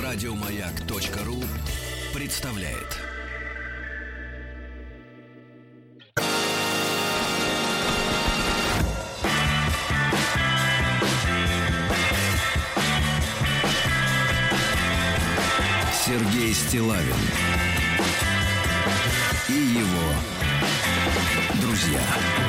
Радиомаяк.ру представляет. Сергей Стиллавин и его друзья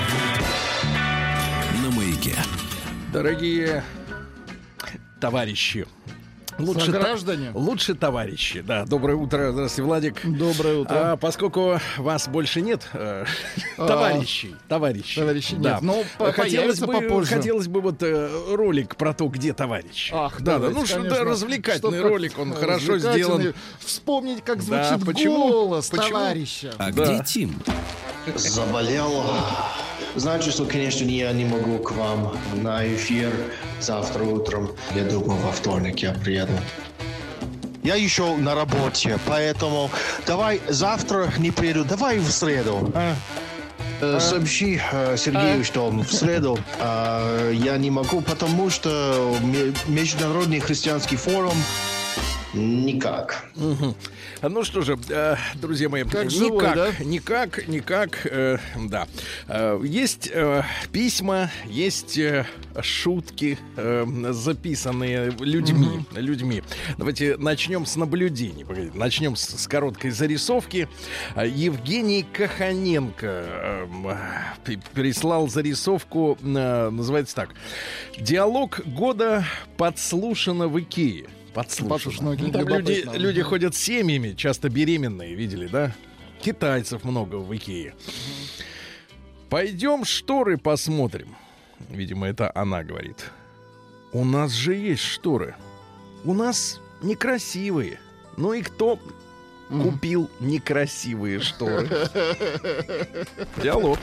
на Маяке. Дорогие товарищи, граждане. Лучше товарищи. Да, доброе утро. Здравствуйте, Владик. Доброе утро. Поскольку вас больше нет, товарищей. Товарищей Да. нет, но хотелось попозже. бы вот ролик про то, где товарищ. Развлекательный ролик, он хорошо сделан. Вспомнить, как звучит голос товарища. А где Тим? Заболел. Знаете, что, конечно, я не могу к вам на эфир завтра утром. Я думаю, во вторник я приеду. Я еще на работе, поэтому давай завтра не приеду, давай в среду. Сообщи Сергею, что в среду я не могу, потому что Международный христианский форум никак. Угу. Ну что же, друзья мои, никак, да. Есть письма, есть шутки, записанные людьми. Давайте начнем с наблюдений. Начнем с короткой зарисовки. Евгений Каханенко прислал зарисовку, называется так: «Диалог года подслушано в Икее». Подслушано. Там люди ходят с семьями, часто беременные, видели, да? Китайцев много в Икее. Пойдем шторы посмотрим. Видимо, это она говорит. У нас же есть шторы. У нас некрасивые. Ну и кто купил некрасивые шторы? Диалог.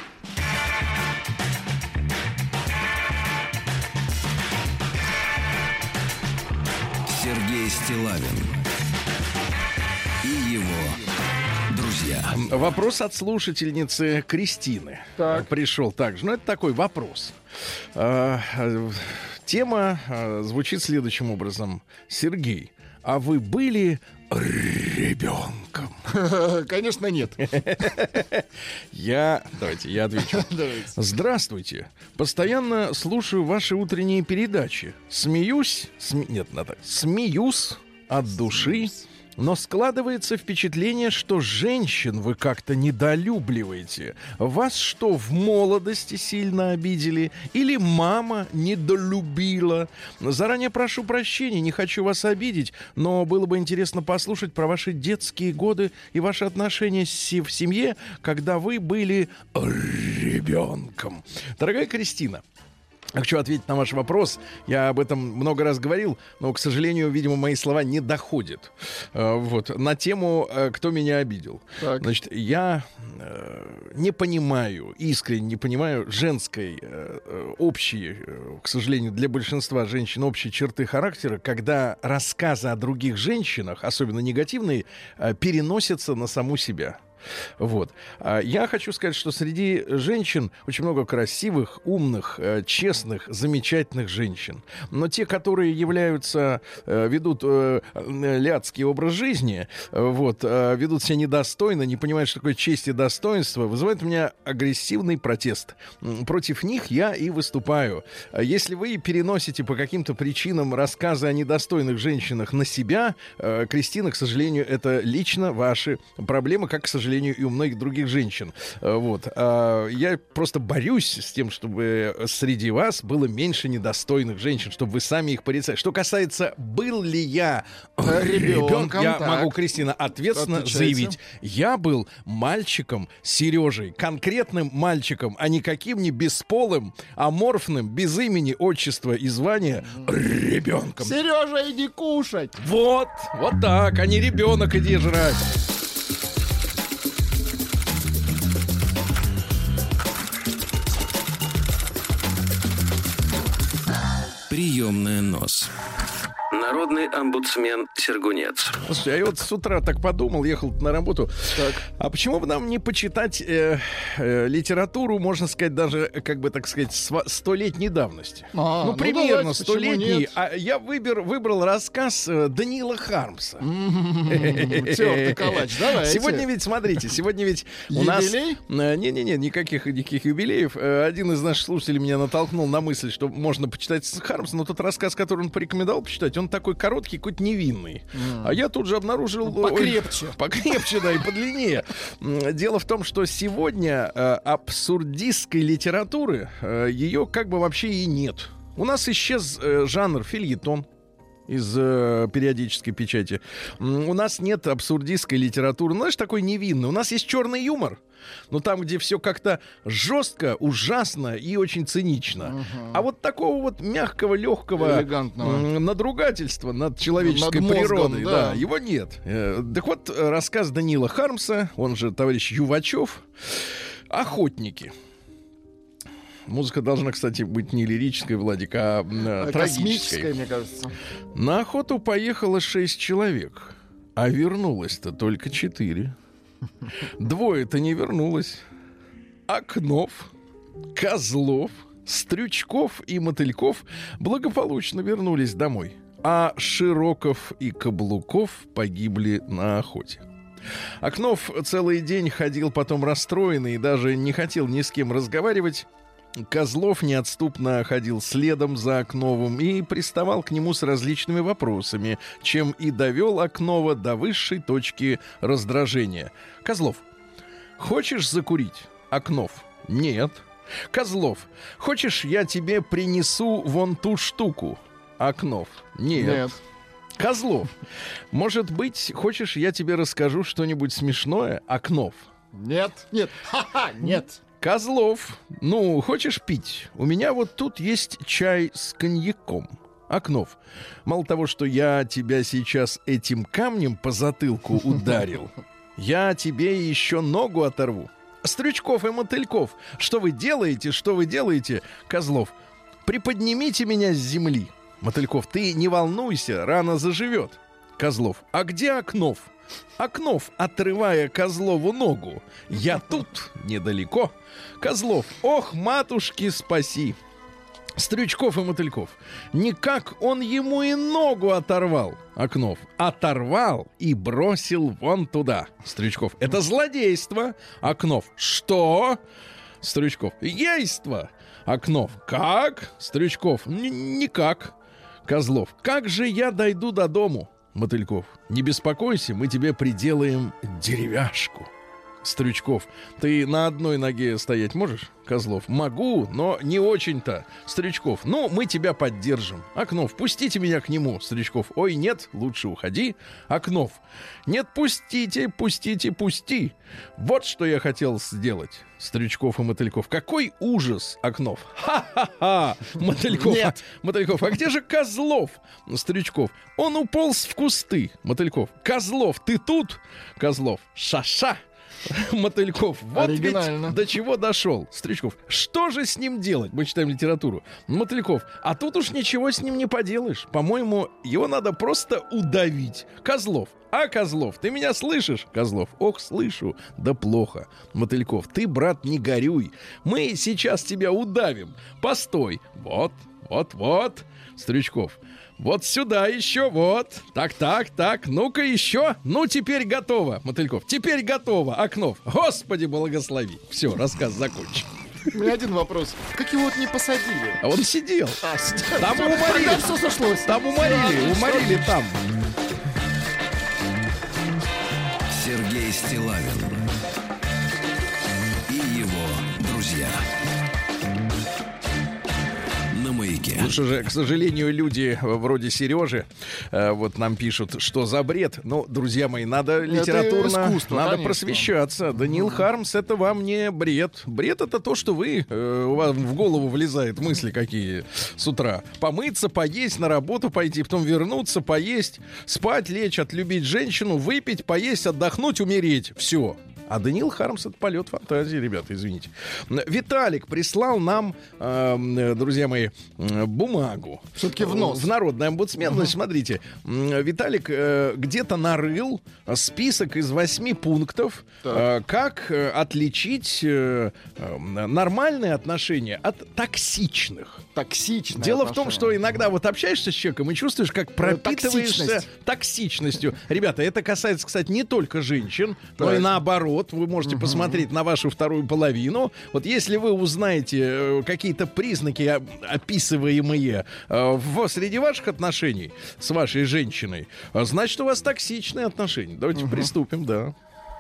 Сергей Стиллавин и его друзья. Вопрос от слушательницы Кристины пришел также. Это такой вопрос. Тема звучит следующим образом. Сергей, а вы были ребенком? Конечно, нет. Давайте, я отвечу. Здравствуйте. Постоянно слушаю ваши утренние передачи. Смеюсь от души, но складывается впечатление, что женщин вы как-то недолюбливаете. Вас что, в молодости сильно обидели? Или мама недолюбила? Заранее прошу прощения, не хочу вас обидеть, но было бы интересно послушать про ваши детские годы и ваши отношения в семье, когда вы были ребенком. Дорогая Кристина, хочу ответить на ваш вопрос. Я об этом много раз говорил, но, к сожалению, видимо, мои слова не доходят. На тему «Кто меня обидел?». Значит, я искренне не понимаю женской общей, к сожалению, для большинства женщин общей черты характера, когда рассказы о других женщинах, особенно негативные, переносятся на саму себя. Я хочу сказать, что среди женщин очень много красивых, умных, честных, замечательных женщин. Но те, которые ведут ляцкий образ жизни, ведут себя недостойно, не понимают, что такое честь и достоинство, вызывает у меня агрессивный протест. Против них я и выступаю. Если вы переносите по каким-то причинам рассказы о недостойных женщинах на себя, Кристина, к сожалению, это лично ваши проблемы, как, к сожалению, и у многих других женщин. Я просто борюсь с тем, чтобы среди вас было меньше недостойных женщин, чтобы вы сами их порицали. Что касается, был ли я ребенком, я могу, Кристина, ответственно заявить. Я был мальчиком Сережей, конкретным мальчиком, а не каким ни бесполым, аморфным, без имени, отчества и звания ребенком. Сережа, иди кушать! Вот так, а не ребенок, иди жрать. Приемная нос. На Народный омбудсмен Сергунец. Слушайте, а я вот с утра так подумал, ехал на работу. Так. А почему бы нам не почитать литературу, можно сказать, даже, как бы так сказать, 100-летней давности? Примерно 100-летней. А я выбрал рассказ Даниила Хармса. Тёртый калач, давайте. Сегодня ведь, смотрите, у нас... Не-не-не, никаких юбилеев. Один из наших слушателей меня натолкнул на мысль, что можно почитать Хармса, но тот рассказ, который он порекомендовал почитать, он такой короткий, какой-то невинный. А я тут же обнаружил... Покрепче. Покрепче, да, и подлиннее. Дело в том, что сегодня абсурдистской литературы ее как бы вообще и нет. У нас исчез жанр фельетон из периодической печати. У нас нет абсурдистской литературы. Ну, знаешь, такой невинный. У нас есть черный юмор. Но там, где все как-то жестко, ужасно и очень цинично. А вот такого вот мягкого, легкого надругательства над человеческой природой, да, его нет. Так вот, рассказ Даниила Хармса, он же товарищ Ювачев, «Охотники». Музыка должна, кстати, быть не лирической, Владик, а трагической. Мне кажется. На охоту поехало 6 человек, а вернулось-то только 4. 2-то не вернулось. Окнов, Козлов, Стрючков и Мотыльков благополучно вернулись домой, а Широков и Каблуков погибли на охоте. Окнов целый день ходил потом расстроенный и даже не хотел ни с кем разговаривать. Козлов неотступно ходил следом за Окновым и приставал к нему с различными вопросами, чем и довел Окнова до высшей точки раздражения. Козлов: хочешь закурить? Окнов: нет. Козлов: хочешь, я тебе принесу вон ту штуку? Окнов: нет. Козлов: может быть, хочешь, я тебе расскажу что-нибудь смешное? Окнов: нет. Нет. Козлов: ну, хочешь пить? У меня вот тут есть чай с коньяком. Окнов: мало того, что я тебя сейчас этим камнем по затылку ударил, я тебе еще ногу оторву. Стрючков и Мотыльков: что вы делаете, что вы делаете? Козлов: приподнимите меня с земли. Мотыльков: ты не волнуйся, рано заживет. Козлов: а где Окнов? Окнов, отрывая Козлову ногу: я тут, недалеко. Козлов: ох, матушки, спаси. Стрючков и Мотыльков: никак он ему и ногу оторвал. Окнов: оторвал и бросил вон туда. Стрючков: это злодейство. Окнов: что? Стрючков: ейство. Окнов: как? Стрючков: никак. Козлов: как же я дойду до дому? Мотыльков: не беспокойся, мы тебе приделаем деревяшку. Стрючков: ты на одной ноге стоять можешь? Козлов: могу, но не очень-то. Стрючков: ну, мы тебя поддержим. Окнов: пустите меня к нему. Стрючков: ой, нет, лучше уходи. Окнов: нет, пустите, пусти. Вот что я хотел сделать. Стрючков и Мотыльков: какой ужас. Окнов: ха-ха-ха. Мотыльков: нет. Мотыльков: а где же Козлов? Стрючков: он уполз в кусты. Мотыльков: Козлов, ты тут? Козлов: ша-ша. Мотыльков: вот ведь до чего дошел. Стрючков: что же с ним делать? Мы читаем литературу. Мотыльков: а тут уж ничего с ним не поделаешь. По-моему, его надо просто удавить. Козлов: а, Козлов, ты меня слышишь? Козлов: ох, слышу, да плохо. Мотыльков: ты, брат, не горюй. Мы сейчас тебя удавим. Постой. Вот. Стрючков: вот сюда еще, вот. Так. Ну-ка еще. Ну, теперь готово. Мотыльков: теперь готово. Окнов: Господи, благослови. Все, рассказ закончен. У меня один вопрос. Как его вот не посадили? А он сидел. Там уморили. Все сошлось. Там уморили там. Сергей Стиллавин и его друзья. Ну что же, к сожалению, люди вроде Сережи вот нам пишут, что за бред. Ну, друзья мои, надо литературно, надо просвещаться. Даниил Хармс — это вам не бред. Бред — это то, что у вас в голову влезают мысли какие с утра. Помыться, поесть, на работу пойти, потом вернуться, поесть, спать, лечь, отлюбить женщину, выпить, поесть, отдохнуть, умереть. Все. А Даниил Хармс — это полет фантазии, ребята, извините. Виталик прислал нам, друзья мои, бумагу. Все-таки в нос. В народный омбудсмен. Значит, смотрите, Виталик где-то нарыл список из 8 пунктов, как отличить нормальные отношения от токсичных. Дело в том, что иногда вот общаешься с человеком и чувствуешь, как пропитываешься токсичностью. Ребята, это касается, кстати, не только женщин, но и наоборот. Вы можете посмотреть на вашу вторую половину. Вот если вы узнаете какие-то признаки, описываемые среди ваших отношений с вашей женщиной, значит, у вас токсичные отношения. Давайте приступим, да.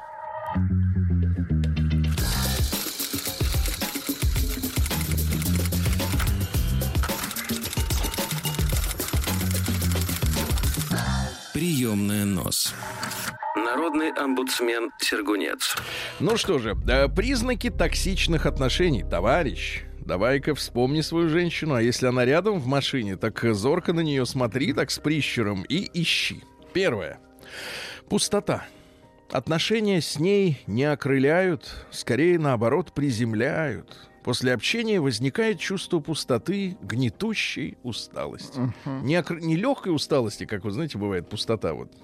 Приемная нос. Народный омбудсмен Сергунец. Ну что же, признаки токсичных отношений. Товарищ, давай-ка вспомни свою женщину, а если она рядом в машине, так зорко на нее смотри, так с прищуром, и ищи. Первое. Пустота. Отношения с ней не окрыляют, скорее наоборот приземляют. После общения возникает чувство пустоты, гнетущей усталости. Не легкой усталости, как вы знаете, бывает пустота. Вот.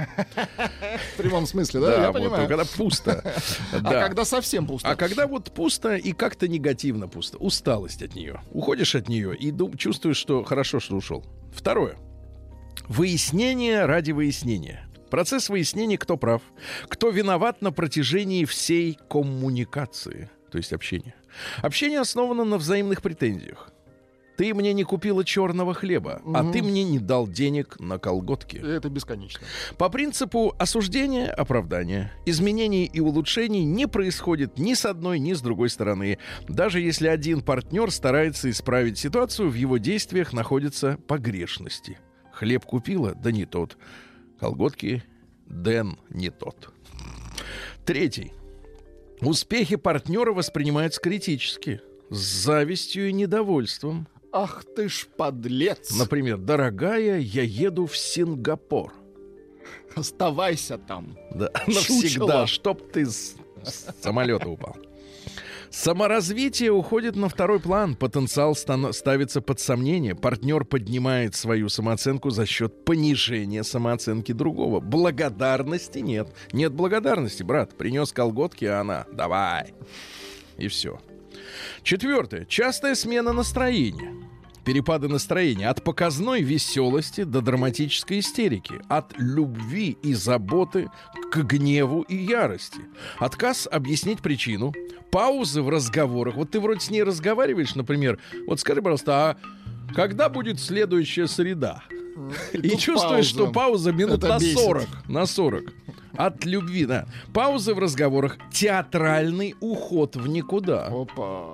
В прямом смысле, да? Я понимаю. Когда пусто. А когда совсем пусто? А когда вот пусто и как-то негативно пусто. Усталость от нее. Уходишь от нее и чувствуешь, что хорошо, что ушел. Второе. Выяснение ради выяснения. Процесс выяснения, кто прав, кто виноват на протяжении всей коммуникации, то есть общения. Общение основано на взаимных претензиях. Ты мне не купила черного хлеба, а ты мне не дал денег на колготки. Это бесконечно. По принципу осуждения, оправдания, изменений и улучшений не происходит ни с одной, ни с другой стороны. Даже если один партнер старается исправить ситуацию, в его действиях находятся погрешности. Хлеб купила, да не тот. Колготки, Дэн не тот. Третий. Успехи партнера воспринимаются критически, с завистью и недовольством. Ах ты ж подлец! Например, дорогая, я еду в Сингапур. Оставайся там. Да, навсегда, чтоб ты с самолета упал. Саморазвитие уходит на второй план. Потенциал ставится под сомнение. Партнер поднимает свою самооценку за счет понижения самооценки другого. Благодарности нет. Нет благодарности, брат. Принес колготки, а она давай. И все. Четвертое. Частая смена настроения. Перепады настроения от показной веселости до драматической истерики, от любви и заботы к гневу и ярости. Отказ объяснить причину, паузы в разговорах. Вот ты вроде с ней разговариваешь, например, вот скажи, пожалуйста, а когда будет следующая среда? И чувствуешь, что пауза минут на 40. На 40. От любви, да. Паузы в разговорах. Театральный уход в никуда. Опа.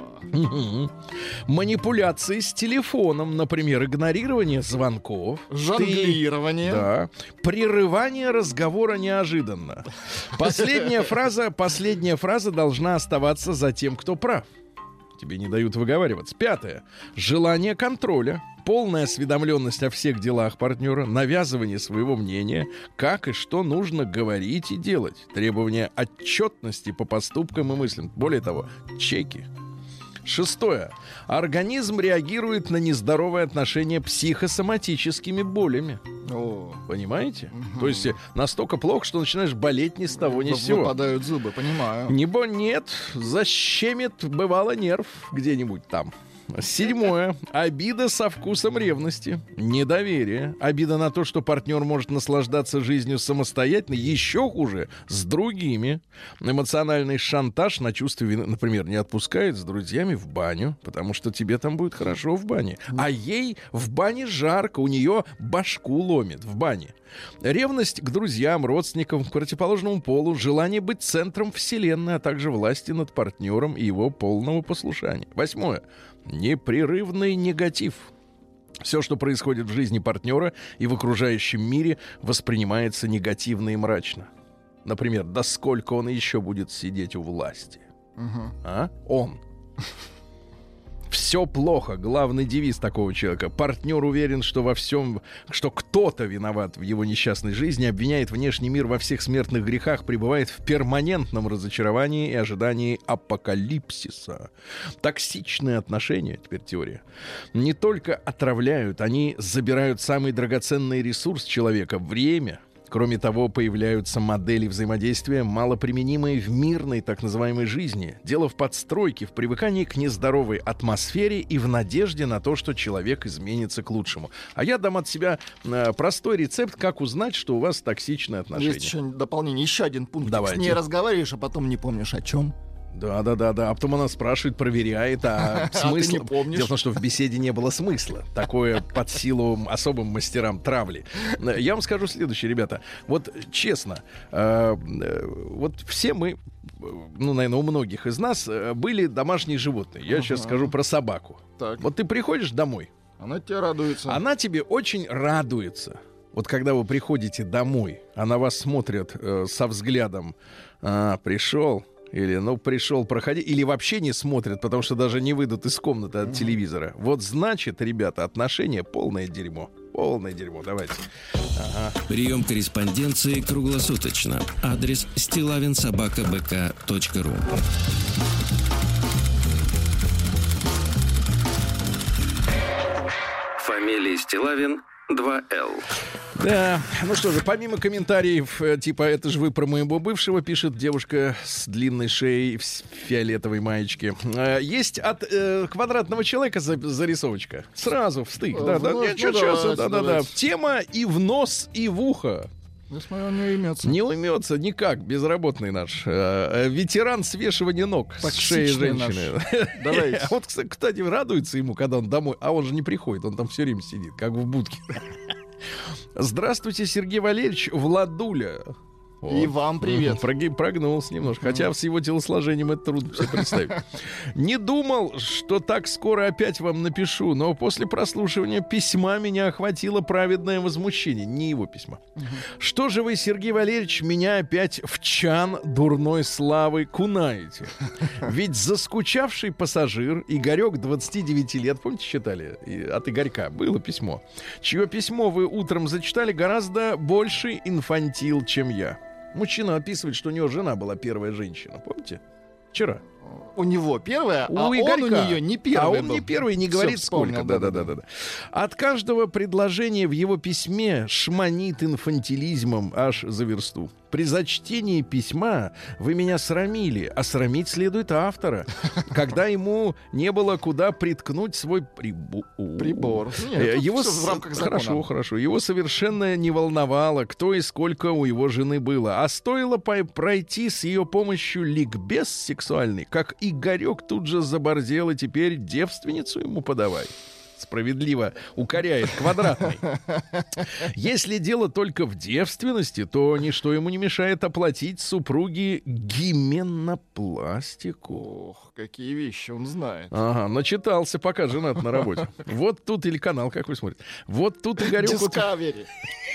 Манипуляции с телефоном, например, игнорирование звонков. Жонглирование. Да. Прерывание разговора неожиданно. Последняя фраза должна оставаться за тем, кто прав. Тебе не дают выговариваться. Пятое. Желание контроля. Полная осведомленность о всех делах партнера, навязывание своего мнения, как и что нужно говорить и делать, требование отчетности по поступкам и мыслям, более того, чеки. Шестое. Организм реагирует на нездоровые отношения психосоматическими болями. Понимаете? То есть настолько плохо, что начинаешь болеть ни с того ни с сего. Выпадают зубы, понимаю. Нет, защемит, бывало, нерв где-нибудь там. Седьмое. Обида со вкусом ревности. Недоверие. Обида на то, что партнер может наслаждаться жизнью самостоятельно. Еще хуже, с другими. Эмоциональный шантаж на чувство вины. Например, не отпускает с друзьями в баню, потому что тебе там будет хорошо в бане. А ей в бане жарко, у нее башку ломит в бане. Ревность к друзьям, родственникам, к противоположному полу, желание быть центром вселенной, а также власти над партнером и его полного послушания. Восьмое. Непрерывный негатив. Все, что происходит в жизни партнера и в окружающем мире, воспринимается негативно и мрачно. Например, да сколько он еще будет сидеть у власти? А? Он. Все плохо. Главный девиз такого человека. Партнер уверен, что во всем, что кто-то виноват в его несчастной жизни, обвиняет внешний мир во всех смертных грехах, пребывает в перманентном разочаровании и ожидании апокалипсиса. Токсичные отношения, теперь теория, не только отравляют, они забирают самый драгоценный ресурс человека — время. Кроме того, появляются модели взаимодействия, малоприменимые в мирной так называемой жизни. Дело в подстройке, в привыкании к нездоровой атмосфере и в надежде на то, что человек изменится к лучшему. А я дам от себя простой рецепт, как узнать, что у вас токсичные отношения. Есть еще дополнение, еще один пункт. Давайте. С ней разговариваешь, а потом не помнишь о чем. Да. А потом она спрашивает, проверяет, а смысл... ты не помнишь. Дело в том, что в беседе не было смысла. Такое под силу особым мастерам травли. Я вам скажу следующее, ребята. Вот честно, вот все мы, ну, наверное, у многих из нас были домашние животные. Я сейчас скажу про собаку. Так. Вот ты приходишь домой. Она тебе радуется. Она тебе очень радуется. Вот когда вы приходите домой, она вас смотрит со взглядом «пришел». Или, ну, пришел, проходи. Или вообще не смотрят, потому что даже не выйдут из комнаты от телевизора. Вот значит, ребята, отношения полное дерьмо. Полное дерьмо. Давайте. Ага. Прием корреспонденции круглосуточно. Адрес stilavinsobakabk.ru. Фамилия Стилавин 2Л. Да, ну что же, помимо комментариев типа «это же вы про моего бывшего», пишет девушка с длинной шеей в фиолетовой маечке, есть от квадратного человека зарисовочка. Сразу в стык. Да. Тема и в нос, и в ухо. Я смотрю, он не уймется. Не уймется никак, безработный наш. Ветеран свешивания ног с шеи женщины. Давайте. А вот, кстати, радуется ему, когда он домой, а он же не приходит, он там все время сидит, как в будке. Здравствуйте, Сергей Валерьевич, Владуля. И вам привет. Прогнулся немножко. Хотя с его телосложением это трудно себе представить. Не думал, что так скоро опять вам напишу, но после прослушивания письма меня охватило праведное возмущение. Не его письма. Что же вы, Сергей Валерьевич, меня опять в чан дурной славы кунаете? Ведь заскучавший пассажир Игорек, 29 лет, помните, читали? От Игорька было письмо. Чье письмо вы утром зачитали, гораздо больше инфантил, чем я. Мужчина описывает, что у него жена была первая женщина. Помните? Вчера. У него первая, у а Игорька. Он у нее не первый. А он был. Не первый, не говорит сколько. Да. От каждого предложения в его письме шманит инфантилизмом аж за версту. При зачтении письма вы меня срамили, а срамить следует автора, когда ему не было куда приткнуть свой прибор. Нет, его в рамках закона. Хорошо. Его совершенно не волновало, кто и сколько у его жены было. А стоило пройти с ее помощью ликбез сексуальный, как Игорек тут же заборзел, и теперь девственницу ему подавай. Справедливо укоряет квадратный. Если дело только в девственности, то ничто ему не мешает оплатить супруге гименопластику. Ох, какие вещи он знает. Ага, начитался, пока женат на работе. Вот тут или канал какой смотрит. Вот тут Игорек... Discovery.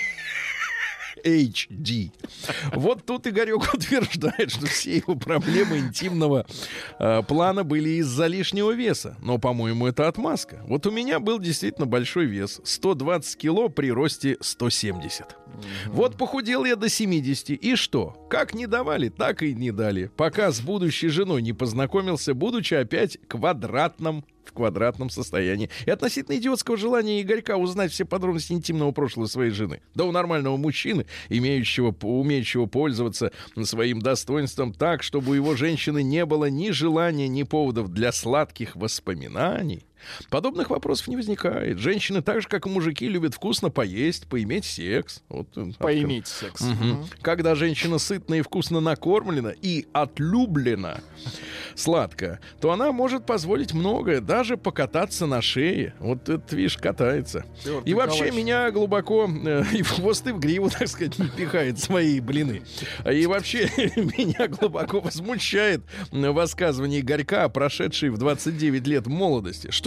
HD. Вот тут Игорек утверждает, что все его проблемы интимного плана были из-за лишнего веса. Но, по-моему, это отмазка. Вот у меня был действительно большой вес. 120 кило при росте 170. Вот похудел я до 70. И что? Как не давали, так и не дали. Пока с будущей женой не познакомился, будучи опять в квадратном состоянии. И относительно идиотского желания Игорька узнать все подробности интимного прошлого своей жены. Да у нормального мужчины, умеющего пользоваться своим достоинством так, чтобы у его женщины не было ни желания, ни поводов для сладких воспоминаний, подобных вопросов не возникает. Женщины, так же, как и мужики, любят вкусно поесть, поиметь секс. Поиметь секс. Угу. Когда женщина сытно и вкусно накормлена и отлюблена сладко, то она может позволить многое, даже покататься на шее. Вот это, видишь, катается. И вообще меня глубоко и в хвост, и в гриву, так сказать, не пихает свои блины. И вообще меня глубоко возмущает высказывание Игорька, прошедшей в 29 лет молодости. Что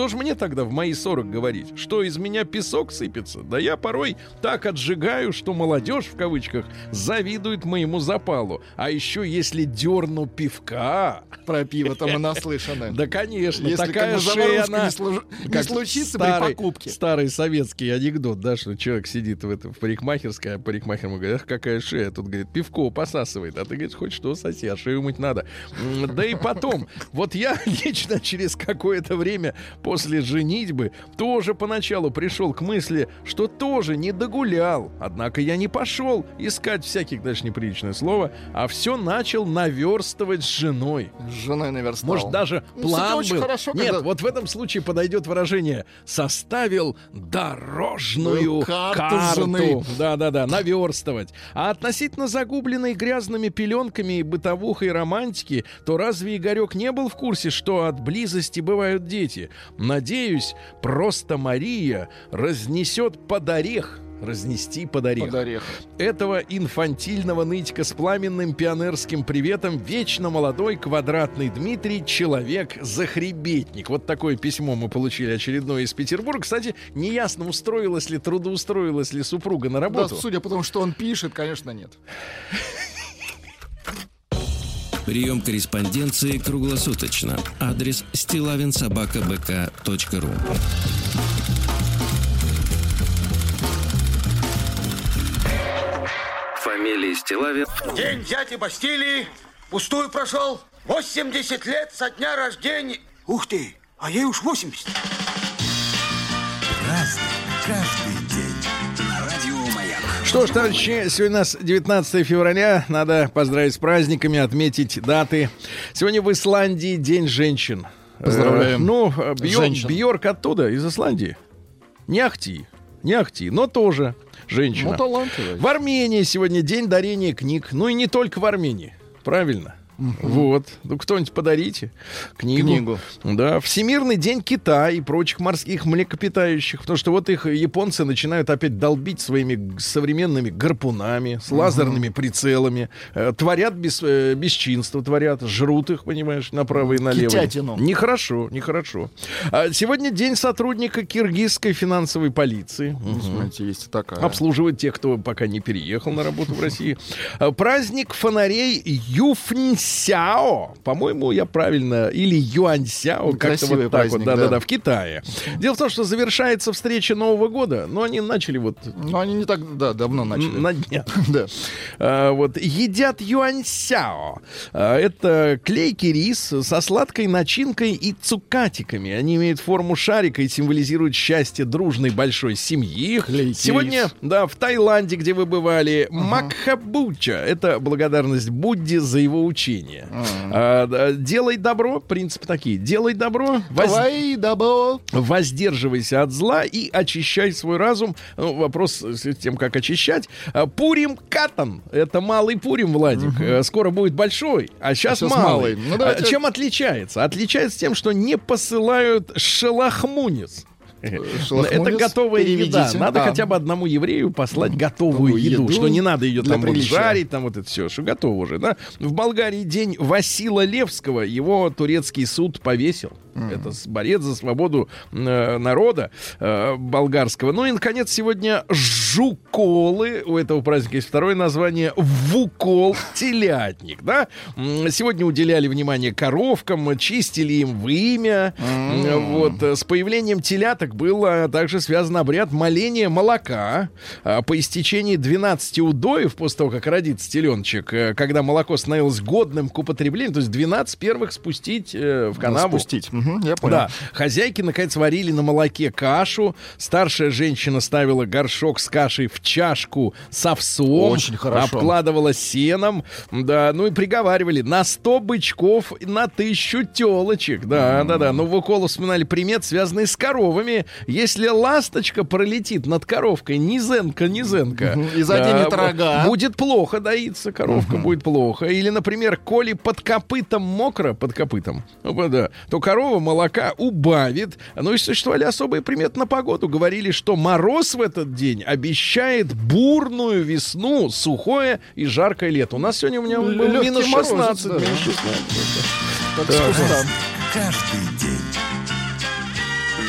что ж мне тогда в мои 40 говорить? Что из меня песок сыпется? Да я порой так отжигаю, что молодежь, в кавычках, завидует моему запалу. А еще если дерну пивка... Про пиво-то мы наслышаны. Да, конечно. Если такая шея, она... Не случится при покупке. Старый советский анекдот, да, что человек сидит в парикмахерской, а парикмахер ему говорит: ах, какая шея. Тут, говорит, пивко посасывает. А ты, говорит, хоть что соси, а шею мыть надо. Да и потом, вот я лично через какое-то время после женитьбы тоже поначалу пришел к мысли, что тоже не догулял. Однако я не пошел искать всяких, даже неприличное слово, а все начал наверстывать с женой. С женой наверстал. Может, даже план был. Хорошо, нет, когда... вот в этом случае подойдет выражение: составил дорожную карту. Да, наверстывать. А относительно загубленной грязными пеленками и бытовухой романтики, то разве Игорек не был в курсе, что от близости бывают дети? Надеюсь, просто Мария разнесет под орех. Разнести под орех. Этого инфантильного нытика с пламенным пионерским приветом вечно молодой квадратный Дмитрий, человек-захребетник. Вот такое письмо мы получили очередное из Петербурга. Кстати, неясно, трудоустроилась ли супруга на работу. Да, судя по тому, что он пишет, конечно, нет. Прием корреспонденции круглосуточно. Адрес stilavinsobakabk.ru. Фамилия Стилавин. День взятия Бастилии пустую прошел. 80 лет со дня рождения. Ух ты, а ей уж 80. Разный, каждый день. На радио Маяк. Что ж, товарищи, сегодня у нас 19 февраля. Надо поздравить с праздниками, отметить даты. Сегодня в Исландии День женщин. Поздравляем. Бьорк оттуда, из Исландии. Не ахти, но тоже женщина. Ну, талантливая. В Армении сегодня день дарения книг. Ну и не только в Армении. Правильно? Вот. Ну, кто-нибудь подарите книгу. Да. Всемирный день кита и прочих морских млекопитающих. Потому что вот их японцы начинают опять долбить своими современными гарпунами, с лазерными прицелами. Творят бесчинство, жрут их, понимаешь, направо и налево. Китятину. Нехорошо. Сегодня день сотрудника киргизской финансовой полиции. Смотрите, есть такая. Обслуживает тех, кто пока не переехал на работу в России. Праздник фонарей Юфньсяо. По-моему, я правильно. Или Юаньсяо. Как-то вот так праздник, вот. Да, в Китае. Дело в том, что завершается встреча Нового года. Но они начали вот... Ну, они не так давно начали. На днях. Да. Вот. Едят Юаньсяо. Это клейкий рис со сладкой начинкой и цукатиками. Они имеют форму шарика и символизируют счастье дружной большой семьи. Клейкий Сегодня, рис. да, в Таиланде, где вы бывали, Макхабуча. Это благодарность Будде за его учение. Делай добро, принципы такие. Делай добро, воздерживайся от зла и очищай свой разум. Ну, вопрос с тем, как очищать. Пурим Катан. Это малый Пурим, Владик. Скоро будет большой, а сейчас малый. Ну, чем отличается? Отличается тем, что не посылают шелахмунец. Это готовая еда. Надо хотя бы одному еврею послать готовую еду, что не надо ее там вот жарить, там вот это все, что готово уже, да. В Болгарии день Васила Левского, его турецкий суд повесил. Это борец за свободу народа болгарского. Ну и, наконец, сегодня жуколы. У этого праздника есть второе название — вукол, телятник, да. Сегодня уделяли внимание коровкам, чистили им вымя. Вот. С появлением теляток был также связан обряд моления молока. По истечении 12 удоев, после того, как родится теленочек, когда молоко становилось годным к употреблению, то есть 12 первых спустить в канаву. Я понял. Да. Хозяйки, наконец, варили на молоке кашу. Старшая женщина ставила горшок с кашей в чашку с овсом. Очень хорошо. Обкладывала сеном. Да, ну и приговаривали: на 100 бычков, на 1000 телочек. Да. Но в уколу вспоминали примет, связанные с коровами. Если ласточка пролетит над коровкой, низенка. И заденет рога. Будет плохо доиться коровка, будет плохо. Или, например, коли под копытом мокро, то корова молока убавит. Ну и существовали особые приметы на погоду. Говорили, что мороз в этот день обещает бурную весну, сухое и жаркое лето. У нас сегодня у меня был минус 16. Как с кустом. Каждый день.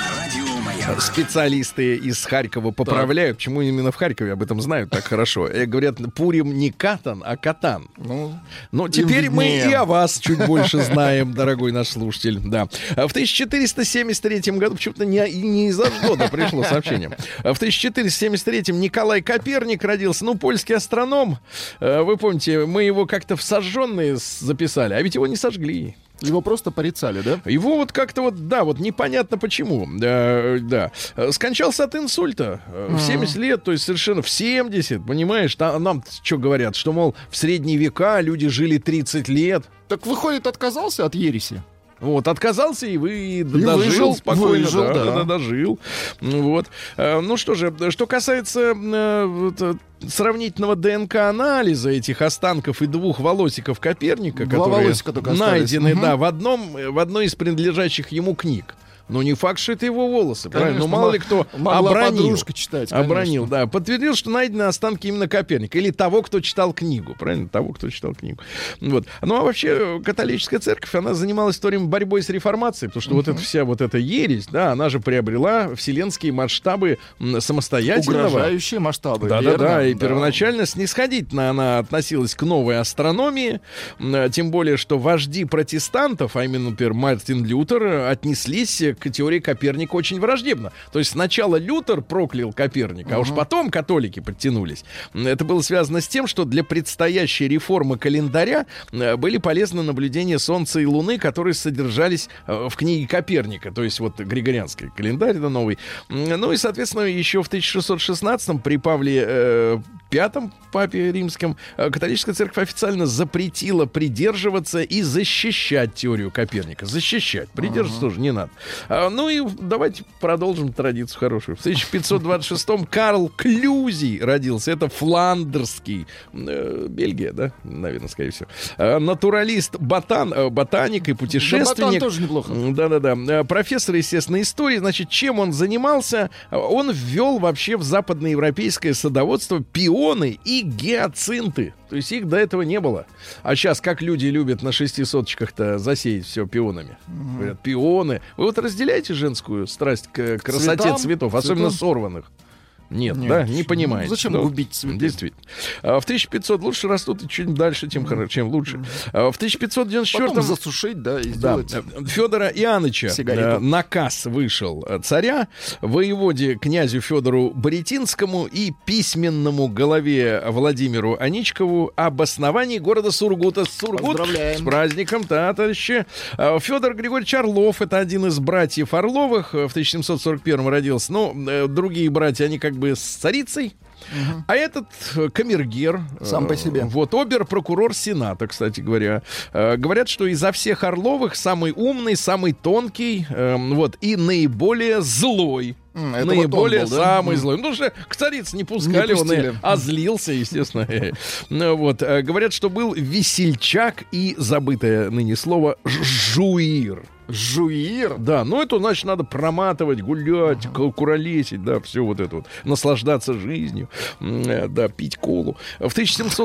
специалисты из Харькова поправляют. Почему именно в Харькове об этом знают так хорошо? Говорят, Пурим не Катан, а Катан. Ну, теперь мы и о вас чуть больше знаем, дорогой наш слушатель. Да. В 1473 году, почему-то не из Аждода пришло сообщение. В 1473 Николай Коперник родился. Ну, польский астроном. Вы помните, мы его как-то в сожженные записали, а ведь его не сожгли. Его просто порицали, да? Его вот как-то вот, да, вот непонятно почему. Да. Скончался от инсульта в 70 лет, то есть совершенно в 70, понимаешь? Нам что говорят, что, мол, в средние века люди жили 30 лет. Так, выходит, отказался от ереси? Вот, отказался и дожил спокойно. Дожил. Вот. Ну что же, что касается сравнительного ДНК-анализа этих останков и двух волосиков Коперника, которые найдены, в одной из принадлежащих ему книг. Но не факт, что это его волосы, правильно? Ну, мало ли кто обронил, да. Подтвердил, что найдены останки именно Коперника. Или того, кто читал книгу, правильно? Того, кто читал книгу. Вот. Ну, а вообще, католическая церковь, она занималась в то время борьбой с реформацией, потому что вот эта вся вот эта ересь, да, она же приобрела вселенские масштабы самостоятельного. Угрожающие масштабы, да. И первоначально снисходительно она относилась к новой астрономии, тем более, что вожди протестантов, а именно, например, Мартин Лютер, отнеслись к теории Коперника очень враждебно. То есть сначала Лютер проклял Коперника, а уж потом католики подтянулись. Это было связано с тем, что для предстоящей реформы календаря были полезны наблюдения Солнца и Луны, которые содержались в книге Коперника. То есть вот Григорианский календарь, да, новый. Ну и, соответственно, еще в 1616-м при Павле V, папе римском, католическая церковь официально запретила придерживаться и защищать теорию Коперника. Защищать. Придерживаться тоже не надо. Ну и давайте продолжим традицию хорошую. В 1526-м Карл Клюзий родился. Это фландерский. Бельгия, да? Наверное, скорее всего. Натуралист, ботаник и путешественник. Да, ботан тоже неплохо. Да. Профессор, естественно, истории. Значит, чем он занимался? Он ввел вообще в западноевропейское садоводство пионы и гиацинты. То есть их до этого не было. А сейчас как люди любят на 6 соточках-то засеять все пионами. Говорят, пионы. Вы вот разделяете женскую страсть к красоте цветов, особенно сорванных? Нет, да, не понимаете. Зачем губить цветы? Действительно. В 1500 лучше растут и чуть дальше, чем лучше. В 1594-м... Потом засушить, да, и сделать... Федора Иоанновича наказ вышел царя, воеводе князю Федору Боретинскому и письменному голове Владимиру Аничкову об основании города Сургута. Сургут. Поздравляем. С праздником, товарищи. Федор Григорьевич Орлов, это один из братьев Орловых, в 1741 родился. Ну, другие братья, они как бы с царицей. А этот камергер, сам по себе. Вот, обер-прокурор Сената, кстати говоря. Говорят, что изо всех Орловых самый умный, самый тонкий, вот, и наиболее злой. Наиболее вот был, самый злой. Ну, что к царице не пускали, он и озлился, естественно. Вот. Говорят, что был весельчак и, забытое ныне слово, жуир. Жуир? Да, ну это, значит, надо проматывать, гулять, куролесить, да, все вот это вот, наслаждаться жизнью, да, пить колу. В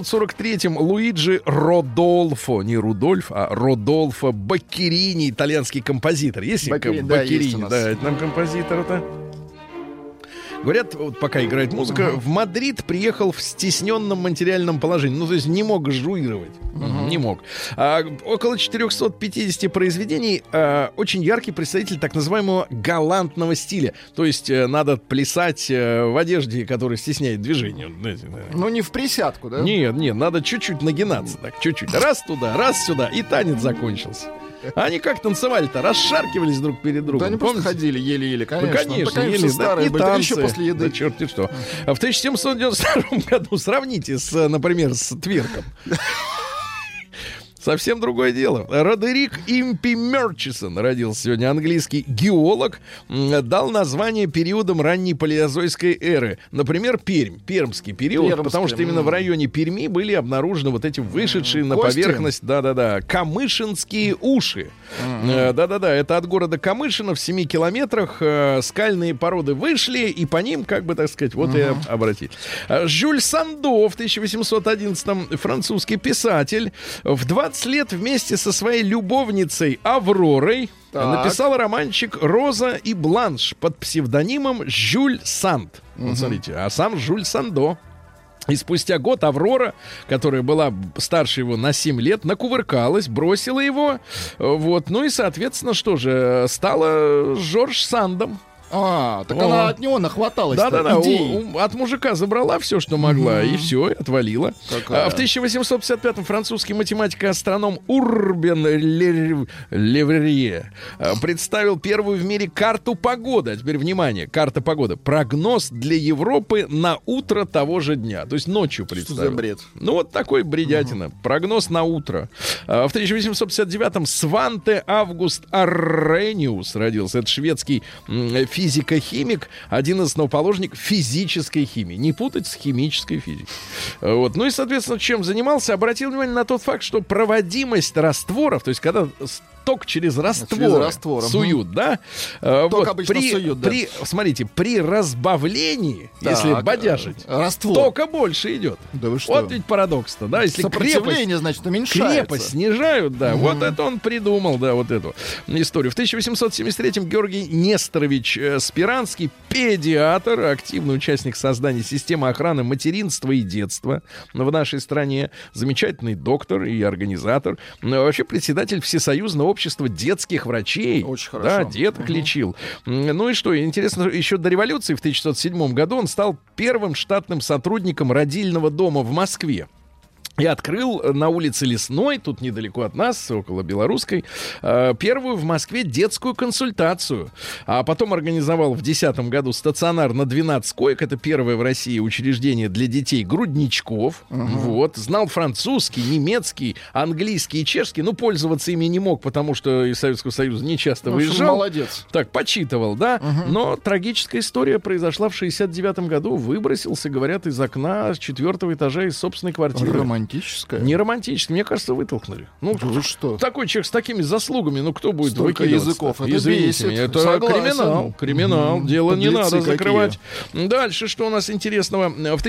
1743-м Луиджи Родольфо, не Рудольф, а Родольфо Баккерини, итальянский композитор. Есть Баккерини? Да, это нам композитор-то. Говорят, вот пока играет музыка, в Мадрид приехал в стесненном материальном положении. Ну, то есть не мог жуировать. Не мог. Около 450 произведений. Очень яркий представитель так называемого галантного стиля. То есть надо плясать в одежде, которая стесняет движение. Ну, не в присядку, да? Нет, надо чуть-чуть нагинаться. Так, чуть-чуть. Раз туда, раз сюда. И танец закончился. Они как танцевали-то? Расшаркивались друг перед другом. Да, они просто ходили еле-еле, конечно. Ну, конечно, еле, да, и танцы. Еще после еды. Да черти что. В 1792 году сравните, например, с Тверком. Совсем другое дело. Родерик Импи Мерчисон родился сегодня, английский геолог, дал название периодам ранней палеозойской эры. Например, Пермь, пермский период, потому что именно в районе Перми были обнаружены вот эти вышедшие на поверхность, камышинские уши. Да-да-да, это от города Камышино в 7 километрах скальные породы вышли, и по ним, как бы, так сказать, вот и обратить. Жюль Сандо в 1811-м, французский писатель, в 20 лет вместе со своей любовницей Авророй написал романчик «Роза и Бланш» под псевдонимом Жюль Санд. Вот смотрите, а сам Жюль Сандо. И спустя год Аврора, которая была старше его на 7 лет, накувыркалась, бросила его. Вот. Ну и, соответственно, что же, стала Жорж Сандом. Так она от него нахваталась. Да-да-да, от мужика забрала все, что могла, и все, отвалила. В 1855-м французский математик и астроном Урбен Леверье представил первую в мире карту погоды. А теперь, внимание, карта погоды. Прогноз для Европы на утро того же дня. То есть ночью представил. Что за бред? Ну, вот такой бредятина. Прогноз на утро. В 1859-м Сванте Август Аррениус родился. Это шведский физико-химик, один из основоположников физической химии. Не путать с химической физикой. Вот. Ну и, соответственно, чем занимался? Обратил внимание на тот факт, что проводимость растворов, то есть когда ток через раствор суют, да? Ток обычно суют, да. Смотрите, при разбавлении, если бодяжить, раствор, тока больше идет. Да вы что? Вот ведь парадокс-то, да? Если сопротивление, значит, уменьшается. Крепость снижают, да. Вот это он придумал, да, вот эту историю. В 1873-м Георгий Несторович Спиранский, педиатр, активный участник создания системы охраны материнства и детства в нашей стране, замечательный доктор и организатор, вообще председатель Всесоюзного общества детских врачей. Очень хорошо. Да, деток лечил. Ну и что, интересно, еще до революции в 1907 году он стал первым штатным сотрудником родильного дома в Москве. И открыл на улице Лесной, тут недалеко от нас, около Белорусской, первую в Москве детскую консультацию. А потом организовал в 2010 году стационар на 12 коек. Это первое в России учреждение для детей-грудничков. Вот. Знал французский, немецкий, английский и чешский. Ну, пользоваться ими не мог, потому что из Советского Союза не часто выезжал. Молодец. Так, почитывал, да? Но трагическая история произошла в 69 году. Выбросился, говорят, из окна с 4-го этажа из собственной квартиры. Романтическая? Не романтическая, мне кажется, вытолкнули. Ну, вы что? Такой человек с такими заслугами, ну кто будет столько выкидываться? языков, это извините бесит. меня, это Согласен. криминал, дело не надо какие. закрывать. Дальше, что у нас интересного? В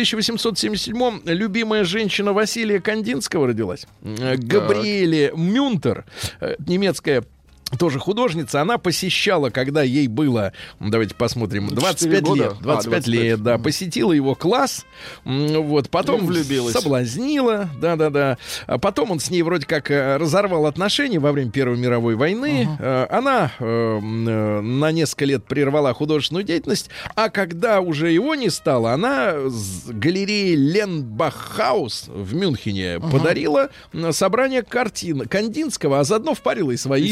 1877-м любимая женщина Василия Кандинского родилась. Габриэле Мюнтер, немецкая тоже художница, она посещала, когда ей было, давайте посмотрим, 25 лет. 25 лет, да. Посетила его класс, вот, потом влюбилась. Соблазнила, да-да-да. А потом он с ней вроде как разорвал отношения во время Первой мировой войны. Она на несколько лет прервала художественную деятельность, а когда уже его не стало, она с галереи Ленбахаус в Мюнхене подарила собрание картин Кандинского, а заодно впарила и свои.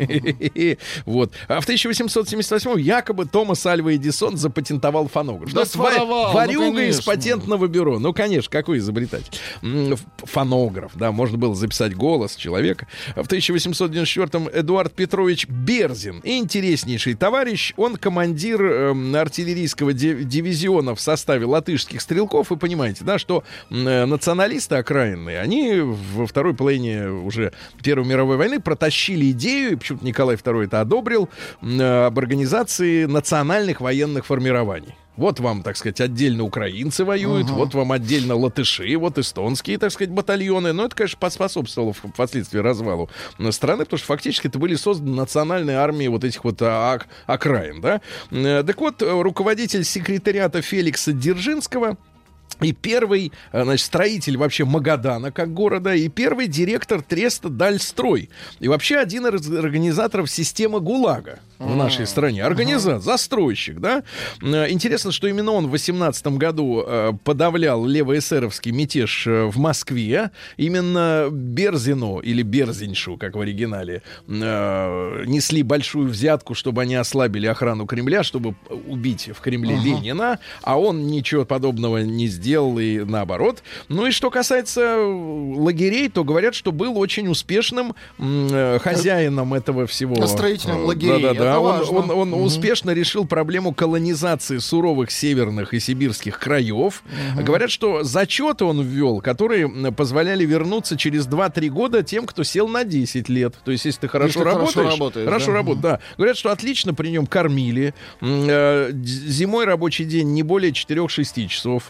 Вот. А в 1878-м якобы Томас Альва Эдисон запатентовал фонограф. Да, своровал, ворюга из патентного бюро. Ну, конечно, какой изобретатель? Фонограф, да, можно было записать голос человека. В 1894-м Эдуард Петрович Берзин, интереснейший товарищ, он командир артиллерийского дивизиона в составе латышских стрелков. Вы понимаете, да, что националисты окраинные, они во второй половине уже Первой мировой войны протащили идею, и почему-то Николай II это одобрил, об организации национальных военных формирований. Вот вам, так сказать, отдельно украинцы воюют, вот вам отдельно латыши, вот эстонские, так сказать, батальоны. Но это, конечно, поспособствовало впоследствии развалу страны, потому что фактически это были созданы национальные армии вот этих вот окраин, да. Так вот, руководитель секретариата Феликса Дзержинского и первый, значит, строитель вообще Магадана как города, и первый директор Треста Дальстрой. И вообще один из организаторов системы ГУЛАГа в нашей стране. Застройщик, да. Интересно, что именно он в 18 году подавлял левоэсеровский мятеж в Москве. Именно Берзину, или Берзиншу, как в оригинале, несли большую взятку, чтобы они ослабили охрану Кремля, чтобы убить в Кремле Ленина, а он ничего подобного не сделал, и наоборот. Ну и что касается лагерей, то говорят, что был очень успешным хозяином этого всего. Строителем лагерей. Да-да-да. Он успешно решил проблему колонизации суровых северных и сибирских краев. Говорят, что зачеты он ввел, которые позволяли вернуться через 2-3 года тем, кто сел на 10 лет. То есть, если ты хорошо работаешь, да. Говорят, что отлично при нем кормили. Зимой рабочий день не более 4-6 часов. Летом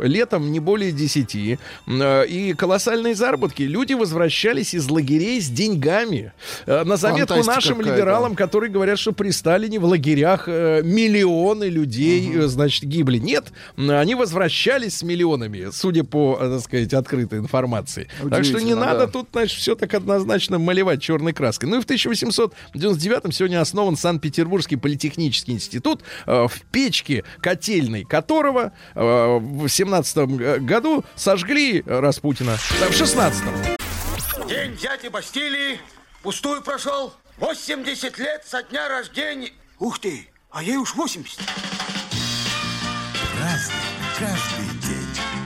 не более 10. И колоссальные заработки. Люди возвращались из лагерей с деньгами. На заметку нашим либералам, которые говорят, что при Сталине в лагерях миллионы людей, значит, гибли. Нет, они возвращались с миллионами, судя по, так сказать, открытой информации. Так что не надо тут, значит, все так однозначно малевать черной краской. Ну и в 1899-м сегодня основан Санкт-Петербургский политехнический институт, в печке котельной которого в 17 году сожгли Распутина. В 16-м. День дяди Бастилии пустую прошел. 80 лет со дня рождения. Ух ты, а ей уж 80. Разный, каждый день.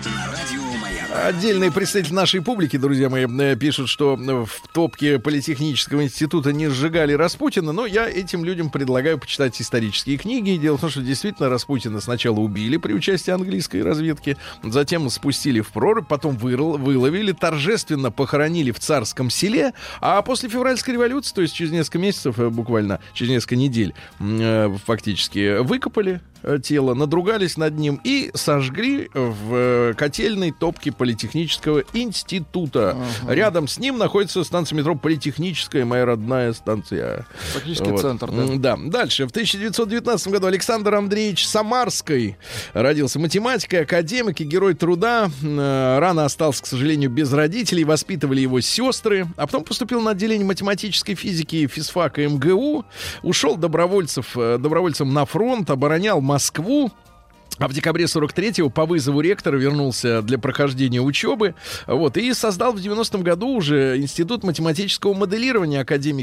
Отдельные представители нашей публики, друзья мои, пишут, что в топке Политехнического института не сжигали Распутина, но я этим людям предлагаю почитать исторические книги. Дело в том, что действительно Распутина сначала убили при участии английской разведки, затем спустили в прорубь, потом выловили, торжественно похоронили в Царском Селе, а после февральской революции, то есть через несколько месяцев, буквально через несколько недель, фактически выкопали тело, надругались над ним и сожгли в котельной топке Политехнического института. Рядом с ним находится станция метро Политехническая, моя родная станция. Фактически центр, да? Да. Дальше. В 1919 году Александр Андреевич Самарский родился. Математик и академик, и герой труда. Рано остался, к сожалению, без родителей. Воспитывали его сестры. А потом поступил на отделение математической физики физфака МГУ. Ушел добровольцем на фронт, оборонял Москву. А в декабре 43-го по вызову ректора вернулся для прохождения учебы. Вот, и создал в 90-м году уже Институт математического моделирования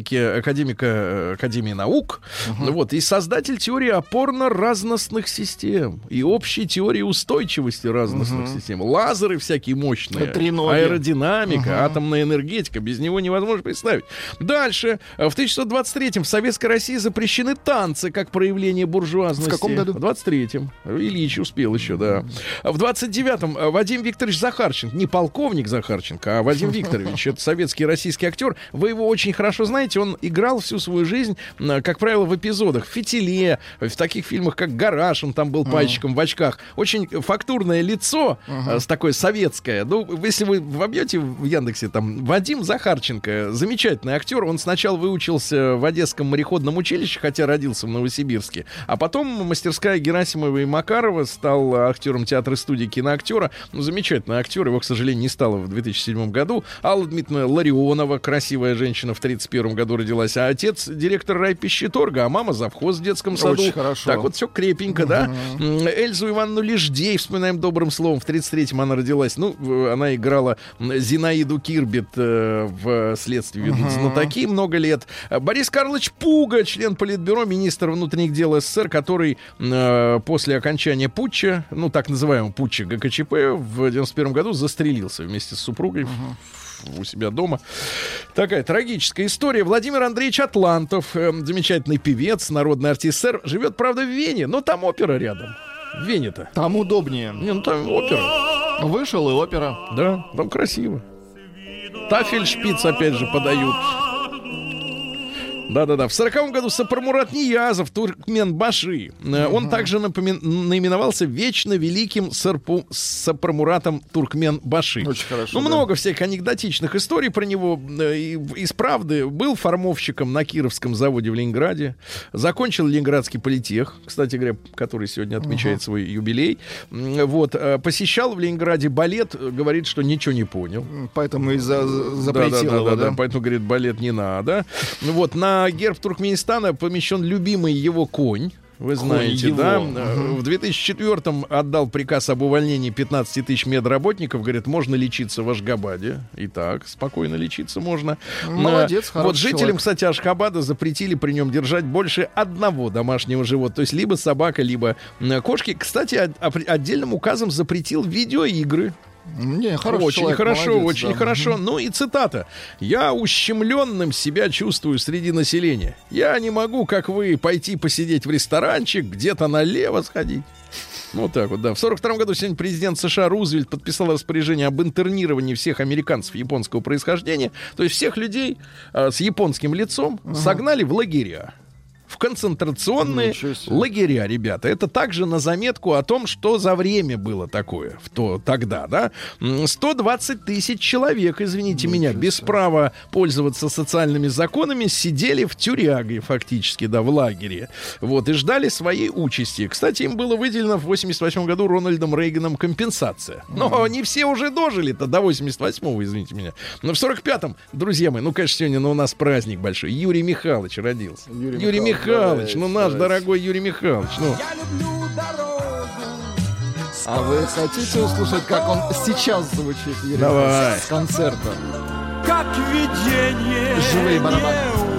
Академии наук. Вот, и создатель теории опорно-разностных систем и общей теории устойчивости разностных систем. Лазеры всякие мощные, аэродинамика, атомная энергетика. Без него невозможно представить. Дальше. В 1923-м в Советской России запрещены танцы как проявление буржуазности. В каком году? В 23-м. Ильич успел еще, да. В 29-м Вадим Викторович Захарченко, не полковник Захарченко, а Вадим Викторович, это советский и российский актер. Вы его очень хорошо знаете, он играл всю свою жизнь, как правило, в эпизодах, в «Фитиле», в таких фильмах, как «Гараж», он там был пальчиком в очках. Очень фактурное лицо, такое советское. Ну, если вы вобьете в Яндексе, там, Вадим Захарченко, замечательный актер, он сначала выучился в Одесском мореходном училище, хотя родился в Новосибирске, а потом мастерская Герасимова и Макарова, стал актером театра и студии киноактера. Ну, замечательный актер. Его, к сожалению, не стало в 2007 году. Алла Дмитриевна Ларионова, красивая женщина, в 1931 году родилась. А отец директор райпищеторга, а мама завхоз в детском саду. Очень хорошо. Так вот все крепенько, да? Эльзу Ивановну Леждей вспоминаем добрым словом. В 1933-м она родилась. Ну, она играла Зинаиду Кирбит в «Следствии ведут знатоки» много лет. Борис Карлович Пуга, член Политбюро, министр внутренних дел СССР, который после окончания путча, ну, так называемого путча ГКЧП, в 91 году застрелился вместе с супругой у себя дома. Такая трагическая история. Владимир Андреевич Атлантов, замечательный певец, народный артист СССР, живет, правда, в Вене, но там опера рядом. В Вене-то. Там удобнее. Не, ну там опера. Вышел и опера. Да, там красиво. Тафельшпиц опять же подают. Да-да-да. В 40-м году Сапармурат Ниязов, Туркменбаши. Он также наименовался вечно великим Сапармуратом Туркменбаши. Очень хорошо. Ну, много всяких анекдотичных историй про него. Из правды. Был формовщиком на Кировском заводе в Ленинграде. Закончил Ленинградский политех, кстати говоря, который сегодня отмечает свой юбилей. Вот. Посещал в Ленинграде балет. Говорит, что ничего не понял. Поэтому и запретил его, да? Поэтому, говорит, балет не надо. Вот. На герб Туркменистана помещен любимый его конь. Вы знаете, его. Да? В 2004-м отдал приказ об увольнении 15 тысяч медработников. Говорит, можно лечиться в Ашгабаде. И так, спокойно лечиться можно. Молодец, хороший Вот жителям, человек. кстати, Ашхабада запретили при нем держать больше одного домашнего животного. То есть либо собака, либо кошки. Кстати, отдельным указом запретил видеоигры. Не, хороший очень человек, хорошо, молодец, очень да. хорошо. Ну и цитата. «Я ущемленным себя чувствую среди населения. Я не могу, как вы, пойти посидеть в ресторанчик, где-то налево сходить». Вот так вот, да. В 1942 году сегодня президент США Рузвельт подписал распоряжение об интернировании всех американцев японского происхождения. То есть всех людей с японским лицом согнали в лагеря. В концентрационные лагеря, ребята. Это также на заметку о том, что за время было такое тогда, да. 120 тысяч человек, извините меня, без права пользоваться социальными законами, сидели в тюряге фактически, да, в лагере. Вот, и ждали своей участи. Кстати, им было выделено в 88 году Рональдом Рейганом компенсация. Но не все уже дожили-то до 88-го, извините меня. Но в 45-м, друзья мои, ну, конечно, сегодня у нас праздник большой. Юрий Михайлович родился. Юрий Михайлович, ну, наш дорогой Юрий Михайлович. Ну. А вы хотите услышать, как он сейчас звучит, Юрий? Давай. С концерта. Как видение. Живые барабаны.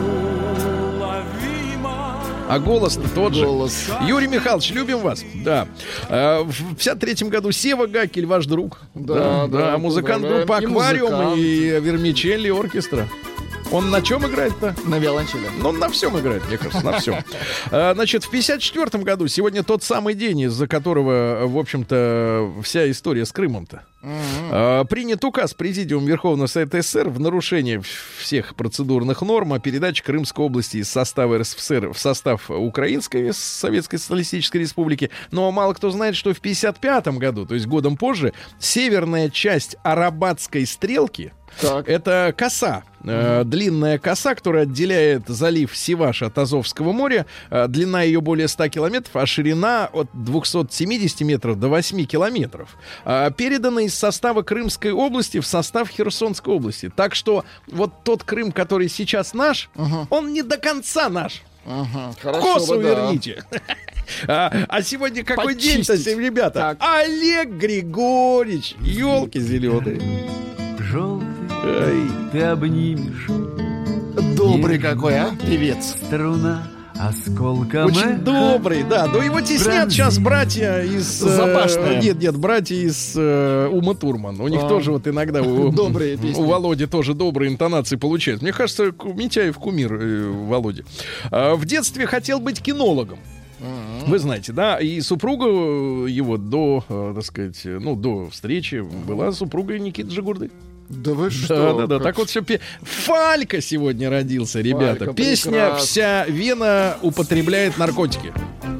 А голос-то тот же. Голос. Юрий Михайлович, любим вас. Да. В 53-м году Сева Гакель, ваш друг. Да. Музыкант группы «Аквариум» и Вермичелли оркестра. Он на чем играет-то? На виолончели. Ну, он на всем играет, мне кажется, на всем. Значит, в 54-м году, сегодня тот самый день, из-за которого, в общем-то, вся история с Крымом-то. Принят указ Президиума Верховного Совета СССР в нарушение всех процедурных норм о передаче Крымской области из состава РСФСР в состав Украинской Советской Социалистической Республики. Но мало кто знает, что в 55-м году, то есть годом позже, северная часть Арабатской стрелки, это коса, длинная коса, которая отделяет залив Севаш от Азовского моря. Длина ее более 100 километров, а ширина от 270 метров до 8 километров. Передана из состава Крымской области в состав Херсонской области. Так что вот тот Крым, который сейчас наш, он не до конца наш. Косу верните. А сегодня какой день-то, ребята? Олег Григорьевич, елки зеленые. Желтый, ты обнимешь. Добрый какой, а, певец. Струна осколком. Очень добрый, да. Но его теснят сейчас братья из... Запашные. Нет, братья из Ума Турман. У них тоже вот иногда... Добрые песни. У Володи тоже добрые интонации получают. Мне кажется, Митяев кумир Володи. В детстве хотел быть кинологом. Вы знаете, да, и супруга его до, так сказать, ну, до встречи была супругой Никиты Жигурды. Да вы что? Да. Так вот все. Фалька сегодня родился, ребята. Фалька, песня прекрасно. «Вся Вена употребляет наркотики».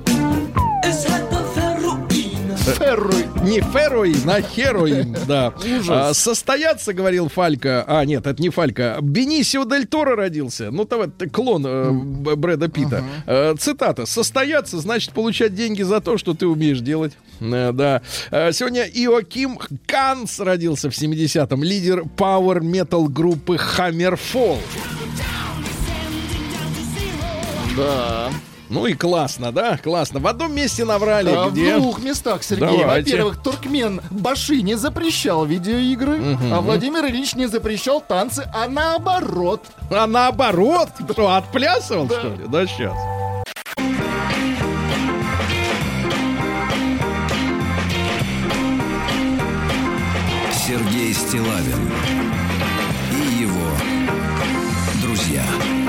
Не фероин, а хероин, да. Состояться, говорил Фалька. А, нет, это не Фалька. Бенисио Дель Торо родился. Ну, клон Брэда Питта. Цитата. «Состояться значит получать деньги за то, что ты умеешь делать». Да. Сегодня Иоаким Канц родился в 70-м. Лидер пауэр-метал группы Hammerfall. Да. Ну и классно, да? Классно. В одном месте наврали. Где? В двух местах, Сергей. Давайте. Во-первых, Туркмен Баши не запрещал видеоигры, а Владимир Ильич не запрещал танцы, а наоборот. А наоборот? Что, отплясывал, что ли? Да, сейчас. Сергей Стиллавин и его друзья.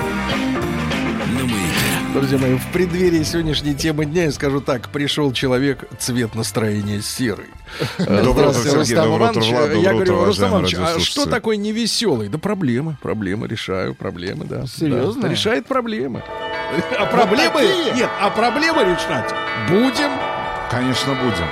Друзья мои, в преддверии сегодняшней темы дня я скажу так. Пришел человек, цвет настроения серый. Здравствуйте, Рустам Иванович. Я говорю, Рустам Иванович, а что такое невеселый? Да проблемы, решаю проблемы, да. Серьезно? Да, решает проблемы. А проблемы? Нет, а проблемы решать будем. Конечно, будем.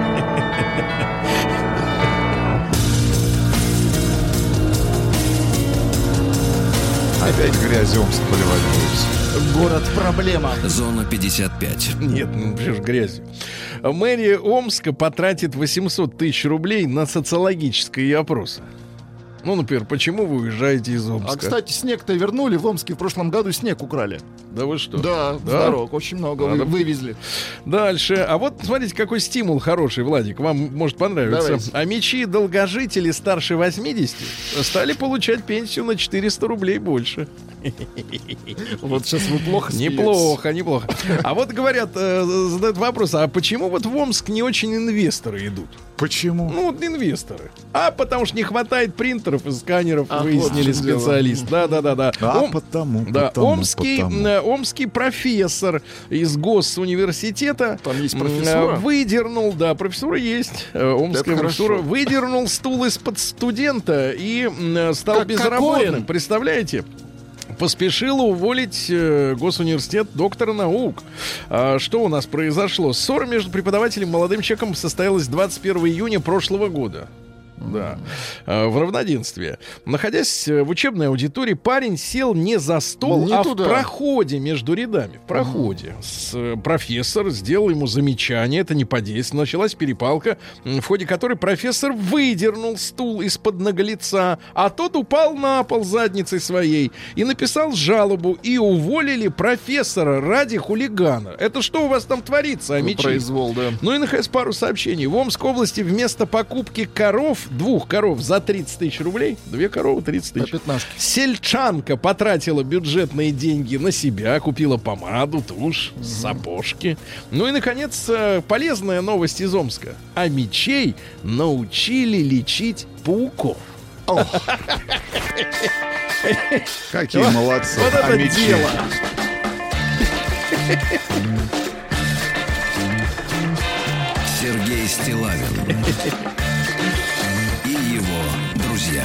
Опять грязью Омск поливать будете. Город-проблема. Зона 55. Нет, ну, же грязью. Мэрия Омска потратит 800 тысяч рублей на социологические опросы. Ну, например, почему вы уезжаете из Омска? А, кстати, снег-то вернули. В Омске в прошлом году снег украли. Да вы что? Да, с дорог очень много вывезли. Дальше. А вот, смотрите, какой стимул хороший, Владик. Вам может понравиться. Давайте. А мечи-долгожители старше 80 стали получать пенсию на 400 рублей больше. Вот сейчас вы плохо смеетесь. Неплохо. А вот говорят, задают вопрос, а почему вот в Омск не очень инвесторы идут? Почему? Ну, вот инвесторы. А потому что не хватает принтеров и сканеров, А, выяснили вот в чем специалисты. Да. Потому. Омский профессор из Госуниверситета Там есть профессура? выдернул, да, профессура есть. Омская профессура выдернул стул из-под студента и стал Как безработным. Кокорин? Представляете? поспешила уволить Госуниверситет доктора наук. Что у нас произошло? Ссора между преподавателем и молодым человеком состоялась 21 июня прошлого года. Да, в равноденствии. Находясь в учебной аудитории, парень сел не за стол, а в проходе между рядами. В проходе. Профессор сделал ему замечание, это не подействовало. Началась перепалка, в ходе которой профессор выдернул стул из-под наглеца, а тот упал на пол задницей своей и написал жалобу, и уволили профессора ради хулигана. Это что у вас там творится, амичи? Произвол, да. Ну и, наконец, пару сообщений. В Омской области вместо покупки двух коров за 30 тысяч рублей, 2 коровы 30 тысяч, сельчанка потратила бюджетные деньги на себя, купила помаду, тушь, сапожки. Ну и, наконец, полезная новость из Омска. Амичей научили лечить пауков. Какие молодцы. Вот это дело. Сергей Стиллавин и его друзья.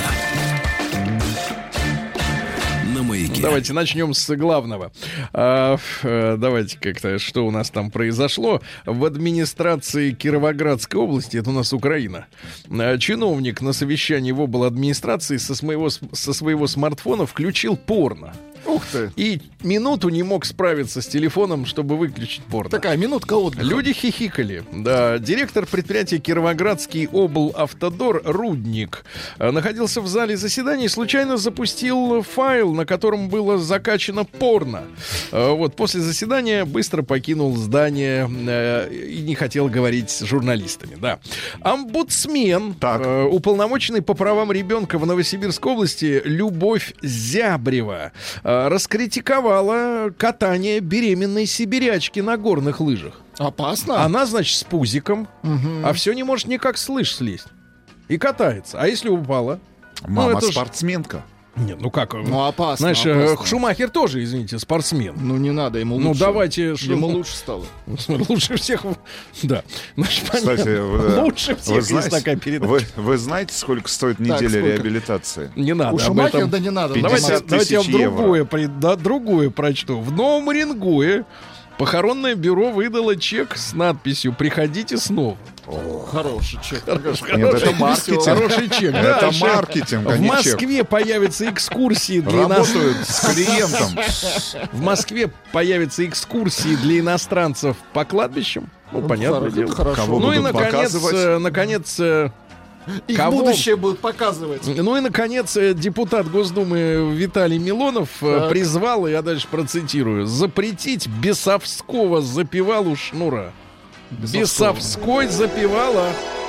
На Маяке. Давайте начнем с главного. Давайте как-то, что у нас там произошло. В администрации Кировоградской области, это у нас Украина, чиновник на совещании в обладминистрации со своего смартфона включил порно. Ух ты. И минуту не мог справиться с телефоном, чтобы выключить порно. Такая минутка отдыха. Люди хихикали. Да, директор предприятия Кировоградский облавтодор Рудник находился в зале заседаний и случайно запустил файл, на котором было закачано порно. Вот, после заседания быстро покинул здание и не хотел говорить с журналистами. Да. Омбудсмен, уполномоченный по правам ребенка в Новосибирской области Любовь Зябрева раскритиковала катание беременной сибирячки на горных лыжах. Опасно? Она, значит, с пузиком, а все не может никак с лыж слезть. И катается. А если упала? Мама спортсменка. Нет, ну как? Ну, опасно. Знаешь, опасно. Шумахер тоже, извините, спортсмен. Ну, не надо, ему лучше. Ну, давайте... Ему лучше стало. Лучше всех... Да. Значит, кстати, лучше всех есть такая передача. Вы знаете, сколько стоит неделя реабилитации? Не надо. У Шумахера, да не надо. Давайте я вам другое прочту. В Новом Уренгое похоронное бюро выдало чек с надписью «Приходите снова». Хороший чек. Нет, это маркетинг. Хороший чек. Это маркетинг, а в не чек. Москве появятся экскурсии для Работают с клиентом. В Москве появятся экскурсии для иностранцев по кладбищам. Ну, понятное дело. Кого ну и, будут показывать? наконец... Их будущее будут показывать. Ну и, наконец, депутат Госдумы Виталий Милонов призвал, я дальше процитирую, запретить бесовского запевалу Шнура. Бесовской запевала.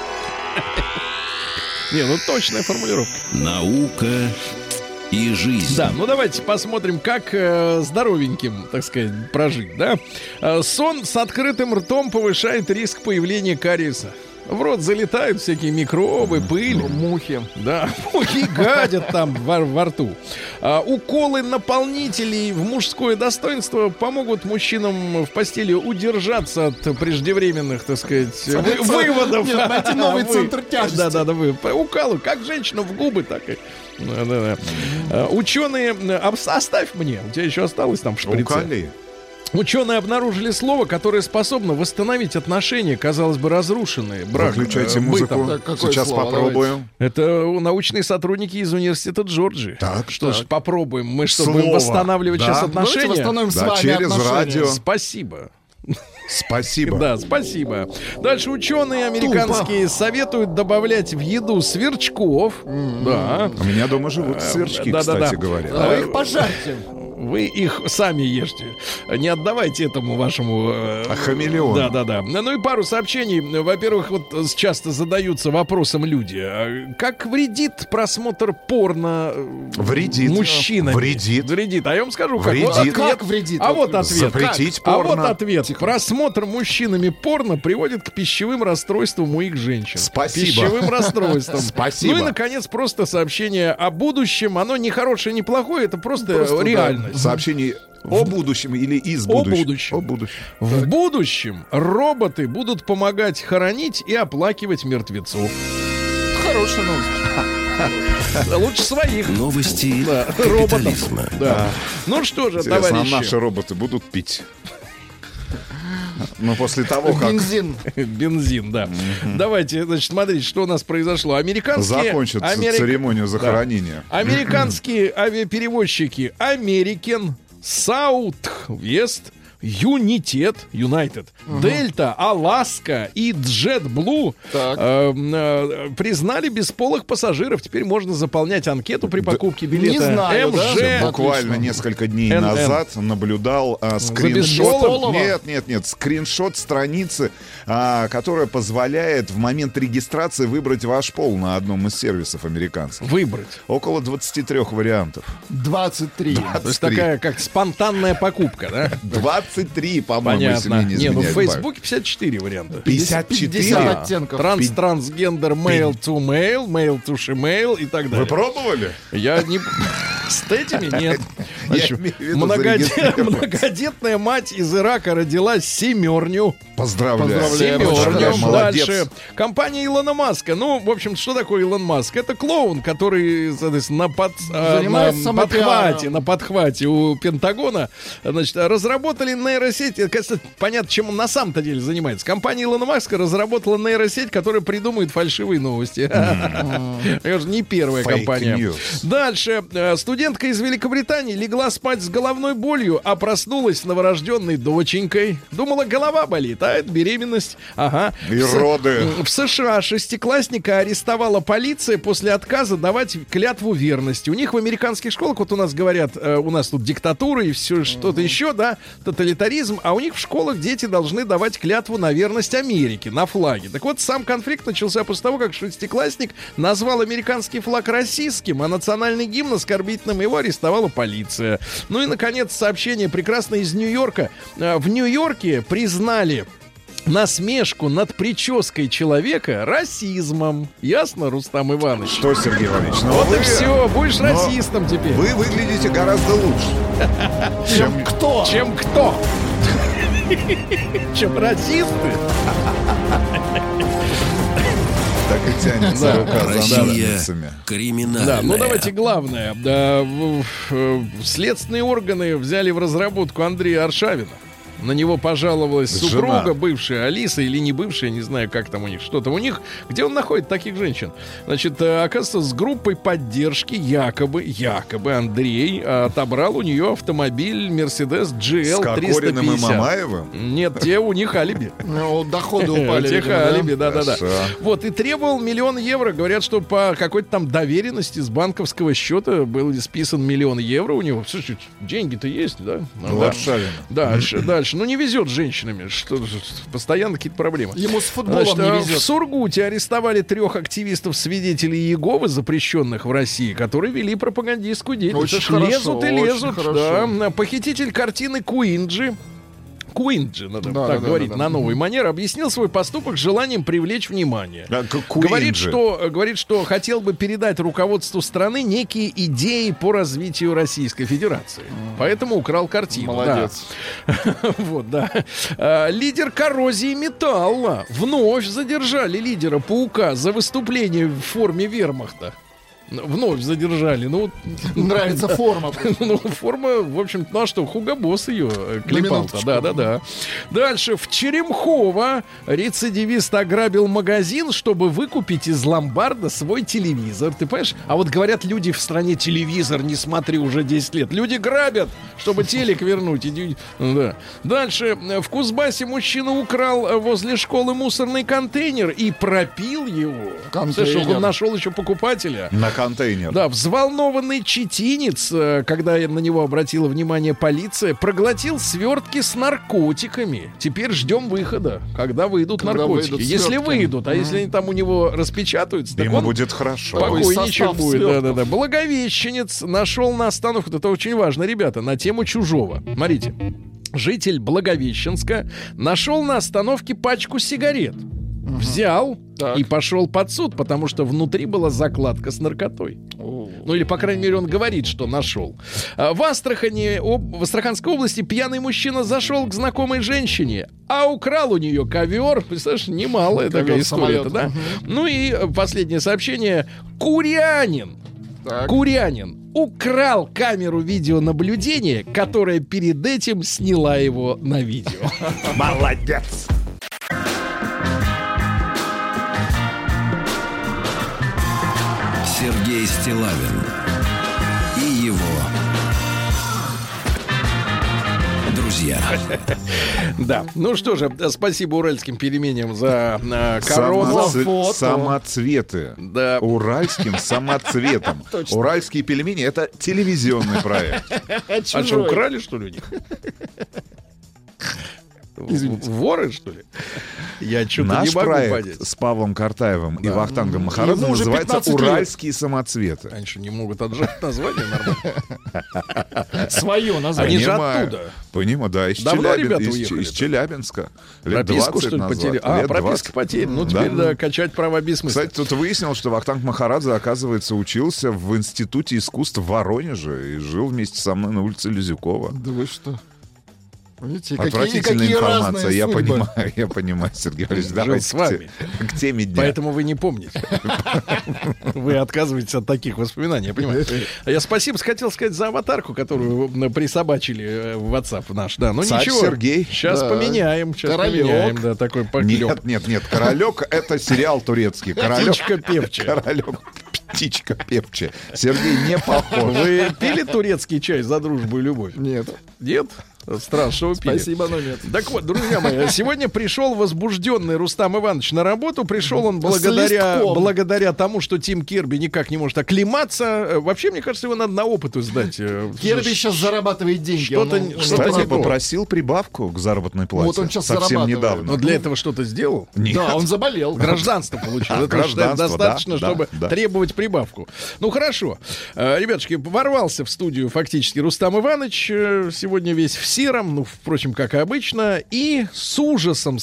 Не, ну точная формулировка. Наука и жизнь. Да, ну давайте посмотрим, как здоровеньким, так сказать, прожить, да? Сон с открытым ртом повышает риск появления кариеса. В рот залетают всякие микробы, пыль. Мухи. Да, мухи гадят там во рту. Уколы наполнителей в мужское достоинство помогут мужчинам в постели удержаться от преждевременных, так сказать, выводов. Нет, найти новый центр тяжести. Да, уколы, как женщина в губы, так и... Ученые... Оставь мне, у тебя еще осталось там в шприце. Уколи. Ученые обнаружили слово, которое способно восстановить отношения, казалось бы, разрушенные. Выключайте музыку. Сейчас слово? Попробуем. Давайте. Это научные сотрудники из университета Джорджии. Так, что ж, попробуем. Мы что, будем восстанавливать сейчас отношения? Давайте восстановим с вами через отношения. радио. Спасибо. Спасибо. Да, спасибо. Дальше ученые американские советуют добавлять в еду сверчков. Да. У меня дома живут сверчки, кстати говоря. А вы их пожарьте. Вы их сами ешьте. Не отдавайте этому вашему... хамелеону. Да. Ну и пару сообщений. Во-первых, вот часто задаются вопросом люди. Как вредит просмотр порно мужчинами? Вредит. А я вам скажу, как. Вредит. Вот ответ. Как вредит? А вот ответ. Запретить порно. А вот ответ. Тихо. Просмотр мужчинами порно приводит к пищевым расстройствам у их женщин. Спасибо. Пищевым расстройствам. Спасибо. Ну и, наконец, просто сообщение о будущем. Оно не хорошее, не плохое. Это просто реальность. Сообщение о будущем или из будущего? О будущем. В будущем роботы будут помогать хоронить и оплакивать мертвецов. Хорошая новость. Лучше своих. Новости Роботов. капитализма. Да. Ну что же, Интересно, а товарищи. наши роботы будут пить? Ну, после того, как... Бензин, да. Давайте, значит, смотрите, что у нас произошло. Закончится церемонию захоронения. Да. Американские авиаперевозчики American, Southwest, United, Дельта, Аляска и JetBlue признали бесполых пассажиров. Теперь можно заполнять анкету при покупке билета. Не знаю, МЖ. Буквально несколько дней назад наблюдал бесполого? скриншот страницы, которая позволяет в момент регистрации выбрать ваш пол на одном из сервисов американских. Выбрать. Около 23 вариантов. 23. То есть такая, как спонтанная покупка, да? 23, по-моему, если мне не изменяет в память. Фейсбуке 54 варианта. 54? 50 оттенков. Трансгендер, male to to shemale и так далее. Вы пробовали? Я не... С этими нет. Я имею в виду зарегистрировать. Многодетная мать из Ирака родила семерню. Поздравляю. Семерню. Молодец. Дальше. Компания Илона Маска. Ну, в общем, что такое Илон Маск? Это клоун, который, соответственно, на подхвате у Пентагона, значит, разработали нейросеть. Кажется, понятно, чем он на самом-то деле занимается. Компания Илона Маска разработала нейросеть, которая придумывает фальшивые новости. Это же не первая компания. Дальше. Студентка из Великобритании легла спать с головной болью, а проснулась с новорожденной доченькой. Думала, голова болит, а это беременность. Ага. И роды. В США шестиклассника арестовала полиция после отказа давать клятву верности. У них в американских школах, вот у нас говорят, у нас тут диктатура и все что-то еще, да, тоталитаризм, а у них в школах дети должны давать клятву на верность Америке, на флаге. Так вот, сам конфликт начался после того, как шестиклассник назвал американский флаг российским, а национальный гимн оскорбительным, его арестовала полиция. Ну и, наконец, сообщение прекрасное из Нью-Йорка. В Нью-Йорке признали насмешку над прической человека расизмом. Ясно, Рустам Иванович? Что, Сергей Иванович? Вот и все, будешь расистом теперь. Вы выглядите гораздо лучше. Чем кто? Чем кто? Чем расисты? Так и тянется рука за Россия ножницами. криминальная. Да, ну давайте главное. Следственные органы взяли в разработку Андрея Аршавина. На него пожаловалась супруга, бывшая Алиса, или не бывшая, не знаю, как там у них, что там у них. Где он находит таких женщин? Значит, оказывается, с группой поддержки якобы Андрей отобрал у нее автомобиль Mercedes GL 350. С Кокориным и Мамаевым? Нет, те у них алиби. Ну, доходы упали. Тех алиби, да. Хорошо. Вот, и требовал 1 000 000 евро. Говорят, что по какой-то там доверенности с банковского счета был списан 1 000 000 евро у него. Слушай, деньги-то есть, да? Аршавин. Дальше. Ну, не везет с женщинами. Постоянно какие-то проблемы. Ему с футболом не везет. В Сургуте арестовали 3 активистов-свидетелей Иеговы, запрещенных в России, которые вели пропагандистскую деятельность. Очень хорошо, Лезут. хорошо. Да. Похититель картины Куинджи, надо так говорить, на новый манер, объяснил свой поступок желанием привлечь внимание. Говорит, что хотел бы передать руководству страны некие идеи по развитию Российской Федерации. Поэтому украл картину. Молодец. Да. Вот, да. Лидер коррозии металла. Вновь задержали лидера Паука за выступление в форме вермахта. Вновь задержали. Ну, нравится форма. Ну, форма, в общем-то, ну а что, Хуго Босс ее клепал-то. Да. Дальше. В Черемхово рецидивист ограбил магазин, чтобы выкупить из ломбарда свой телевизор. Ты понимаешь? А вот говорят люди в стране: телевизор не смотри уже 10 лет. Люди грабят, чтобы телек вернуть. Да. Дальше. В Кузбассе мужчина украл возле школы мусорный контейнер и пропил его. Слушай, он нашел еще покупателя. Контейнер. Да, взволнованный читинец, когда на него обратила внимание полиция, проглотил свертки с наркотиками. Теперь ждем выхода, когда выйдут наркотики. Если выйдут, а если они там у него распечатаются, так ему будет хорошо. Спокойничек будет. Да. Благовещенец нашел на остановке, это очень важно, ребята, на тему чужого. Смотрите, житель Благовещенска нашел на остановке пачку сигарет. Взял и пошел под суд, потому что внутри была закладка с наркотой. Ну или, по крайней мере, он говорит, что нашел. В Астраханской области пьяный мужчина зашел к знакомой женщине, а украл у нее ковер. Представляешь, немалая такая история, да? Ну и последнее сообщение. Курянин украл камеру видеонаблюдения, которая перед этим сняла его на видео. Молодец! Сергей Стиллавин и его друзья. Да, ну что же, спасибо уральским пельменям за корону. Самоцветы. Да. Уральским самоцветом. Уральские пельмени — это телевизионный проект. А что, украли, что ли, у них? Извините. Воры, что ли? Я что-то Наш не могу проект понять. с Павлом Картаевым и Вахтангом Махарадзе называется «Уральские самоцветы». Они что, не могут отжать название нормально? Свое название. Они же оттуда. Понимаю, да, из Давно ребята уехали? из Челябинска. Лет Прописку, 20 что ли, назад. потеряли? Лет Прописка 20. потеряна. Ну, теперь, да, качать права бессмысленно. Кстати, тут выяснил, что Вахтанг Махарадзе, оказывается, учился в Институте искусств в Воронеже и жил вместе со мной на улице Лизюкова. Да вы что? Видите, Отвратительная какие информация, разные я судьбы. понимаю, Сергей Валерьевич. Жил Давайте с вами. к теме дня. Поэтому вы не помните. Вы отказываетесь от таких воспоминаний, я понимаю. Я спасибо хотел сказать за аватарку, которую присобачили в WhatsApp наш. Да, ну Царь ничего. Сергей. Сейчас поменяем. Сейчас Королек. поменяем. Да, такой поклёк. Нет, Королек — это сериал турецкий. Птичка певчая. Королек, птичка певчая. Сергей не похож. Вы пили турецкий чай за дружбу и любовь? Нет. Нет? Странно, что вы пили. Спасибо, но нет. Так вот, друзья мои, сегодня пришел возбужденный Рустам Иванович на работу. Пришел он благодаря тому, что Тим Керби никак не может оклематься. Вообще, мне кажется, его надо на опыту сдать. Керби сейчас зарабатывает деньги. Что-то Кстати, попросил прибавку к заработной плате. Вот он сейчас совсем зарабатывает. недавно. Но для этого что-то сделал? Нет. Да, он заболел. Гражданство получил. Это гражданство, достаточно, да, чтобы да. требовать прибавку. Ну, хорошо. Ребятушки, ворвался в студию фактически Рустам Иванович. Сегодня весь в сером, ну, впрочем, как и обычно. И с ужасом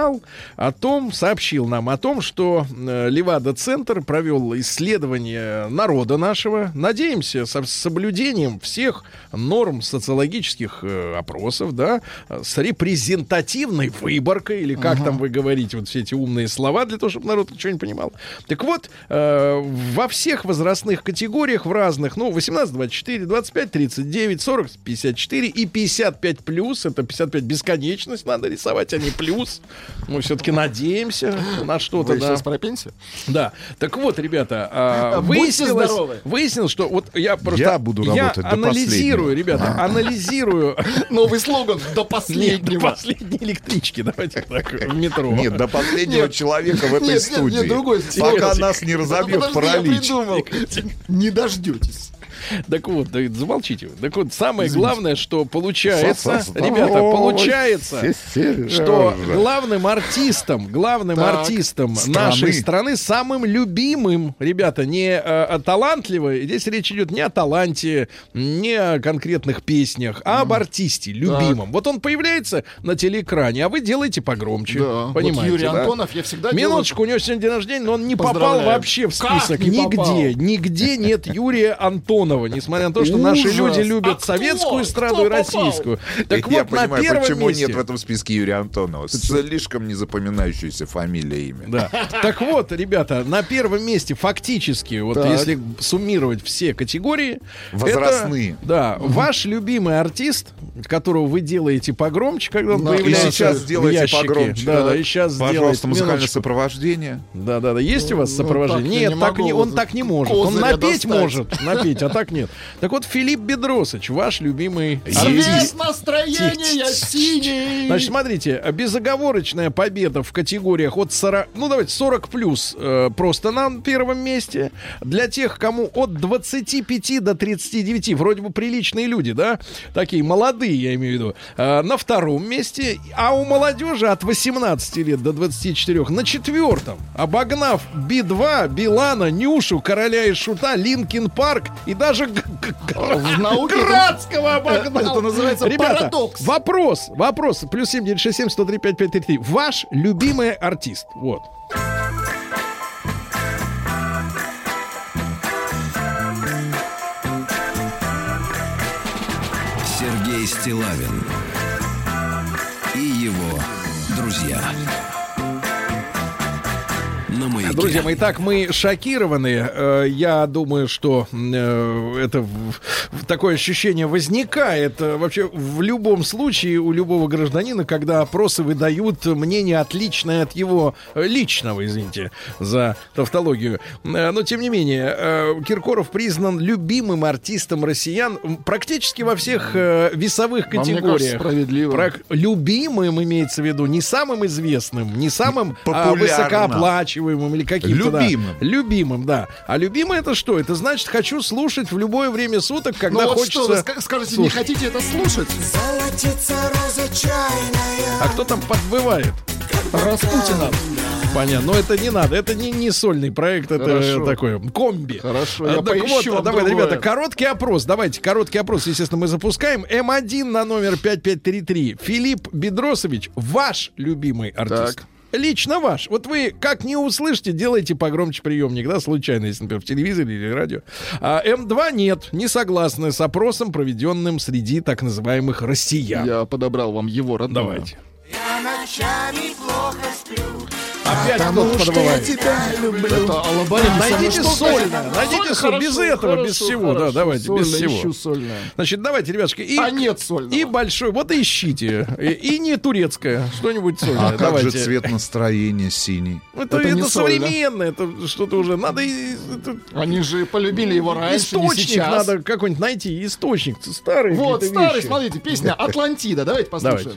сообщил нам о том, что Левада-центр провел исследование народа нашего. Надеемся, с соблюдением всех норм социологических опросов, да, с репрезентативной выборкой, или как там вы говорите, вот все эти умные слова, для того, чтобы народ ничего не понимал. Так вот, во всех возрастных категориях, в разных, ну, 18-24, 25-39, 40-54 и 55+, это 55 бесконечность надо рисовать, а не плюс. Мы все-таки надеемся на что-то. Вы да. сейчас про пенсию? Да. Так вот, ребята, выяснилось, что вот я буду работать до анализирую, ребята, анализирую. Новый слоган «До последнего». До последней электрички, давайте так, в метро. Нет, до последнего человека в этой студии. Нет, другой. Пока нас не разобьет паралич. Не дождетесь. Так вот, да, замолчите. Так вот, самое главное, что получается, ребята, получается, что главным артистом нашей страны, самым любимым, ребята, не талантливый, здесь речь идет не о таланте, не о конкретных песнях, а об артисте любимом. Вот он появляется на телеэкране, а вы делаете погромче. Да. Понимаете, вот Юрий да? Антонов, я всегда Минуточку, у него сегодня день рождения, но он не попал вообще в список. Нигде нет Юрия Антонова, несмотря на то, что наши люди любят советскую эстраду и российскую. Так Я вот, на понимаю, первом почему месте... нет в этом списке Юрия Антонова. Слишком незапоминающаяся фамилия, имя. Да. Так вот, ребята, на первом месте фактически, вот если суммировать все категории... Возрастные. Ваш любимый артист, которого вы делаете погромче, когда он появляется и сейчас сделаете в ящике. погромче. Да, и сейчас Пожалуйста, музыкальное минуточку. сопровождение. Да. Есть у вас сопровождение? Нет, он так не может. Он напеть может, а так нет. Так вот, Филипп Бедросович, ваш любимый артист. Настроение синий. Значит, смотрите, безоговорочная победа в категориях от 40, ну давайте 40+, просто на первом месте. Для тех, кому от 25 до 39, вроде бы приличные люди, да, такие молодые, я имею в виду, на втором месте, а у молодежи от 18 лет до 24 на четвертом, обогнав Би-2, Билана, Нюшу, Короля и Шута, Линкин Парк и даже Градского обогнал. Это называется ребята, парадокс. Вопрос. Плюс 7967 103 5533. Ваш любимый артист. Вот. Стиллавин и его друзья. На Маяке. Друзья мои, итак, мы шокированы. Я думаю, что это такое ощущение возникает вообще в любом случае у любого гражданина, когда опросы выдают мнение отличное от его личного, извините за тавтологию. Но, тем не менее, Киркоров признан любимым артистом россиян практически во всех весовых категориях. Мне кажется, справедливо. Любимым имеется в виду не самым известным, не самым высокооплачиваемым или каким-то, любимым. Да, любимым, да. А любимый это что? Это значит, хочу слушать в любое время суток, когда хочется. Что, вы скажете, слушать. Не хотите это слушать? А кто там подбывает? Распутина. Понятно, но это не надо, это не сольный проект, это такое комби. Хорошо, я так поищу вот, давай, ребята, короткий опрос, давайте, короткий опрос, естественно, мы запускаем. М1 на номер 5533. Филипп Бедросович, ваш любимый артист. Так. Лично ваш. Вот вы как не услышите, делайте погромче приемник, да, случайно, если, например, в телевизоре или радио. А М2 нет, не согласны с опросом, проведенным среди так называемых россиян. Я подобрал вам его родного. Давайте. Я ночами плохо сплю. Опять кто-то подбывает. Это Алабарин. Найдите сольно. Найдите соль. Без этого, без всего. Да, давайте, без всего. Значит, давайте, ребятушки. Нет сольного. И большой. Вот ищите. И не турецкое. Что-нибудь сольное. А как же цвет настроения синий? Это современное. Это что-то уже. Надо... Они же полюбили его раньше, не сейчас. Источник надо какой-нибудь найти. Источник. Старый. Вот, старый. Смотрите, песня «Атлантида». Давайте послушаем.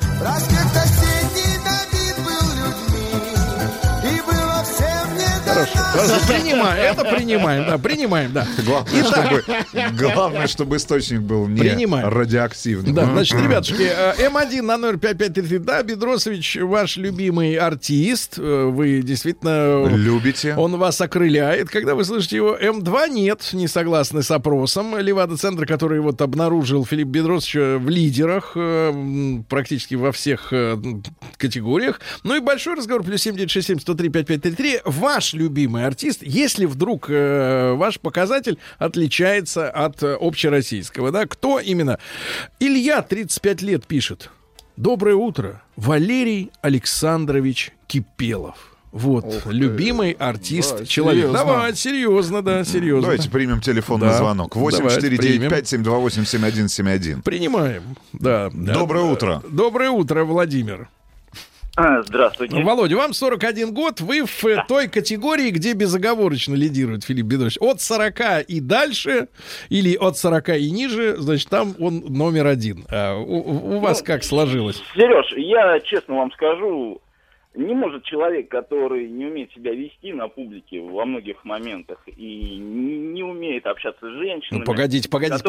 Хорошо, принимаем, это принимаем, да. Главное, чтобы источник был не радиоактивный. Да, значит, ребятушки, М1 на номер 5533. Да, Бедросович, ваш любимый артист. Вы действительно... Любите. Он вас окрыляет, когда вы слышите его. М2 нет, не согласны с опросом. Левада-центр, который вот обнаружил Филипп Бедросович в лидерах практически во всех категориях. Ну и большой разговор. Плюс 7967-103-5533. Ваш любимый артист, если вдруг ваш показатель отличается от общероссийского, да, кто именно? Илья, 35 лет, пишет. Доброе утро, Валерий Александрович Кипелов. Вот, любимый артист, человек. Серьезно. Давай, серьезно, да, серьезно. Давайте примем телефонный звонок. 8495-728-7171. Принимаем, да. Доброе утро. Доброе утро, Владимир. Здравствуйте. Володя, вам 41 год, вы в той категории, где безоговорочно лидирует Филипп Бедросович. От 40 и дальше, или от 40 и ниже, значит, там он номер один. У вас как сложилось? Сереж, я честно вам скажу, не может человек, который не умеет себя вести на публике во многих моментах и не умеет общаться с женщинами. Ну, погодите.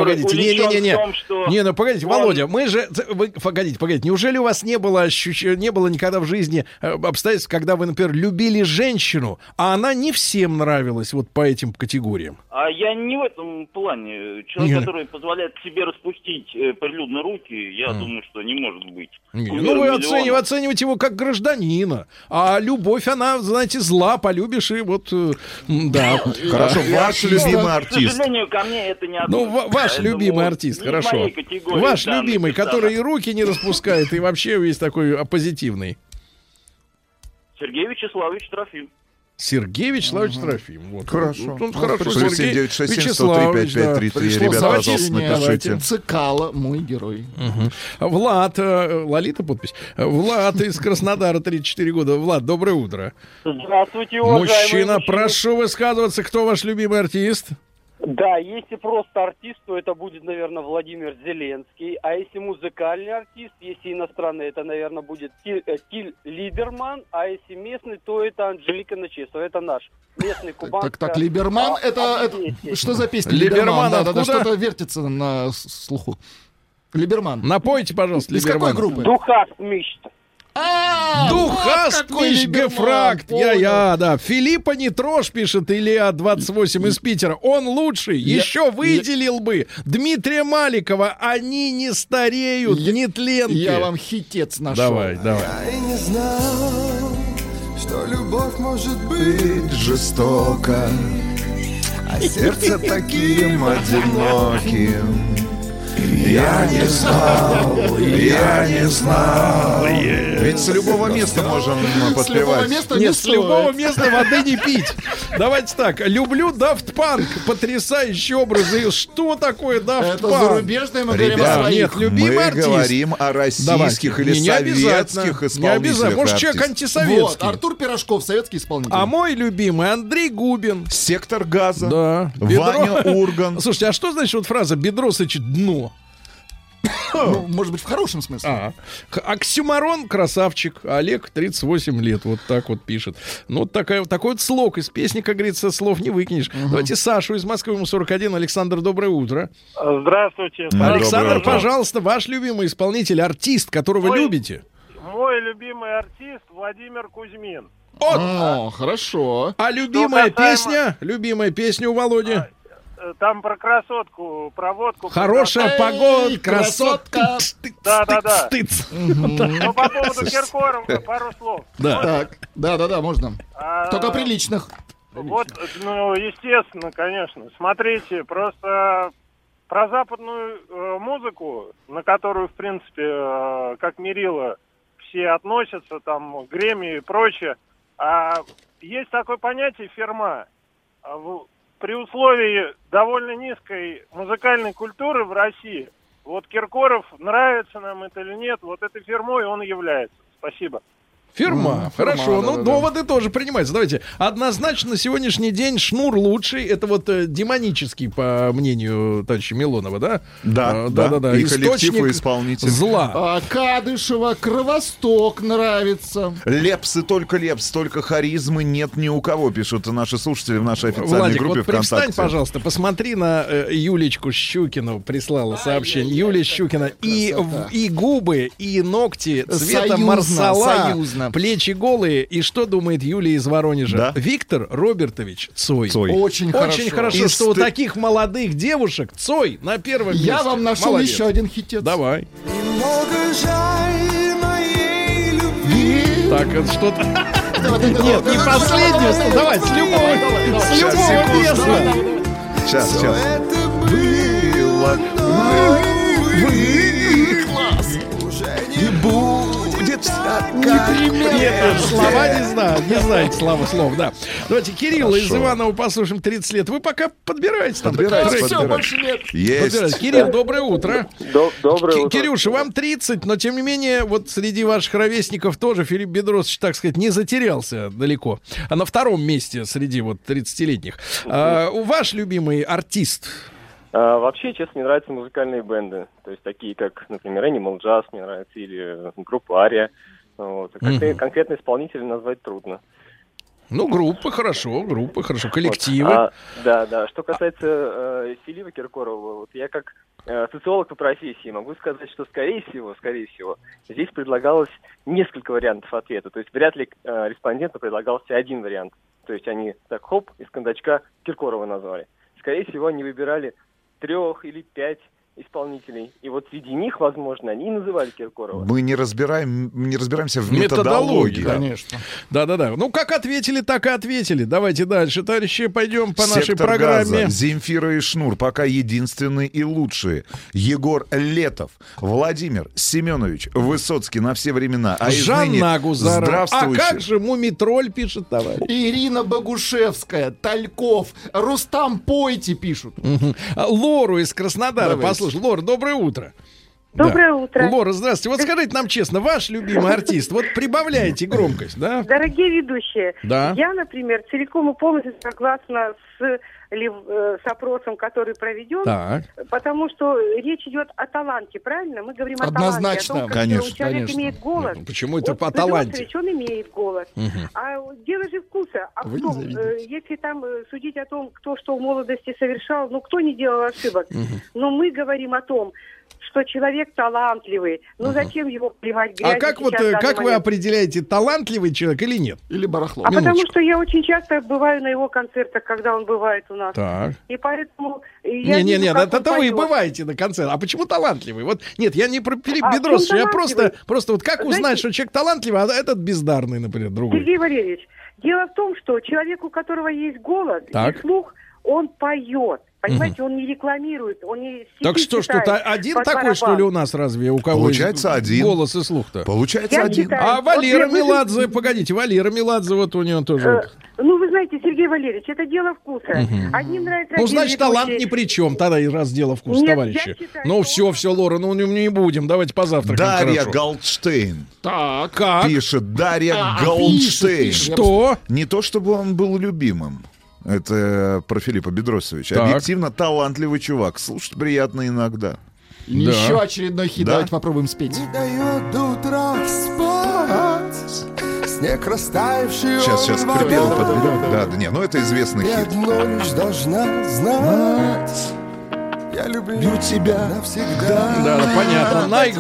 Не, погодите, Володя, мы же... Погодите. Неужели у вас не было никогда в жизни обстоятельств, когда вы, например, любили женщину, а она не всем нравилась вот по этим категориям? А я не в этом плане. Человек, который позволяет себе распустить прилюдно руки, я думаю, что не может быть. Ну, вы оцениваете его как гражданина. А любовь, она, знаете, зла, полюбишь, и вот, да. Хорошо, ваш любимый артист. К сожалению, ко мне это не относится. Ну, ваш любимый артист, хорошо. Ваш любимый, который и руки не распускает, и вообще весь такой оппозитивный. Сергей Вячеславович Трофим. Сергей Вячеславович Трофим. Вот. Хорошо. Хорошо, Сергей Вячеславович, да. Ребята, пожалуйста, напишите. Цикало, мой герой. Влад, Лолита подпись. Влад из Краснодара, 34 года. Влад, доброе утро. Здравствуйте, уважаемый мужчина. Прошу высказываться, кто ваш любимый артист? Да, если просто артист, то это будет, наверное, Владимир Зеленский. А если музыкальный артист, если иностранный, это, наверное, будет Тиль Либерман. А если местный, то это Анжелика Начесова. Это наш местный кубанский. Так, Либерман, это что за песня? Либерман, да, что-то вертится на слуху. Либерман. Напойте, пожалуйста, Либерман. Из какой группы? Духаст Мишт. Духаст Гефракт. Да. Филиппа не трожь, пишет Илья 28 из Питера. Он лучший. Еще выделил бы Дмитрия Маликова. Они не стареют, нетленки. Я вам хитец нашел. Давай. Я и не знал, что любовь может быть жестока, а сердце таким одиноким. Я не знал, я не знал. Ведь с любого места можем подпевать. Нет, с любого места воды не пить. Давайте так. Люблю Daft Punk. Потрясающие образы. Что такое Daft Punk? Это зарубежные, мы говорим о Ребят, своих. Нет, любимый мы артист. говорим о российских или Не обязательно. советских Не исполнителях. обязательно. Может, человек артистов. антисоветский. Вот, Артур Пирожков, советский исполнитель. А мой любимый Андрей Губин. Сектор газа. Да. Ваня Ургант. Слушайте, а что значит вот фраза «бедро сычит дно»? Ну, может быть, в хорошем смысле. Оксюмарон красавчик, Олег 38 лет, вот так вот пишет. Ну, вот такой вот слог из песни, как говорится, слов не выкинешь. Давайте Сашу из Москвы, ему 41. Александр, доброе утро. Здравствуйте. Александр, пожалуйста, ваш любимый исполнитель, артист, которого любите. Мой любимый артист Владимир Кузьмин. О, хорошо. А любимая песня? Любимая песня у Володи? Там про красотку, про водку. Хорошая погода, красотка. Да. Ну, по поводу Киркорова пару слов. Да. Да, можно. Только приличных. Вот, ну, естественно, конечно. Смотрите, просто про западную музыку, на которую, в принципе, как мерило, все относятся, там, Грэмми и прочее. Есть такое понятие фирма. При условии довольно низкой музыкальной культуры в России, вот Киркоров, нравится нам это или нет, вот этой фирмой он и является. Спасибо. Фирма. Хорошо, да. доводы тоже принимаются. Давайте. Однозначно на сегодняшний день Шнур лучший. Это вот демонический, по мнению товарища Милонова, да? Да. И коллектив, и исполнитель. Зла. Кадышева, Кровосток нравится. Лепсы, только лепс, только харизмы нет ни у кого, пишут наши слушатели в нашей официальной Владик, группе вот привстань, ВКонтакте. пожалуйста, посмотри на Юлечку Щукину, прислала сообщение. Юлия Щукина. И губы, и ногти цвета марсала. Плечи голые. И что думает Юлия из Воронежа? Да? Виктор Робертович Цой. Очень хорошо. Что у таких молодых девушек Цой на первом месте. Я вам нашел еще один хитец. Давай. Немного жаль моей любви. Так, это что-то... Нет, не последнее. Давай, с любого места. Сейчас. Это Было. Класс. не будет. Нет, слова не знаете слов, да. Давайте Кирилла из Иванова послушаем, 30 лет. Вы пока подбираете там. Все, больше нет. Есть. Кирилл, доброе утро. Доброе утро. Кирюша, вам 30, но тем не менее, вот среди ваших ровесников тоже Филипп Бедросович, так сказать, не затерялся далеко. А на втором месте среди вот 30-летних. Ваш любимый артист? Вообще, честно, мне нравятся музыкальные бенды. То есть такие, как, например, Animal Jazz мне нравится, или группа Ария. Вот. Конкретно исполнителя назвать трудно. Ну, группы хорошо, коллективы. Вот. Да. Что касается Филиппа Киркорова, вот я как социолог по профессии могу сказать, что, скорее всего, здесь предлагалось несколько вариантов ответа. То есть вряд ли респонденту предлагался один вариант. То есть они так, хоп, из кондачка Киркорова назвали. Скорее всего, они выбирали 3 или 5 исполнителей. И вот среди них, возможно, они и называли Киркорова. Мы не разбираемся в методологии. Конечно. Да. Ну, как ответили, так и ответили. Давайте дальше, товарищи, пойдем по нашей Сектор программе. газа, Земфира и Шнур пока единственные и лучшие. Егор Летов, Владимир Семенович Высоцкий на все времена. А Жанна Агузарова. Здравствуйте. А как же Мумитроль пишет, товарищ? Ирина Богушевская, Тальков, Рустам Пойти пишут. Лору из Краснодара. Давайте. Послушай, Лора, доброе утро. Доброе утро. Лора, здравствуйте. Вот скажите нам честно, ваш любимый артист, вот прибавляйте громкость, да? Дорогие ведущие, Да. я, например, целиком и полностью согласна с опросом, который проведен, Так. потому что речь идет о таланте, правильно? Мы говорим Однозначно. о таланте, о том, как Конечно, человек конечно. имеет голос. Почему это Вот по таланте? Бедросович, он имеет голос. А дело же вкуса. А Вы потом, не завидите. если там судить о том, кто что в молодости совершал, ну, кто не делал ошибок? Но мы говорим о том, что человек талантливый. Ну, зачем его плевать грязью? А как вот, как вы определяете, талантливый человек или нет? Или барахло. А потому что я очень часто бываю на его концертах, когда он бывает у нас. Так. И поэтому... я Не, вижу, как он это вы поет. бываете на концерте. А почему талантливый? Вот, нет, я не про Филиппа А Бедросовича, я он просто вот как Знаете- узнать, что человек талантливый, а этот бездарный, например, другой? Сергей Валерьевич, дело в том, что человек, у которого есть голос Так. и слух, он поет. Понимаете, он не рекламирует, он не... Так что-то один такой, что ли, у нас разве? У кого Получается один. Голос и слух-то? Получается один. А Валера Меладзе, погодите, Валера Меладзе, вот у него тоже... Ну, вы знаете, Сергей Валерьевич, это дело вкуса. Одним нравится... Ну, значит, талант ни при чем. Тогда и раз дело вкуса, Нет, товарищи. Ну, все, Лора, ну не будем. Давайте позавтракаем. Дарья хорошо. Голдштейн. Так, как? Пишет Дарья Голдштейн. Что? Не то, чтобы он был любимым. Это про Филиппа Бедросовича. Так. Объективно талантливый чувак. Слушать приятно иногда. Еще очередной хит. Да. Давайте попробуем спеть. Не дает до утра спать. Снег растаявший. Сейчас припев подберем. Да, не, ну это известный Ты хит. одну ночь должна знать. Я люблю тебя навсегда. Да, понятно. Найк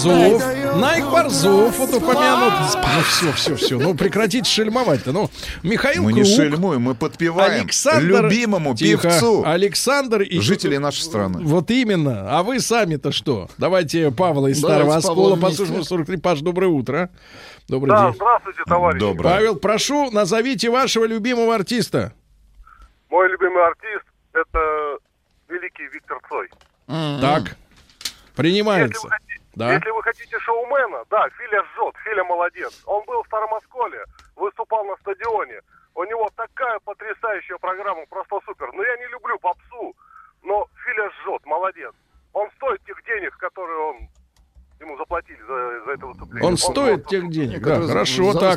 Борзов вот упомянут. Ну, все. Ну, прекратите шельмовать-то. Ну, Михаил Мы Круг. не шельмуем, мы подпеваем Александр... любимому Тихо. певцу. Александр и... Жителей нашей страны. Вот именно. А вы сами-то что? Давайте Павла из Давайте Старого Павла Оскола вместе. послушаем. 43. Паш, доброе утро. Добрый день. Здравствуйте, товарищи. Доброе. Павел, прошу, назовите вашего любимого артиста. Мой любимый артист — это великий Виктор Цой. Так. Принимается. Да. Если вы хотите шоумена, да, Филя жжет, Филя молодец. Он был в Старом Осколе, выступал на стадионе. У него такая потрясающая программа, просто супер. Но я не люблю попсу, но Филя жжет, молодец. Он стоит тех денег, которые ему заплатили за это выступление. Он стоит тех денег. Да, хорошо, так.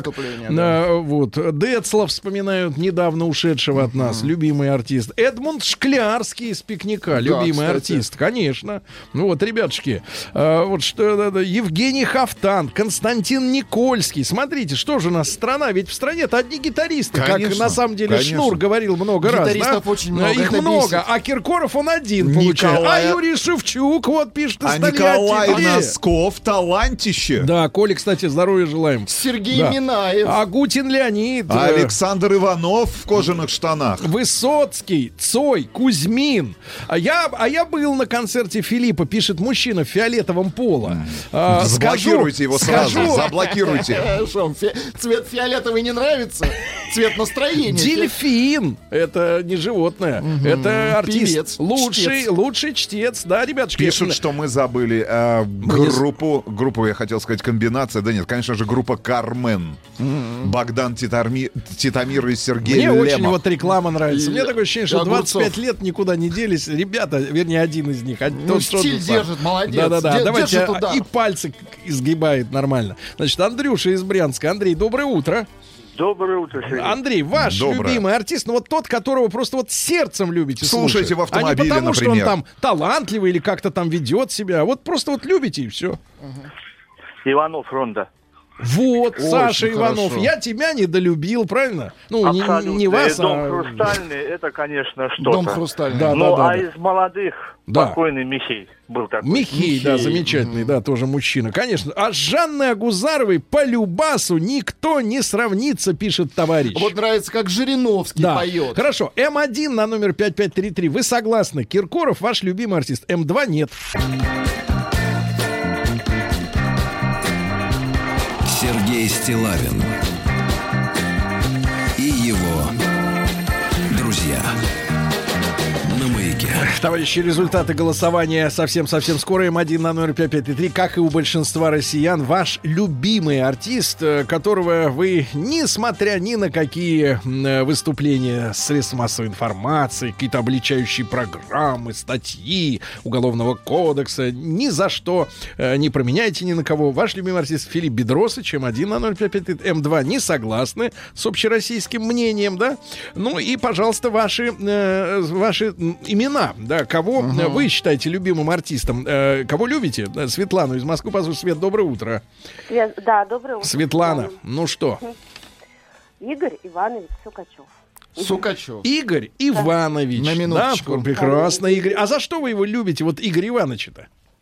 Вот. Децлов вспоминают, недавно ушедшего от нас, любимый артист. Эдмунд Шклярский из «Пикника», любимый артист, конечно. Ну вот, ребятушки, вот что, Евгений Хафтан, Константин Никольский. Смотрите, что же у нас страна? Ведь в стране-то одни гитаристы, Конечно, как на самом деле конечно. Шнур говорил много раз. Гитаристов Да? очень много, Их это много, бесит. а Киркоров он один получает. А Юрий Шевчук, вот пишет из А Тольятти. Николай Где? Носков талантище. Да, Коле, кстати, здоровья желаем. Сергей Да. Минаев. Агутин Леонид. Александр Иванов в кожаных штанах. Высоцкий, Цой, Кузьмин. А я был на концерте Филиппа, пишет мужчина в фиолетовом поло. Заблокируйте его сразу, скажу. заблокируйте. Что, цвет фиолетовый не нравится? Цвет настроения. Дельфин. Это не животное. Это артист. Певец, Лучший чтец. Да, ребятушки. Пишут, что мы забыли группу, я хотел сказать, комбинация. Да нет, конечно же, группа «Кармен». Богдан Титамир и Сергей Мне Лемов. очень вот реклама нравится. Мне такое ощущение, что Огурцов. 25 лет никуда не делись. Ребята, вернее, один из них. Ну, стиль держит, молодец. Да-да-да. Давайте, Держит удар. и пальцы изгибает нормально. Значит, Андрюша из Брянска. Андрей, доброе утро. Доброе утро, Сергей. Андрей, ваш Доброе. любимый артист, ну вот тот, которого просто вот сердцем любите Слушайте слушать. в автомобиле, а не потому, например. что он там талантливый или как-то там ведет себя. Вот просто вот любите и все. Иванов Ронда. Вот, Очень Саша Иванов, хорошо. я тебя недолюбил, правильно? Ну, Абсолютно. не вас, Дом а... Хрустальный, это, конечно, что-то. Дом Хрустальный. Да, Ну, да, а да. из молодых, Да. покойный Михей был такой. Михей, да, замечательный, да, тоже мужчина, конечно. А с Жанной Агузаровой по любасу никто не сравнится, пишет товарищ. Вот нравится, как Жириновский Да. поет. Хорошо, М1 на номер 5533. Вы согласны? Киркоров ваш любимый артист. М2 нет. Сергей Стиллавин и его друзья на Маяке. Товарищи, результаты голосования совсем-совсем скоро. М1 на номер 5533. Как и у большинства россиян, ваш любимый артист, которого вы, несмотря ни на какие выступления средств массовой информации, какие-то обличающие программы, статьи Уголовного кодекса, ни за что не променяйте ни на кого. Ваш любимый артист Филипп Бедросович, М1 на 0553, М2 не согласны с общероссийским мнением, да? Ну и, пожалуйста, ваши имена, да, кого вы считаете любимым артистом, кого любите? Светлану из Москвы, послушайте. Свет, доброе утро. Да, доброе утро. Светлана, ну что? Игорь Иванович Сукачев. Сукачев. Игорь Иванович. На минуточку. Да, прекрасно, Игорь. А за что вы его любите, вот Игорь Ивановича-то?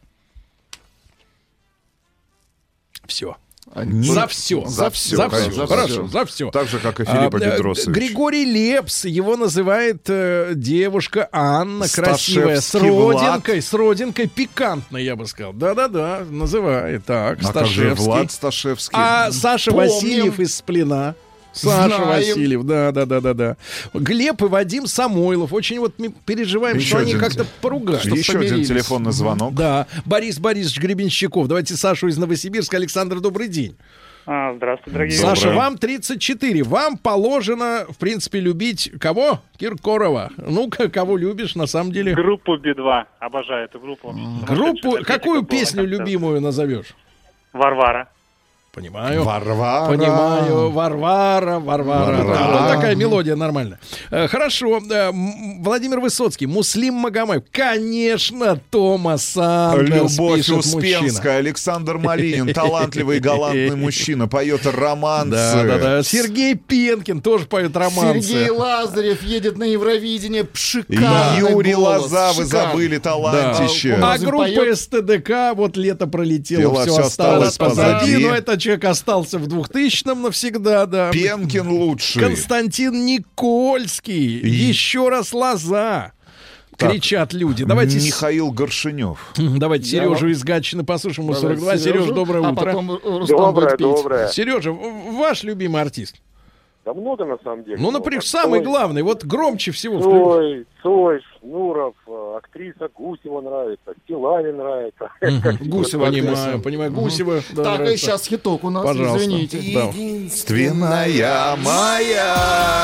Все. За все. За все. За конечно, все. Хорошо, за все. Так же, как и Филиппа Бедросович. Григорий Лепс, его называет девушка Анна, красивая, с Сташевский родинкой, пикантной, я бы сказал. Да-да-да, называет. Так, А как же Сташевский. Влад Сташевский? А Саша Помним. Васильев из Сплина. Саша Знаем. Васильев, да. Глеб и Вадим Самойлов. Очень вот мы переживаем, Еще что они один как-то поругались. Еще один телефонный звонок. Да. Борис Борисович Гребенщиков. Давайте Сашу из Новосибирска. Александр, добрый день. Здравствуйте, дорогие. Саша, вам 34. Вам положено, в принципе, любить кого? Киркорова. Ну-ка, кого любишь на самом деле? Группу Би-2. Обожаю эту группу. Группу, какую песню любимую назовешь? Варвара. Понимаю. Варвара. Понимаю. Варвара. Да, ну, такая мелодия нормальная. Хорошо. Владимир Высоцкий. Муслим Магомаев. Конечно, Томас Сандерс. Любовь пишет Успенская. мужчина. Александр Малинин. Талантливый, галантный мужчина. Поет романсы. Да. Сергей Пенкин тоже поет романсы. Сергей Лазарев едет на Евровидение. Шикарный Юрий голос. Лоза, вы забыли, талантище. А группа СТДК, вот лето пролетело, все осталось позади. позади. Но этот человек остался в 2000-м навсегда, да. Пенкин лучший. Константин Никольский. Еще раз Лоза. Так, кричат люди. Давайте Михаил Горшинев. Давайте Сережу из Гатчины послушаем. Ему 42. Сереж, доброе утро. Доброе. Сережа, ваш любимый артист? Да много, на самом деле. Ну, например, самый главный, вот громче всего. Цой, Шнуров, актриса Гусева нравится, Стилавин нравится. Гусева, понимаю, Гусева. Так, и сейчас хиток у нас, извините. Единственная моя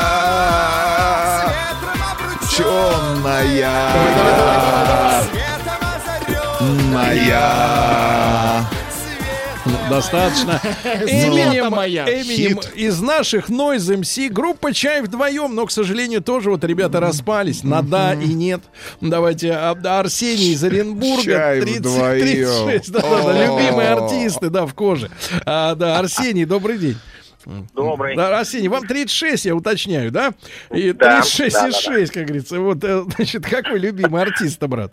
темная моя. Достаточно. Эминем из наших Noise MC. Группа «Чай вдвоем», но, к сожалению, тоже вот ребята распались на да и нет. Давайте Арсений из Оренбурга. Чай 36. Да, любимые артисты, да, в коже. Да, Арсений, добрый день. Добрый. Да, Арсений, вам 36, я уточняю, да? И 36,6, как говорится. Вот, значит, какой любимый артист-то, брат?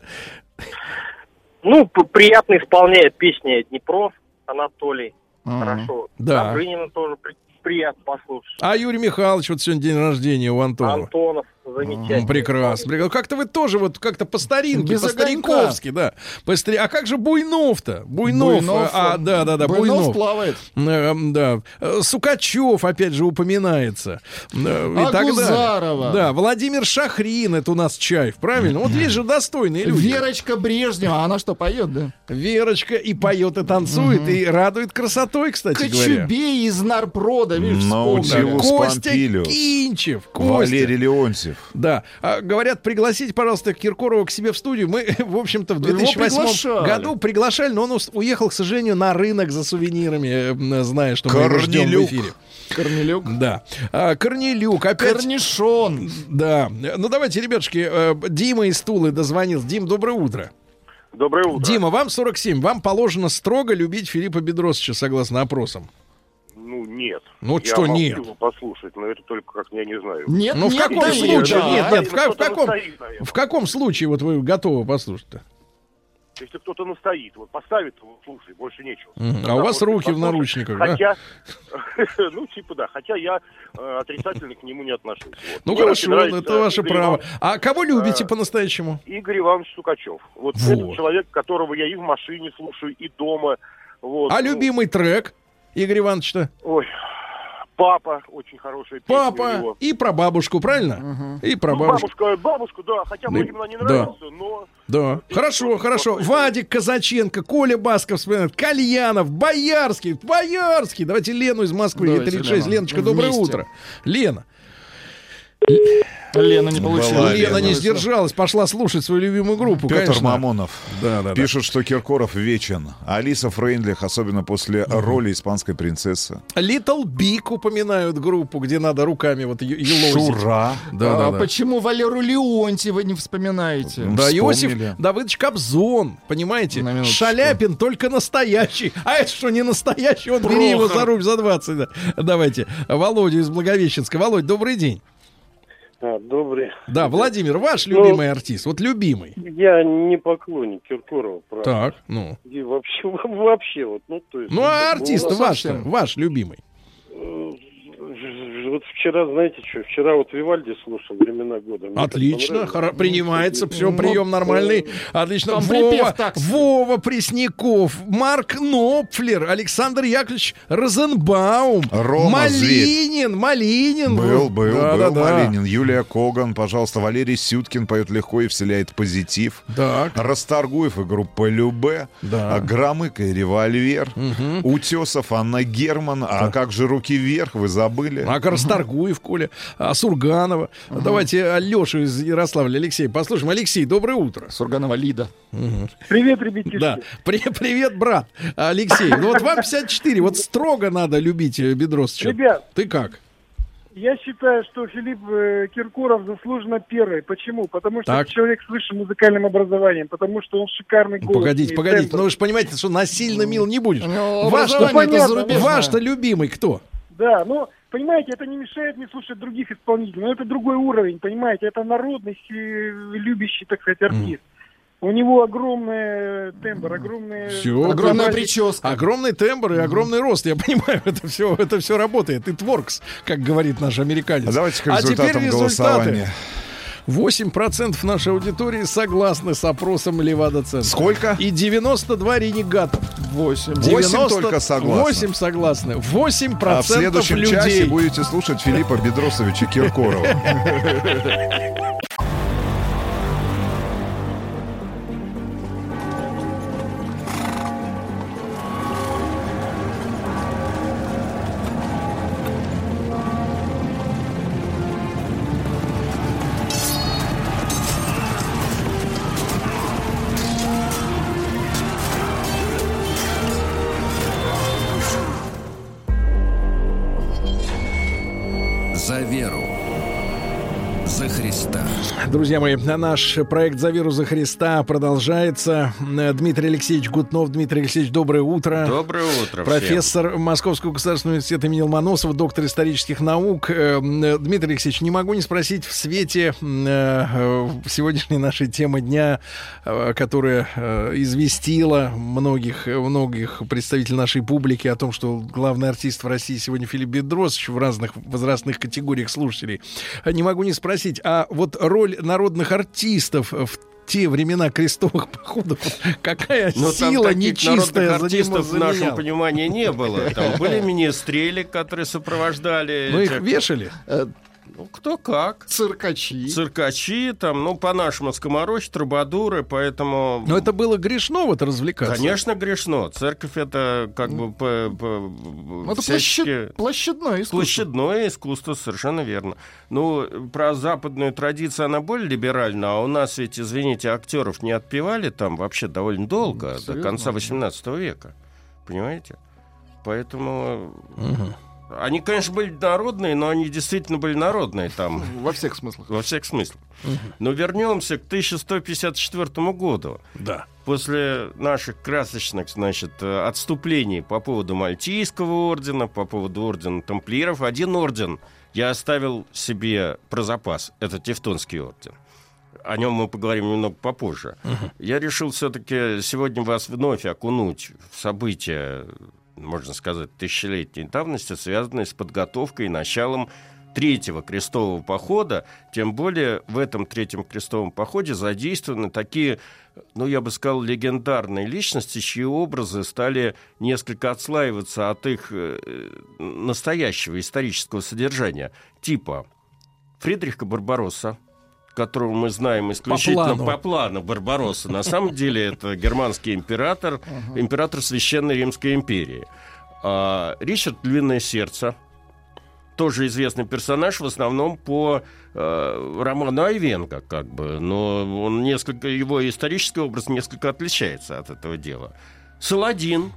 Ну, приятно исполняет песни Днепро. Анатолий. Хорошо. Да. Добрынина тоже приятно послушать. А Юрий Михайлович, вот сегодня день рождения у Антонова. Антонов, замечательно. Прекрасно. Как-то вы тоже вот как-то по старинке, по-стариковски, да. А как же Буйнов-то? Буйнов. Да. Буйнов плавает. Да. Сукачев, опять же, упоминается. И так Гузарова. далее. Да, Владимир Шахрин, это у нас Чаев, правильно? Вот есть же достойные люди. Верочка Брежнева, она что, поет, да? Верочка и поет, и танцует, и радует красотой, кстати говоря. Кочубей из Нарпрода, видишь, Костя Кинчев. Валерий Леонтьев. Да. Говорят, пригласите, пожалуйста, Киркорова к себе в студию. Мы, в общем-то, в 2008 году приглашали, но он уехал, к сожалению, на рынок за сувенирами, зная, что мы его ждем в эфире. Корнелюк. Да. Корнелюк. Опять... Корнишон. Да. Ну, давайте, ребятушки, Дима из Тулы дозвонился. Дим, доброе утро. Доброе утро. Дима, вам 47. Вам положено строго любить Филиппа Бедросовича, согласно опросам. Ну, нет. Ну, что нет? Я могу его послушать, но это только как, я не знаю. Нет, ну, в каком случае? В каком случае вот вы готовы послушать-то? Если кто-то настоит, вот поставит, слушай, больше нечего. А у вас руки в наручниках, хотя, ну, типа, да. Хотя я отрицательно к нему не отношусь. Ну, хорошо, это ваше право. А кого любите по-настоящему? Игорь Иванович Сукачев. Вот это человек, которого я и в машине слушаю, и дома. А любимый трек Игорь Иванович-то? Ой, «Папа», очень хорошая песня. «Папа» и про бабушку, правильно? И про бабушку. Бабушку, да, хотя многим она не нравится, но... Да, хорошо. Вадик Казаченко, Коля Басков вспоминает, Кальянов, Боярский. Давайте Лену из Москвы, Е36. Леночка, доброе утро. Лена не получилось. Лена не сдержалась, пошла слушать свою любимую группу. Петр конечно. Мамонов пишет, что Киркоров вечен. Алиса Фрейндлих, особенно после роли испанской принцессы. Little Big упоминают группу, где надо руками вот елозить. Шура. Да. Почему Валеру Леонтьева не вспоминаете? Да, Иосиф Давыдович Кобзон, понимаете? Шаляпин только настоящий. А это что, не настоящий? Он бери его за руль за 20. Да. Давайте Володю из Благовещенска. Володь, добрый день. Добрый. Да, Владимир, ваш любимый артист, вот любимый. Я не поклонник Киркорова, правда. Так, ну. И вообще вот, ну, то есть... Ну, а артист ваш любимый? Вот вчера, знаете что, вчера вот Вивальди слушал «Времена года». Мне Отлично, принимается, все, прием нормальный. Отлично. Вова Пресняков, Марк Нопфлер, Александр Яковлевич Розенбаум, Рома Малинин. Был Да. Малинин. Юлия Коган, пожалуйста, Валерий Сюткин поет легко и вселяет позитив. Так. Расторгуев и группа Любе. Да. Громыко и Револьвер. Утесов, Анна Герман. А как же «Руки вверх», вы забыли? А Расторгуев, Коля, Сурганова. Давайте Алешу из Ярославля, Алексей, послушаем. Алексей, доброе утро. Сурганова Лида. Привет, ребятишки. Да. Привет, брат. Алексей, ну вот вам 54, вот строго надо любить Бедросовича. Ребят, ты как? Я считаю, что Филипп Киркоров заслуженно первый. Почему? Потому что это человек с высшим музыкальным образованием, потому что он шикарный голос. Погодите, ну вы же понимаете, что насильно мил не будешь. Ваш-то любимый кто? Да, но, понимаете, это не мешает мне слушать других исполнителей. Но это другой уровень, понимаете, это народный, любящий, так сказать, артист. У него огромный тембр, огромная прическа. Огромный тембр и огромный рост. Я понимаю, это все работает. И творкс, как говорит наш американец. Давайте к результатам голосования. 8% нашей аудитории согласны с опросом Левада-центра. Сколько? И 92 ренегатов. 8 только согласны. 8 согласны. 8% а в следующем людей. часе будете слушать Филиппа Бедросовича Киркорова. За веру. За Христа. Друзья мои, наш проект «За веру, за Христа» продолжается. Дмитрий Алексеевич Гутнов. Дмитрий Алексеевич, доброе утро. Доброе утро. Профессор всем. Московского государственного университета имени Ломоносова, доктор исторических наук. Дмитрий Алексеевич, не могу не спросить в свете сегодняшней нашей темы дня, которая известила многих представителей нашей публики о том, что главный артист в России сегодня Филипп Бедросович в разных возрастных категориях слушателей. Не могу не спросить, а вот роль народных артистов в те времена крестовых походов, какая сила нечистая народных артистов в нашем понимании не было. Там были министрели, которые сопровождали. Но их вешали? Ну, кто как. Циркачи, там, ну, по-нашему, скоморохи, трубадуры, поэтому... Но это было грешно вот развлекаться? Конечно, грешно. Церковь — это как бы... Это площадное искусство. Площадное искусство, совершенно верно. Ну, про западную традицию она более либеральна, а у нас ведь, извините, актеров не отпевали там вообще довольно долго, до конца 18 века. Понимаете? Поэтому... Они, конечно, были народные, но они действительно были народные там. Во всех смыслах. Во всех смыслах. Но вернемся к 1154 году. Да. После наших красочных, значит, отступлений по поводу Мальтийского ордена, по поводу ордена тамплиеров, один орден я оставил себе про запас. Это Тевтонский орден. О нем мы поговорим немного попозже. Я решил все-таки сегодня вас вновь окунуть в события, можно сказать, тысячелетней давности, связанные с подготовкой и началом Третьего крестового похода. Тем более в этом Третьем крестовом походе задействованы такие, ну, я бы сказал, легендарные личности, чьи образы стали несколько отслаиваться от их настоящего исторического содержания. Типа Фридриха Барбаросса, которого мы знаем исключительно по плану Барбаросса. На самом деле это германский император, император Священной Римской империи. Ричард Львиное Сердце, тоже известный персонаж, в основном по роману Айвенго, как бы, но он несколько, его исторический образ несколько отличается от этого дела. Саладин,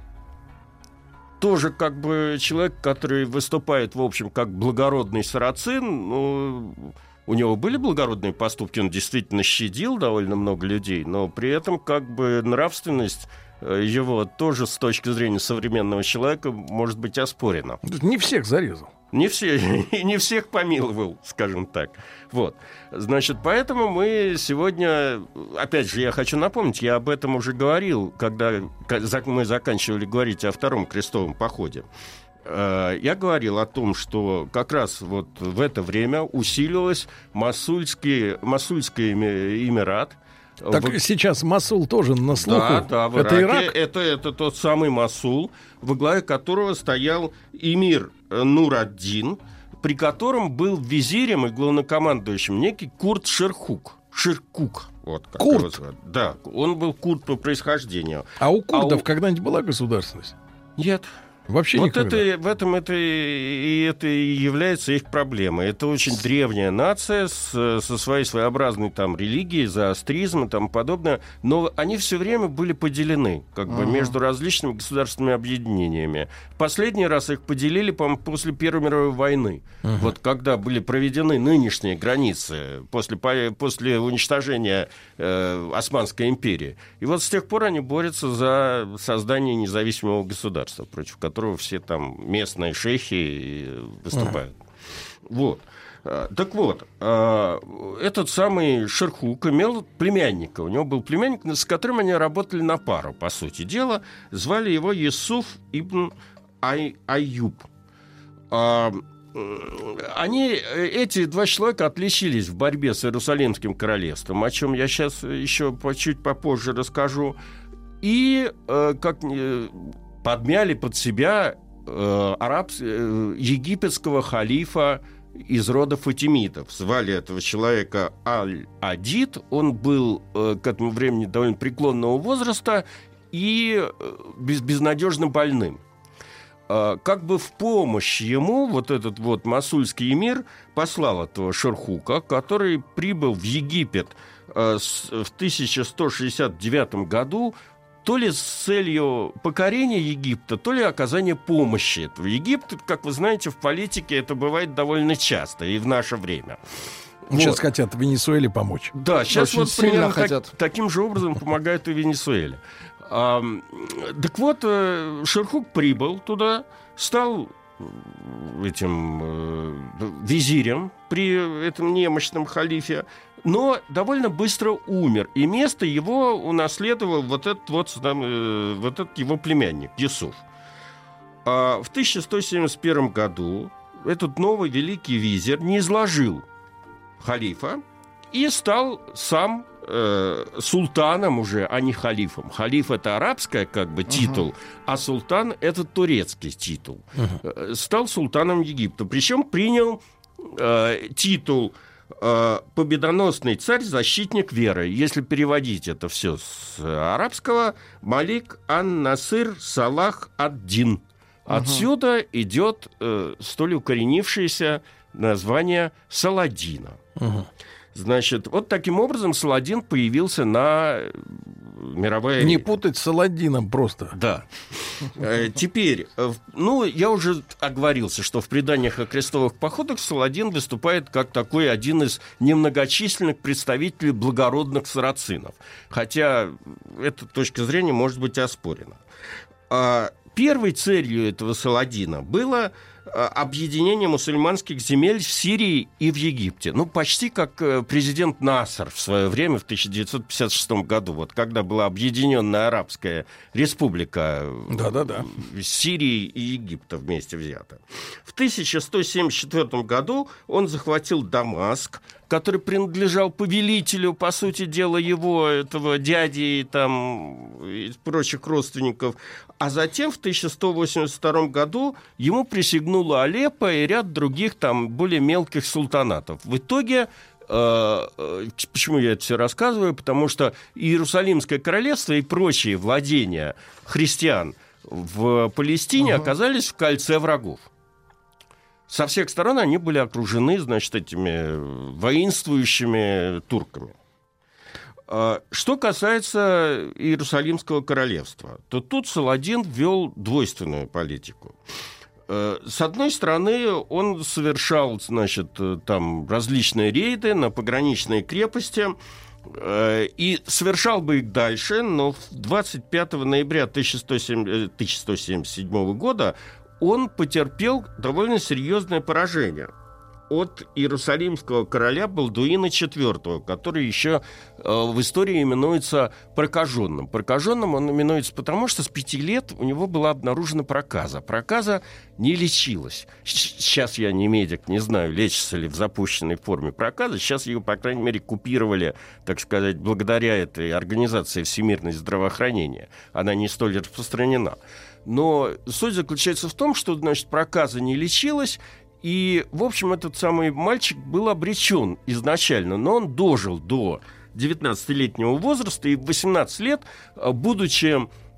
тоже как бы человек, который выступает, в общем, как благородный сарацин, ну, у него были благородные поступки, он действительно щадил довольно много людей, но при этом как бы нравственность его тоже с точки зрения современного человека может быть оспорена. Не всех зарезал. Не всех помиловал, скажем так. Вот. Значит, поэтому мы сегодня, опять же, я хочу напомнить, я об этом уже говорил, когда мы заканчивали говорить о Втором крестовом походе. я говорил о том, что как раз вот в это время усилилось Мосульский Эмират. Так сейчас Мосул тоже на слуху. Да, в это Ираке. Ирак? Это тот самый Мосул, во главе которого стоял эмир Нур-ад-Дин, при котором был визирем и главнокомандующим некий Курт Ширкук. Вот как его звали. Да, он был курд по происхождению. А у курдов когда-нибудь была государственность? Нет. Вообще вот никогда. В этом это и является их проблемой. Это очень древняя нация со своей своеобразной там религией, зороастризмом и тому подобное, но они все время были поделены как бы между различными государственными объединениями. Последний раз их поделили, по-моему, после Первой мировой войны. Вот когда были проведены нынешние границы после уничтожения Османской империи. И вот с тех пор они борются за создание независимого государства, против которого все там местные шейхи выступают. Вот. Так вот, этот самый Ширкук имел племянника. У него был племянник, с которым они работали на пару, по сути дела. Звали его Юсуф ибн Айюб. Эти два человека отличились в борьбе с Иерусалимским королевством, о чем я сейчас еще чуть попозже расскажу. И подмяли под себя египетского халифа из рода фатимидов. Звали этого человека Аль-Адид. Он был к этому времени довольно преклонного возраста и безнадежно больным. Как бы в помощь ему вот этот вот Мосульский эмир послал этого Ширкука, который прибыл в Египет в 1169 году, то ли с целью покорения Египта, то ли оказания помощи этого Египту. Как вы знаете, в политике это бывает довольно часто и в наше время. Сейчас хотят Венесуэле помочь. Да, сейчас очень вот сильно примерно таким же образом помогают и Венесуэле. Так вот, Ширкук прибыл туда, стал этим визирем при этом немощном халифе, но довольно быстро умер, и место его унаследовал вот этот его племянник Юсуф. В 1171 году этот новый великий визирь ниизложил халифа и стал сам султаном уже, а не халифом. Халиф — это арабская как бы титул, а султан — это турецкий титул. Стал султаном Египта. Причем принял титул победоносный царь, защитник веры. Если переводить это все с арабского, Малик ан-Насыр Салах ад-Дин. Отсюда идет столь укоренившееся название Саладина. Значит, вот таким образом Саладин появился на мировой арене. Не путать с Саладином просто. Да. Теперь, я уже оговорился, что в преданиях о крестовых походах Саладин выступает как такой один из немногочисленных представителей благородных сарацинов. Хотя эта точка зрения может быть оспорена. Первой целью этого Саладина было объединение мусульманских земель в Сирии и в Египте. Почти как президент Насер в свое время, в 1956 году, вот когда была объединенная Арабская Республика Сирии и Египта вместе взята. В 1174 году он захватил Дамаск, который принадлежал повелителю, по сути дела, его, этого дяди и прочих родственников. А затем в 1182 году ему присягнуло Алеппо и ряд других там более мелких султанатов. В итоге, почему я это все рассказываю? Потому что Иерусалимское королевство и прочие владения христиан в Палестине оказались в кольце врагов. Со всех сторон они были окружены, значит, этими воинствующими турками. Что касается Иерусалимского королевства, то тут Саладин ввел двойственную политику. С одной стороны, он совершал, значит, там различные рейды на пограничные крепости, и совершал бы их дальше, но 25 ноября 1177 года он потерпел довольно серьезное поражение. от иерусалимского короля Балдуина IV, который еще в истории именуется прокаженным. Прокаженным он именуется потому, что с 5 лет у него была обнаружена проказа. Проказа не лечилась. Сейчас я не медик, не знаю, лечится ли в запущенной форме проказа. Сейчас ее, по крайней мере, купировали, так сказать, благодаря этой организации Всемирное здравоохранение. Она не столь распространена. Но суть заключается в том, что, значит, проказа не лечилась, и, в общем, этот самый мальчик был обречен изначально, но он дожил до 19-летнего возраста, и в 18 лет, будучи,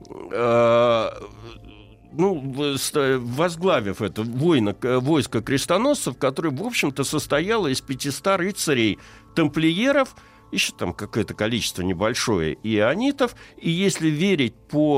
возглавив это войско крестоносцев, которое, в общем-то, состояло из 500 рыцарей-тамплиеров, еще там какое-то количество небольшое ионитов, и если верить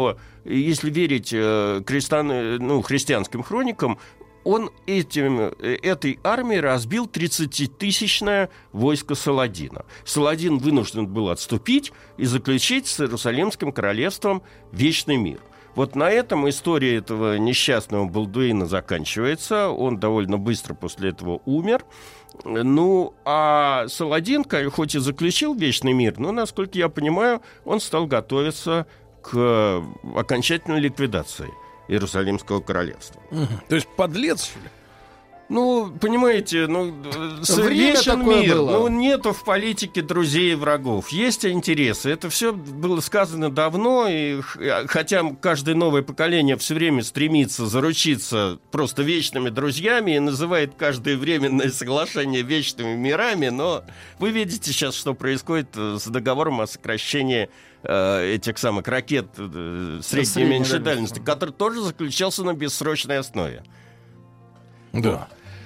христианским хроникам, он этой армией разбил 30-тысячное войско Саладина. Саладин вынужден был отступить и заключить с Иерусалимским королевством вечный мир. Вот на этом история этого несчастного Балдуина заканчивается. Он довольно быстро после этого умер. Ну, а Саладин, хоть и заключил вечный мир, но, насколько я понимаю, он стал готовиться к окончательной ликвидации Иерусалимского королевства. То есть подлец, что ли? Ну, понимаете, вечен мир. Было. Нету в политике друзей и врагов. Есть интересы. Это все было сказано давно, и хотя каждое новое поколение все время стремится заручиться просто вечными друзьями и называет каждое временное соглашение вечными мирами, но вы видите сейчас, что происходит с договором о сокращении этих самых ракет средней и меньшей дальности, который тоже заключался на бессрочной основе. Да.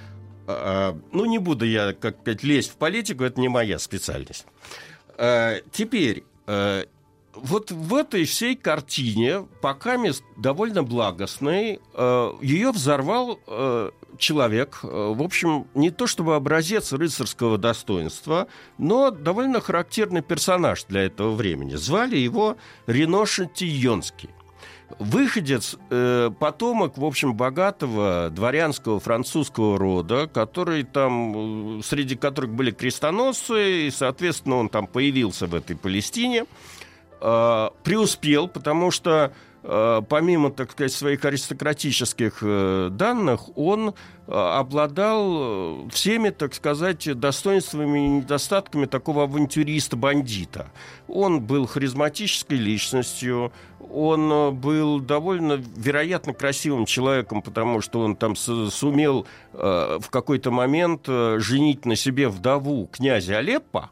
Не буду я, как сказать, лезть в политику, это не моя специальность. Теперь, вот в этой всей картине, пока довольно благостной, ее взорвал человек, в общем, не то чтобы образец рыцарского достоинства, но довольно характерный персонаж для этого времени. Звали его Рено Шантильонский. Выходец, потомок, в общем, богатого дворянского французского рода, который там, среди которых были крестоносцы, и, соответственно, он там появился в этой Палестине, преуспел, потому что помимо, так сказать, своих аристократических данных, он обладал всеми, так сказать, достоинствами и недостатками такого авантюриста-бандита. Он был харизматической личностью, он был довольно, вероятно, красивым человеком, потому что он там сумел в какой-то момент женить на себе вдову князя Алеппо,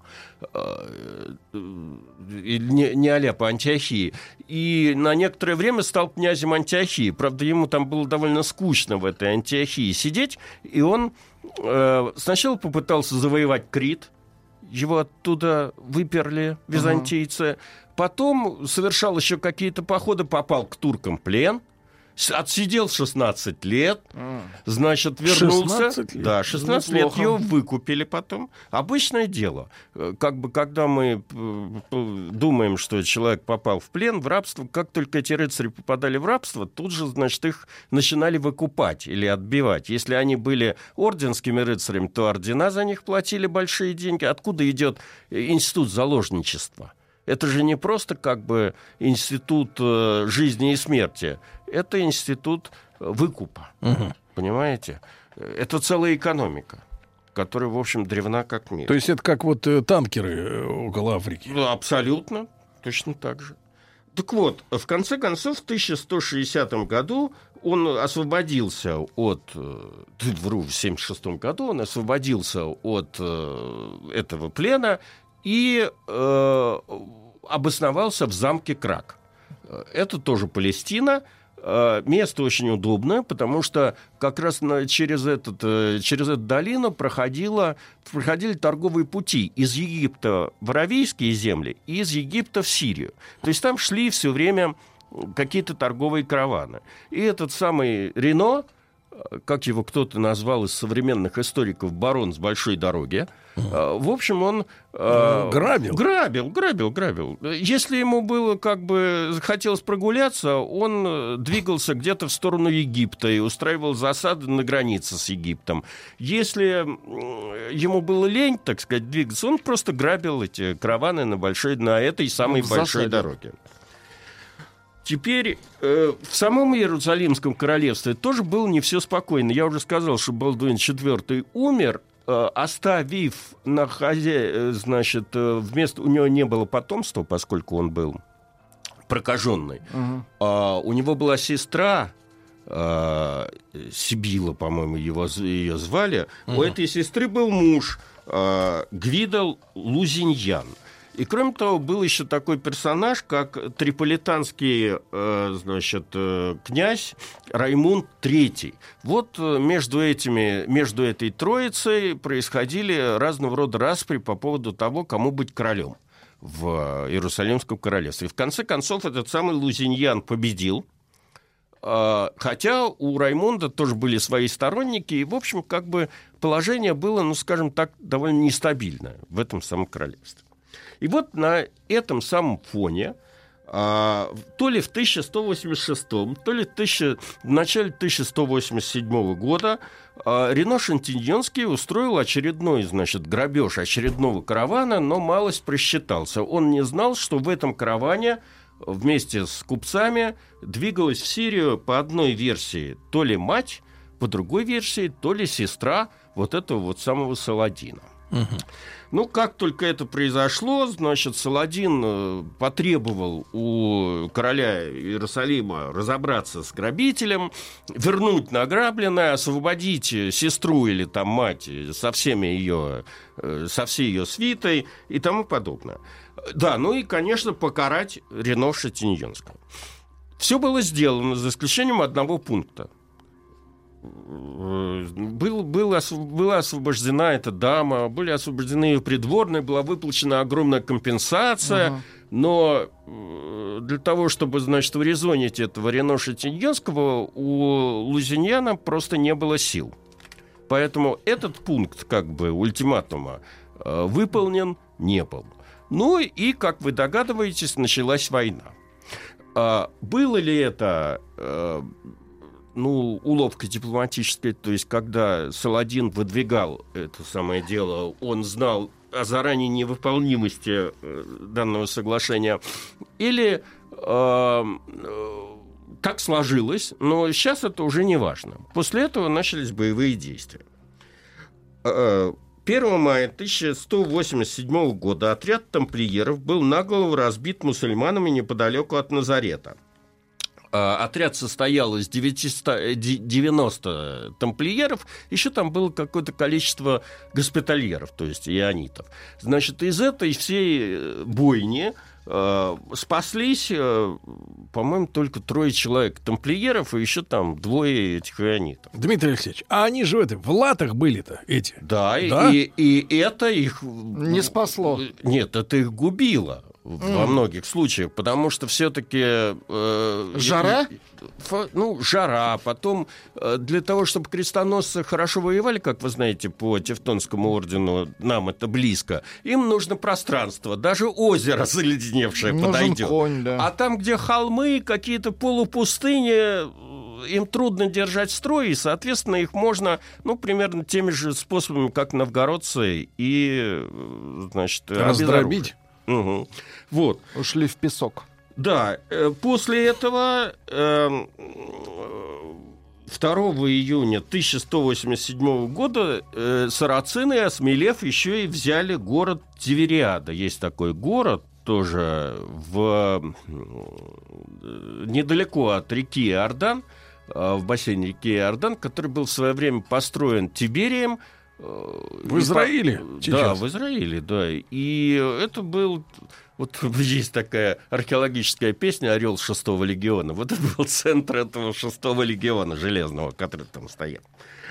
не Алеппо, а Антиохии, и на некоторое время стал князем Антиохии. Правда, ему там было довольно скучно в этой Антиохии сидеть, и он сначала попытался завоевать Крит, его оттуда выперли византийцы, потом совершал еще какие-то походы, попал к туркам в плен, отсидел 16 лет, значит, вернулся. 16 лет? Да, 16 лет его выкупили потом. Обычное дело. Как бы, когда мы думаем, что человек попал в плен, в рабство, как только эти рыцари попадали в рабство, тут же, значит, их начинали выкупать или отбивать. Если они были орденскими рыцарями, то ордена за них платили большие деньги. Откуда идет институт заложничества? Это же не просто как бы институт жизни и смерти. Это институт выкупа. Понимаете? Это целая экономика, которая, в общем, древна как мир. То есть это как вот танкеры около Африки? Абсолютно. Точно так же. Так вот, в конце концов, в 1160 году он освободился от... в 76 году он освободился от этого плена и обосновался в замке Крак. Это тоже Палестина. Место очень удобное, потому что как раз через эту долину проходили торговые пути из Египта в Аравийские земли и из Египта в Сирию. То есть там шли все время какие-то торговые караваны. И этот самый Рено, как его кто-то назвал из современных историков, барон с большой дороги. В общем, он грабил. Если ему было хотелось прогуляться, он двигался где-то в сторону Египта и устраивал засады на границе с Египтом. Если ему было лень, так сказать, двигаться, он просто грабил эти караваны на этой самой большой дороге. Теперь в самом Иерусалимском королевстве тоже было не все спокойно. Я уже сказал, что Балдуин IV умер, оставив на вместо у него не было потомства, поскольку он был прокаженный. У него была сестра, Сибила, по-моему, ее звали. У этой сестры был муж, Гвидо Лузиньян. И, кроме того, был еще такой персонаж, как триполитанский князь Раймунд III. Вот между этой троицей происходили разного рода распри по поводу того, кому быть королем в Иерусалимском королевстве. И в конце концов этот самый Лузиньян победил, хотя у Раймунда тоже были свои сторонники, и, в общем, положение было, скажем так, довольно нестабильное в этом самом королевстве. И вот на этом самом фоне, то ли в 1186, то ли в начале 1187 года Рено Шантиньонский устроил очередной, грабеж очередного каравана, но малость просчитался. Он не знал, что в этом караване вместе с купцами двигалась в Сирию по одной версии то ли мать, по другой версии то ли сестра вот этого самого Саладина. Как только это произошло, Саладин потребовал у короля Иерусалима разобраться с грабителем, вернуть награбленное, освободить сестру или мать со всей ее свитой и тому подобное. Да, и, конечно, покарать Рено Шантиньонского. Все было сделано, за исключением одного пункта. Была освобождена эта дама, были освобождены ее придворные, была выплачена огромная компенсация, но для того, чтобы, урезонить этого Рено Шантиньонского, у Лузиньяна просто не было сил. Поэтому этот пункт, ультиматума, выполнен не был. И, как вы догадываетесь, началась война. Было ли это уловка дипломатическая, то есть когда Саладин выдвигал это самое дело, он знал о заранее невыполнимости данного соглашения, или как сложилось, но сейчас это уже не важно. После этого начались боевые действия. 1 мая 1187 года отряд тамплиеров был наголову разбит мусульманами неподалеку от Назарета. Отряд состоял из 90 тамплиеров, еще там было какое-то количество госпитальеров, то есть ионитов. Из этой всей бойни спаслись, по-моему, только 3 человек тамплиеров и еще 2 этих ионитов. Дмитрий Алексеевич, а они же в латах были-то эти? Да? И это их... Не спасло. Нет, это их губило. Во многих случаях, потому что все-таки... Жара? Жара. Потом для того, чтобы крестоносцы хорошо воевали, как вы знаете, по Тевтонскому ордену, нам это близко, им нужно пространство. Даже озеро заледеневшее подойдет. Конь, да. А там, где холмы, какие-то полупустыни, им трудно держать строй, и, соответственно, их можно, примерно теми же способами, как новгородцы, и, раздробить. Угу. Вот. Ушли в песок. Да, после этого 2 июня 1187 года сарацины, осмелев, еще и взяли город Тивериада. Есть такой город, тоже недалеко от реки Иордан, в бассейне реки Иордан, который был в свое время построен Тиберием. В Израиле? Да, в Израиле, да. И это был... есть такая археологическая песня «Орел 6-го легиона». Вот это был центр этого 6-го легиона железного, который там стоял.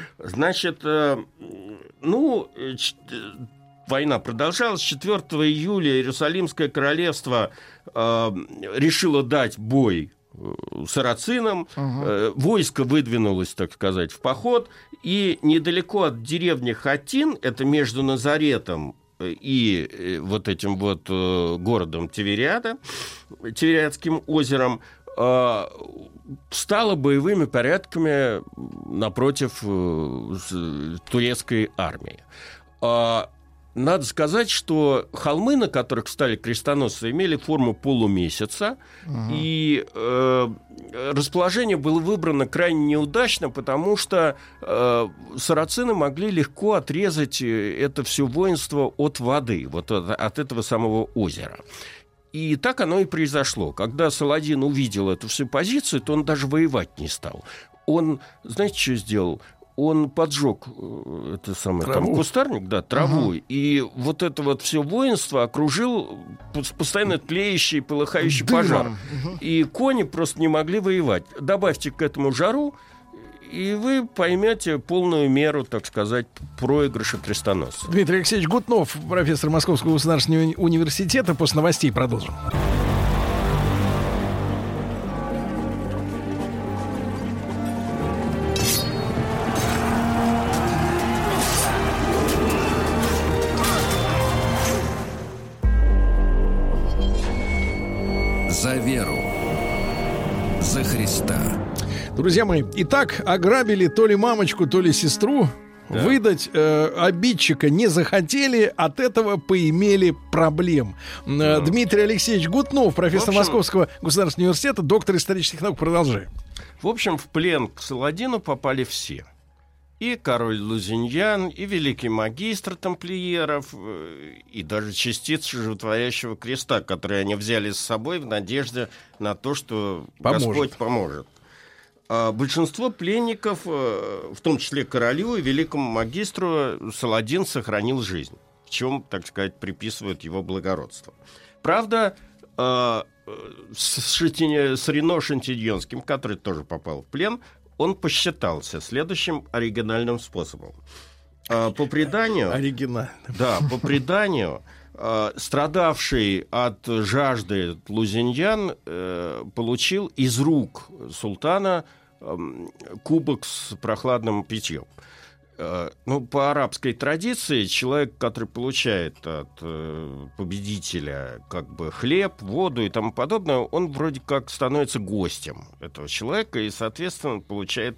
Война продолжалась. 4 июля Иерусалимское королевство решило дать бой сарацинам, войско выдвинулось, так сказать, в поход, и недалеко от деревни Хатин, это между Назаретом и вот этим вот городом Тивериадским озером, стало боевыми порядками напротив турецкой армии. Надо сказать, что холмы, на которых встали крестоносцы, имели форму полумесяца, и расположение было выбрано крайне неудачно, потому что сарацины могли легко отрезать это все воинство от воды, вот от этого самого озера. И так оно и произошло. Когда Саладин увидел эту всю позицию, то он даже воевать не стал. Он, знаете, что сделал? Он поджег это самое, там, кустарник, да, траву, и вот это вот все воинство окружил постоянно тлеющий, полыхающий пожар. И кони просто не могли воевать. Добавьте к этому жару, и вы поймете полную меру, так сказать, проигрыша крестоносцев. Дмитрий Алексеевич Гутнов, профессор Московского государственного университета. После новостей продолжим. За веру. За Христа. Друзья мои, итак, ограбили то ли мамочку, то ли сестру. Да. Выдать обидчика не захотели, от этого поимели проблем. Да. Дмитрий Алексеевич Гутнов, профессор Московского государственного университета, доктор исторических наук. Продолжаем. В общем, в плен к Саладину попали все. И король Лузиньян, и великий магистр тамплиеров, и даже частицы животворящего креста, которые они взяли с собой в надежде на то, что Господь поможет. А большинство пленников, в том числе королю и великому магистру, Саладин сохранил жизнь, в чем, так сказать, приписывают его благородство. Правда, с Рено Шантильонским, который тоже попал в плен, он посчитался следующим оригинальным способом. По преданию... Оригинально. Да, по преданию, страдавший от жажды Лузиньян получил из рук султана кубок с прохладным питьем. Ну, по арабской традиции, человек, который получает от победителя как бы хлеб, воду и тому подобное, он вроде как становится гостем этого человека и, соответственно, получает...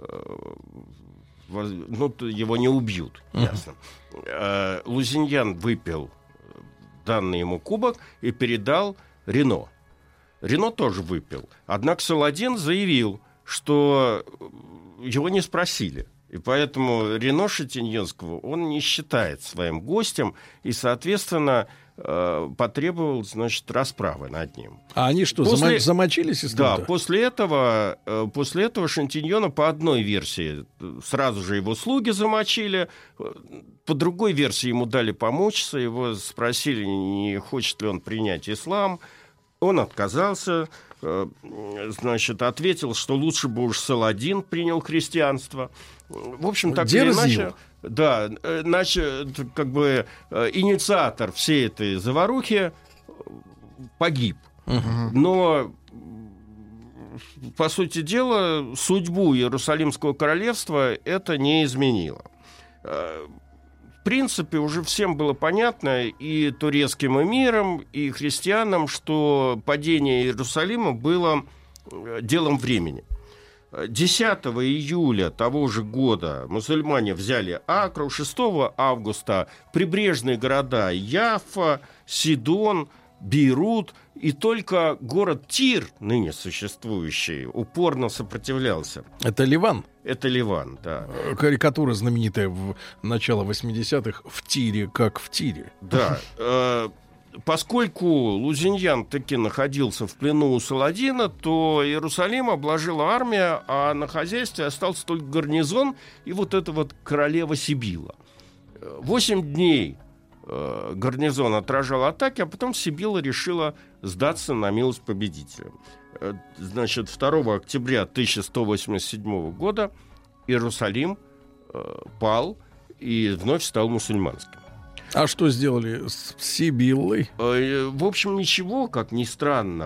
Ну, его не убьют, ясно. Лузиньян выпил данный ему кубок и передал Рено. Рено тоже выпил. Однако Саладин заявил, что его не спросили. И поэтому Рено Шантильонского он не считает своим гостем и, соответственно, потребовал, значит, расправы над ним. А они что, замочились? Да, после этого Шантильона по одной версии сразу же его слуги замочили, по другой версии ему дали помучиться, его спросили, не хочет ли он принять ислам. Он отказался, значит, ответил, что лучше бы уж Саладин принял христианство. В общем, так или иначе... Да, иначе, как бы, инициатор всей этой заварухи погиб. Но, по сути дела, судьбу Иерусалимского королевства это не изменило. В принципе, уже всем было понятно, и турецким эмирам, и христианам, что падение Иерусалима было делом времени. 10 июля того же года мусульмане взяли Акру, 6 августа прибрежные города Яффа, Сидон, Бейрут, и только город Тир, ныне существующий, упорно сопротивлялся. Это Ливан? Это Ливан, да. Карикатура знаменитая в начало 80-х «В Тире, как в Тире». Да. Поскольку Лузиньян таки находился в плену у Саладина, то Иерусалим обложила армия, а на хозяйстве остался только гарнизон и вот эта вот королева Сибила. 8 дней гарнизон отражал атаки, а потом Сибила решила сдаться на милость победителя. Значит, 2 октября 1187 года Иерусалим пал и вновь стал мусульманским. А что сделали с Сибиллой? В общем, ничего, как ни странно.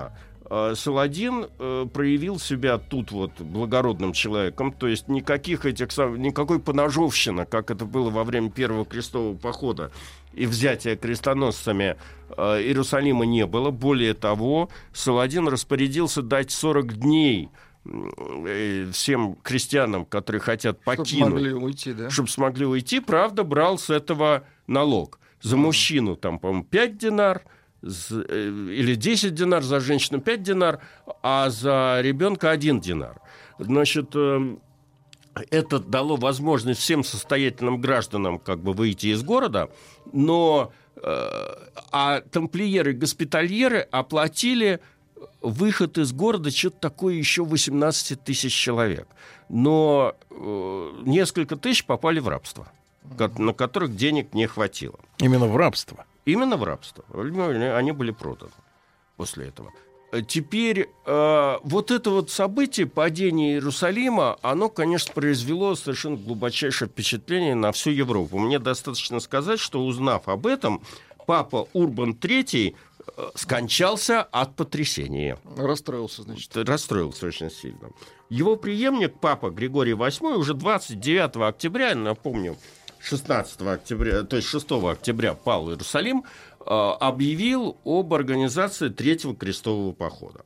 Саладин проявил себя тут вот благородным человеком, то есть никакой поножовщины, как это было во время Первого крестового похода и взятия крестоносцами Иерусалима, не было. Более того, Саладин распорядился дать 40 дней всем крестьянам, которые хотят покинуть, чтобы смогли уйти, правда, брал с этого налог. За мужчину, там, по-моему, 5 динар, или 10 динар, за женщину 5 динар, а за ребенка 1 динар. Значит, это дало возможность всем состоятельным гражданам как бы выйти из города, но а тамплиеры и госпитальеры оплатили выход из города что-то такое еще 18 тысяч человек. Но несколько тысяч попали в рабство, на которых денег не хватило. Именно в рабство? Именно в рабство. Они были проданы после этого. Теперь вот это вот событие, падение Иерусалима, оно, конечно, произвело совершенно глубочайшее впечатление на всю Европу. Мне достаточно сказать, что, узнав об этом, папа Урбан III скончался от потрясения. Расстроился, значит. Расстроился очень сильно. Его преемник, папа Григорий VIII, уже 29 октября, напомню, 16 октября, то есть 6 октября пал Иерусалим, объявил об организации Третьего крестового похода.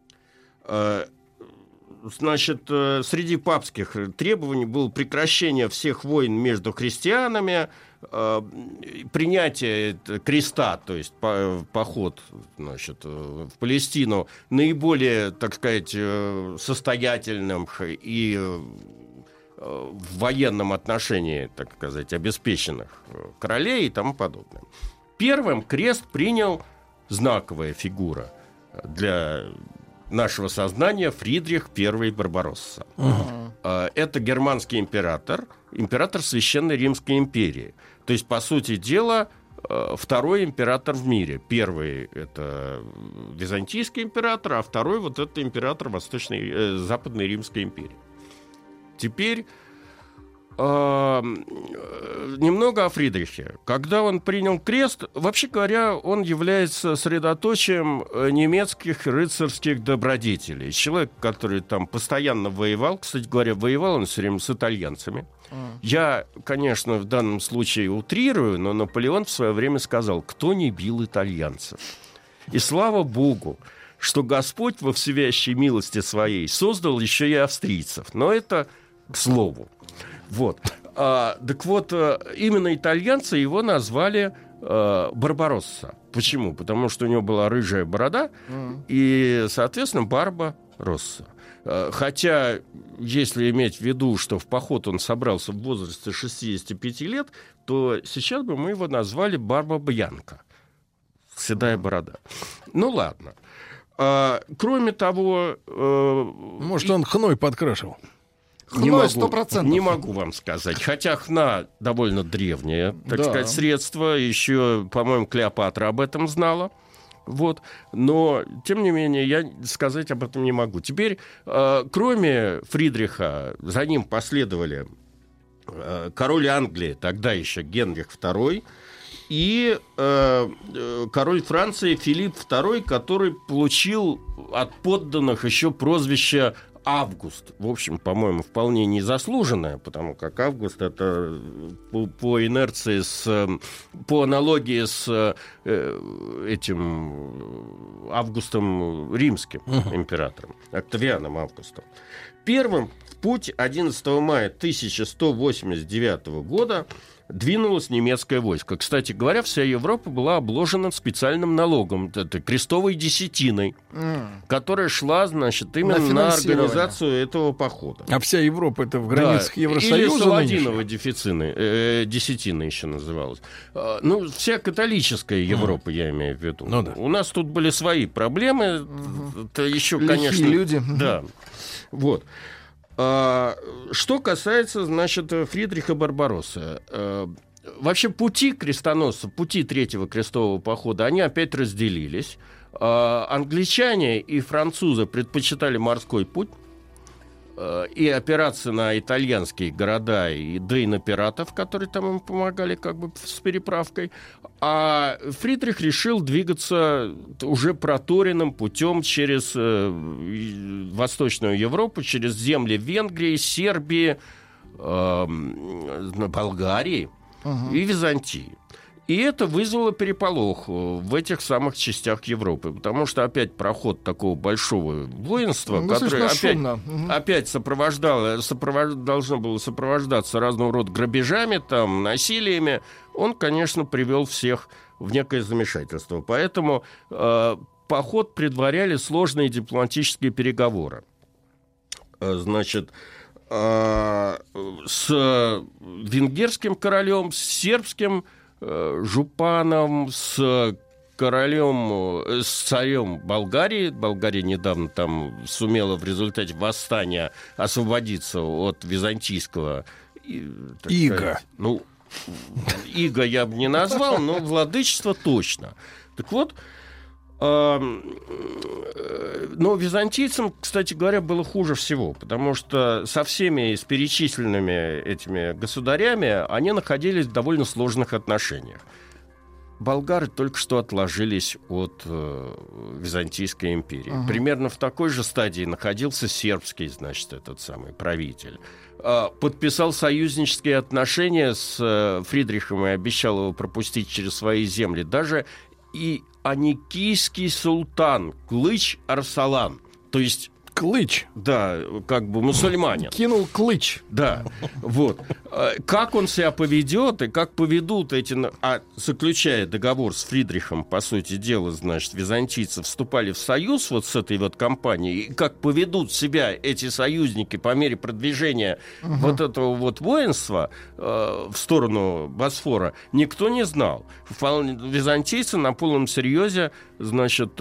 Значит, среди папских требований было прекращение всех войн между христианами, принятие креста, то есть поход, значит, в Палестину наиболее, так сказать, состоятельным и в военном отношении, так сказать, обеспеченных королей и тому подобное. Первым крест принял знаковая фигура для нашего сознания Фридрих I Барбаросса. Это германский император Священной Римской империи. То есть, по сути дела, второй император в мире. Первый — это византийский император, а второй — вот это император Западной Римской империи. Теперь немного о Фридрихе. Когда он принял крест, вообще говоря, он является средоточием немецких рыцарских добродетелей. Человек, который там постоянно воевал, кстати говоря, воевал он все время с итальянцами. Я, конечно, в данном случае утрирую, но Наполеон в свое время сказал: кто не бил итальянцев? И слава Богу, что Господь во всевящей милости своей создал еще и австрийцев. Но это к слову. Вот. Так вот, именно итальянцы его назвали Барбаросса. Почему? Потому что у него была рыжая борода и, соответственно, Барба-Росса. Хотя, если иметь в виду, что в поход он собрался в возрасте 65 лет, то сейчас бы мы его назвали Барба-Бьянка. Седая борода. Ну, ладно. Кроме того... Может, он хной подкрашивал? Не могу вам сказать. Хотя хна довольно древнее, так сказать, средство. Еще, по-моему, Клеопатра об этом знала. Вот. Но, тем не менее, я сказать об этом не могу. Теперь, кроме Фридриха, за ним последовали король Англии, тогда еще Генрих II, и король Франции Филипп II, который получил от подданных еще прозвище Август. В общем, по-моему, вполне незаслуженное, потому как Август — это по инерции, по аналогии с этим Августом Римским императором, Октавианом Августом. Первым в путь 11 мая 1189 года двинулось немецкое войско. Кстати говоря, вся Европа была обложена специальным налогом, это крестовой десятиной, которая шла, значит, именно на организацию этого похода. А вся Европа — это в границах Евросоюза? Или Саладинова десятина еще называлась. Ну, вся католическая Европа, я имею в виду. Ну, да. У нас тут были свои проблемы. Это еще, конечно... люди. Да. Вот. Что касается, значит, Фридриха Барбароссы. Вообще пути крестоносцев, пути Третьего крестового похода, они опять разделились. Англичане и французы предпочитали морской путь. и опираться на итальянские города, да и на пиратов, которые там им помогали как бы с переправкой. А Фридрих решил двигаться уже проторенным путем через Восточную Европу, через земли Венгрии, Сербии, Болгарии и Византии. И это вызвало переполох в этих самых частях Европы, потому что опять проход такого большого воинства, которое опять должно было сопровождаться разного рода грабежами, там, насилиями, он, конечно, привел всех в некое замешательство. Поэтому поход предваряли сложные дипломатические переговоры. Значит, с венгерским королем, с сербским Жупаном, с царем Болгарии. Болгария недавно там сумела в результате восстания освободиться от византийского ига. Ига я бы не назвал, но владычество точно. Так вот, но византийцам, кстати говоря, было хуже всего, потому что со всеми с перечисленными этими государями они находились в довольно сложных отношениях. Болгары только что отложились от Византийской империи. Примерно в такой же стадии находился сербский, значит, этот самый правитель. Подписал союзнические отношения с Фридрихом и обещал его пропустить через свои земли. Даже и аникийский султан Клыч Арсалан, то есть Клыч. Да, как бы мусульманин. Кинул клыч. Да, вот. Как он себя поведет и как поведут эти... заключая договор с Фридрихом, по сути дела, значит, византийцы вступали в союз вот с этой вот компанией, и как поведут себя эти союзники по мере продвижения вот этого вот воинства в сторону Босфора, никто не знал. Византийцы на полном серьезе, значит,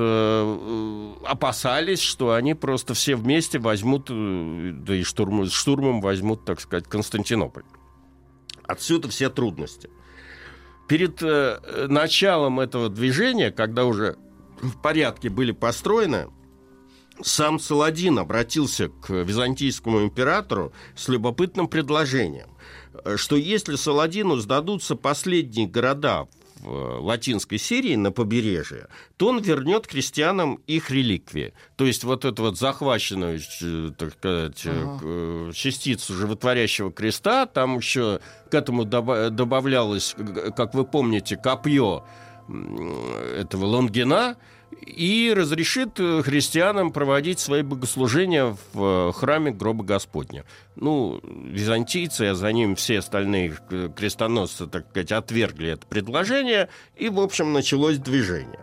опасались, что они просто все вместе возьмут, да и штурмом возьмут, так сказать, Константинополь. Отсюда все трудности. Перед началом этого движения, когда уже в порядке были построены, сам Саладин обратился к византийскому императору с любопытным предложением, что если Саладину сдадутся последние города в Латинской Сирии на побережье, то он вернет крестьянам их реликвии. То есть вот эту вот захваченную, так сказать, частицу животворящего креста, там еще к этому добавлялось, как вы помните, копье этого Лонгина, и разрешит христианам проводить свои богослужения в храме гроба Господня. Ну, византийцы, а за ним все остальные крестоносцы, так сказать, отвергли это предложение, и, в общем, началось движение.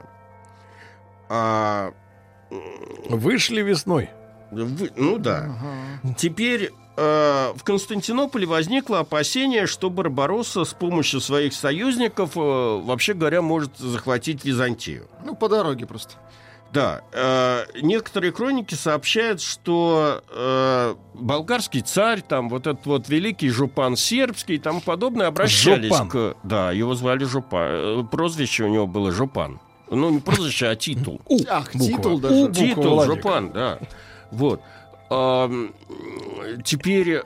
Вышли весной. Ну да. Теперь в Константинополе возникло опасение, что Барбаросса с помощью своих союзников, вообще говоря, может захватить Византию. Ну, по дороге просто. Да. Некоторые хроники сообщают, что болгарский царь, там вот этот вот великий Жупан Сербский и тому подобное обращались к... Да, его звали Жупан. Прозвище у него было Жупан. Ну, не прозвище, а титул. Титул даже. Титул, Жупан, да. Вот. Теперь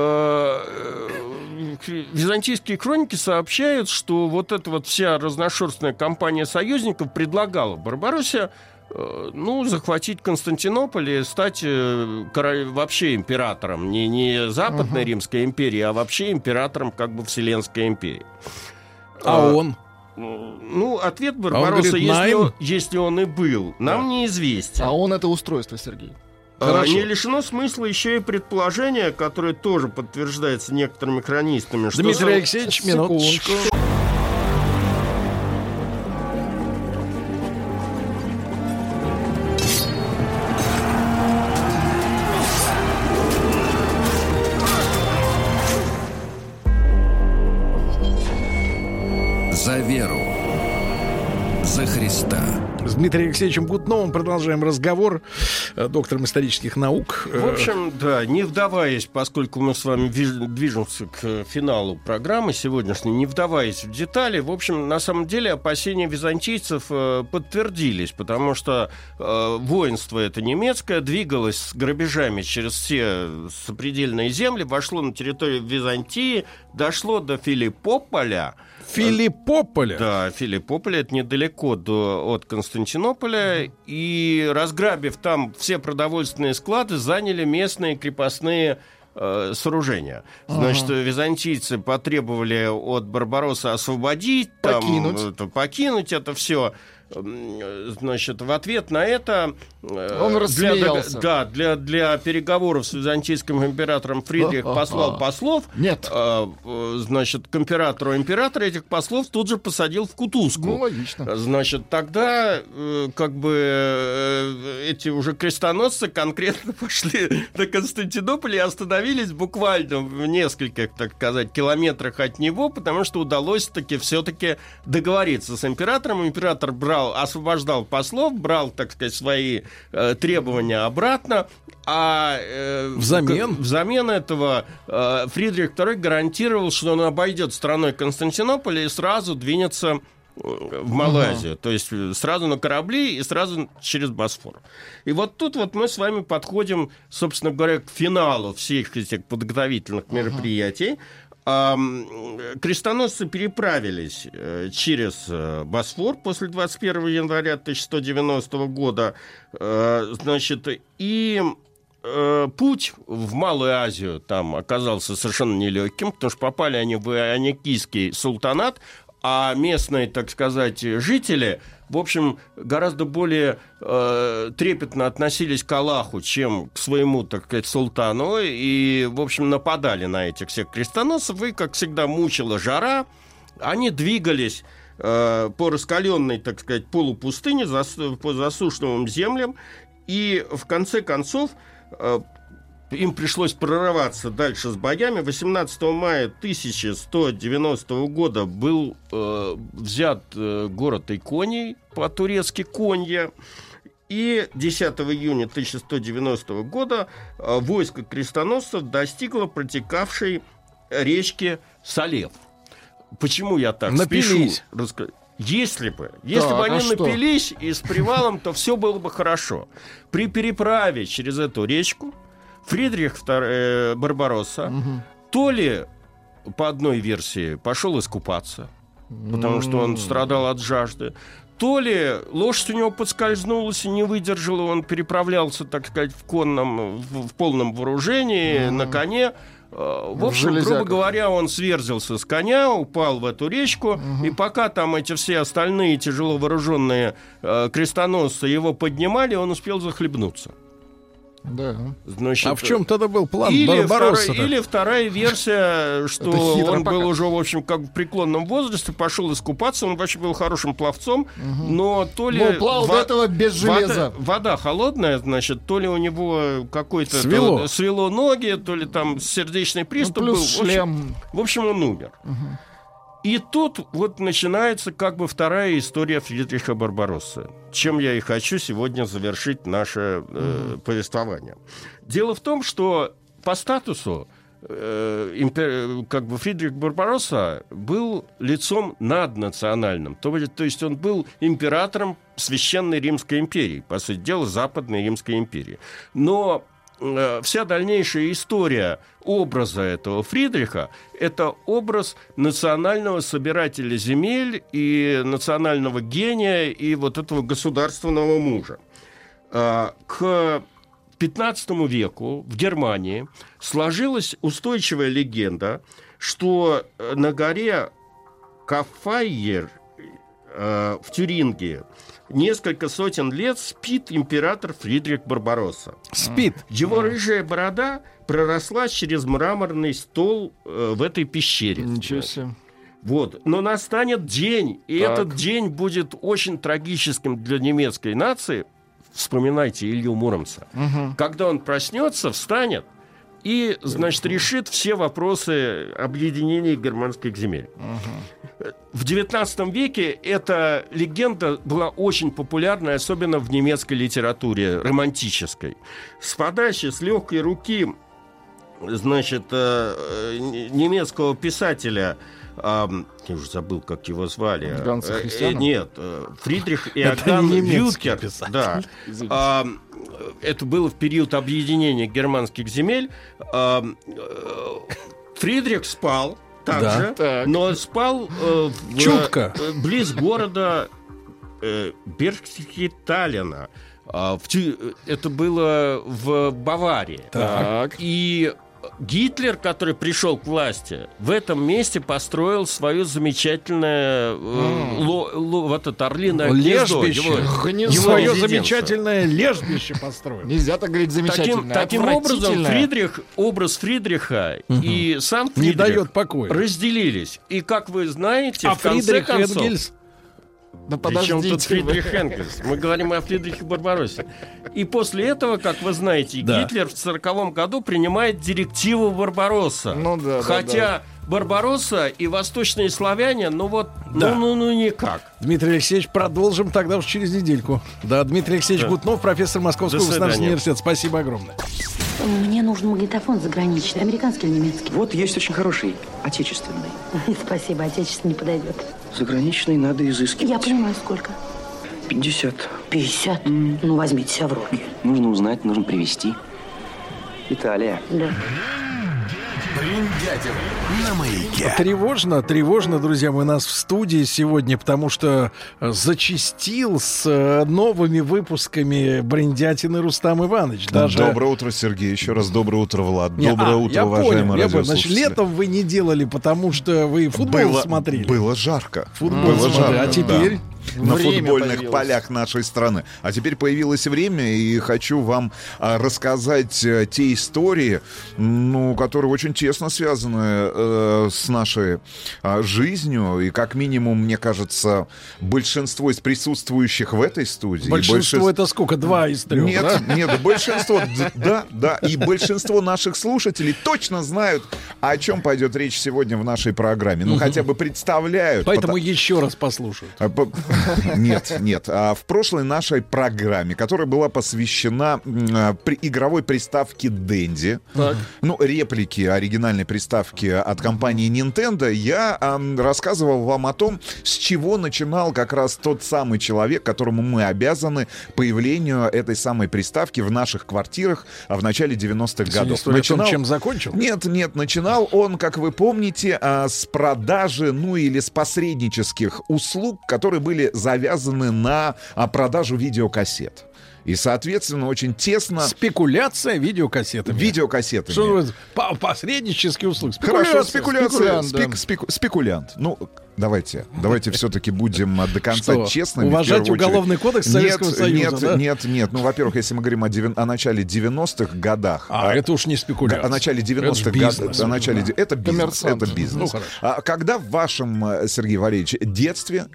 византийские хроники сообщают, что вот эта вот вся разношерстная компания союзников предлагала Барбароссе захватить Константинополь и стать вообще императором. Не Западной Римской империи, а вообще императором как бы Вселенской империи. А он? Ну, ответ Барбаросса, если он и был, нам неизвестен. А он это устройство, Сергей. Не лишено смысла еще и предположение, которое тоже подтверждается некоторыми хронистами. Что Дмитрий Алексеевич, минуточку. За веру, за Христа. С Дмитрием Алексеевичем Гутновым продолжаем разговор, доктором исторических наук. В общем, да, не вдаваясь, поскольку мы с вами движемся к финалу программы сегодняшней, не вдаваясь в детали, в общем, на самом деле опасения византийцев подтвердились, потому что воинство это немецкое двигалось с грабежами через все сопредельные земли, вошло на территорию Византии, дошло до Филиппополя. Филиппополя? Да, Филиппополя, это недалеко от Константинополя, и, разграбив там все продовольственные склады, заняли местные крепостные сооружения. Значит, византийцы потребовали от Барбароссы освободить, покинуть это все. Значит, в ответ на это он рассмеялся. Для переговоров с византийским императором Фридрих послал послов. Нет. Значит, к императору. Император этих послов тут же посадил в кутузку. Ну, логично. Значит, тогда эти уже крестоносцы конкретно пошли до Константинополя и остановились буквально в нескольких, так сказать, километрах от него, потому что удалось все-таки договориться с императором. Император освобождал послов, брал, так сказать, свои требования обратно, а взамен этого Фридрих II гарантировал, что он обойдет стороной Константинополя и сразу двинется в Малайзию, то есть сразу на корабли и сразу через Босфор. И вот тут вот мы с вами подходим, собственно говоря, к финалу всех этих подготовительных мероприятий. Крестоносцы переправились через Босфор после 21 января 1190 года, значит, и путь в Малую Азию там оказался совершенно нелегким, потому что попали они в Ионикийский султанат, а местные, так сказать, жители, в общем, гораздо более трепетно относились к Аллаху, чем к своему, так сказать, султану, и, в общем, нападали на этих всех крестоносцев, и, как всегда, мучила жара. Они двигались по раскаленной, так сказать, полупустыне, по засушенным землям, и, в конце концов, им пришлось прорываться дальше с боями. 18 мая 1190 года был взят город Иконий, по-турецки Конья. И 10 июня 1190 года войско крестоносцев достигло протекавшей речки Салев. Почему я так напились? Спешу? Если бы они напились и с привалом, то все было бы хорошо. При переправе через эту речку Фридрих Барбаросса то ли, по одной версии, пошел искупаться, потому что он страдал от жажды, то ли лошадь у него подскользнулась и не выдержала, он переправлялся, так сказать, в полном вооружении, на коне. В общем, грубо говоря, он сверзился с коня, упал в эту речку, и пока там эти все остальные тяжело вооруженные крестоносцы его поднимали, он успел захлебнуться. Да. Значит, а в чем тогда был план Барбаросса? Или вторая версия, что он был уже, в общем, как в преклонном возрасте, пошел искупаться, он вообще был хорошим пловцом, но то ли... плавал до этого без железа. Вода холодная, значит, то ли у него какой-то... Свело ноги, то ли там сердечный приступ был. Шлем. В общем, он умер. И тут вот начинается как бы вторая история Фридриха Барбароссы, чем я и хочу сегодня завершить наше повествование. Дело в том, что по статусу как бы Фридрих Барбаросса был лицом наднациональным, то есть он был императором Священной Римской империи, по сути дела, Западной Римской империи. Но вся дальнейшая история образа этого Фридриха – это образ национального собирателя земель и национального гения и вот этого государственного мужа. К XV веку в Германии сложилась устойчивая легенда, что на горе Каффайер в Тюрингии несколько сотен лет спит император Фридрих Барбаросса. Спит. Его рыжая борода проросла через мраморный стол в этой пещере. Ничего себе. Вот. Но настанет день, и этот день будет очень трагическим для немецкой нации. Вспоминайте Илью Муромца. Когда он проснется, встанет и, значит, решит все вопросы объединения германских земель. В XIX веке эта легенда была очень популярна, особенно в немецкой литературе, романтической. С подачи, с легкой руки, значит, немецкого писателя, я уже забыл, как его звали. Ганса Христиана? Нет, Фридрих Иоганн Вюткер. Да. Это было в период объединения германских земель. Фридрих спал также, но спал чутко близ города Берchtesgadena. Это было в Баварии. Так. И Гитлер, который пришел к власти, в этом месте построил свое замечательное вот это орлиное гнездо. Свое замечательное лежбище построил. Нельзя так говорить замечательное. Таким образом, образ Фридриха и Санкт-Фридрих не дает покоя. Разделились. И, как вы знаете, в конце Фридрих концов... Энгельс? Да причем тут Фридрих Энгельс? Мы говорим о Фридрихе Барбароссе. И после этого, как вы знаете, Гитлер в 1940 году принимает директиву Барбаросса. Хотя Барбаросса и восточные славяне, никак. Дмитрий Алексеевич, продолжим тогда уж через недельку. Да, Дмитрий Алексеевич Гутнов, профессор Московского государственного университета. Спасибо огромное. Мне нужен магнитофон заграничный, американский или немецкий? Вот есть очень хороший, отечественный. Спасибо, отечественный не подойдет. Заграничный надо изыскивать. Я понимаю, сколько? 50. 50? Ну, возьмите себя в руки. Нужно узнать, нужно привезти. Италия. Да. Бриндятин на Маяке. Тревожно, друзья мои, у нас в студии сегодня, потому что зачастил с новыми выпусками Бриндятин и Рустам Иванович. Доброе утро, Сергей. Еще раз доброе утро, Влад. Доброе утро, уважаемые радиослушатели. Значит, летом вы не делали, потому что вы футбол смотрели. Было жарко. Футбол смотрели, а теперь... На футбольных полях нашей страны. А теперь появилось время, и хочу вам рассказать те истории, которые очень тесно связаны с нашей жизнью. И как минимум, мне кажется, большинство из присутствующих в этой студии... Большинство это сколько? 2 из 3, Нет, большинство, да. И большинство наших слушателей точно знают, о чем пойдет речь сегодня в нашей программе. Хотя бы представляют. Поэтому еще раз послушают. Нет. В прошлой нашей программе, которая была посвящена игровой приставке Dendy, реплики оригинальной приставки от компании Nintendo, я рассказывал вам о том, с чего начинал как раз тот самый человек, которому мы обязаны появлению этой самой приставки в наших квартирах в начале 90-х годов. Начинал... Чем закончил? Нет, начинал он, как вы помните, с продажи, или с посреднических услуг, которые были завязаны на продажу видеокассет. И, соответственно, очень тесно... Спекуляция видеокассетами. Видеокассетами. Посреднические услуги. Хорошо, спекулянт. Давайте все-таки будем до конца честными. Уважать Уголовный кодекс Советского Союза, Нет. Во-первых, если мы говорим о начале 90-х годах... это уж не спекуляция. О начале 90-х годах... Это бизнес. Когда в вашем, Сергей Валерьевич, детстве,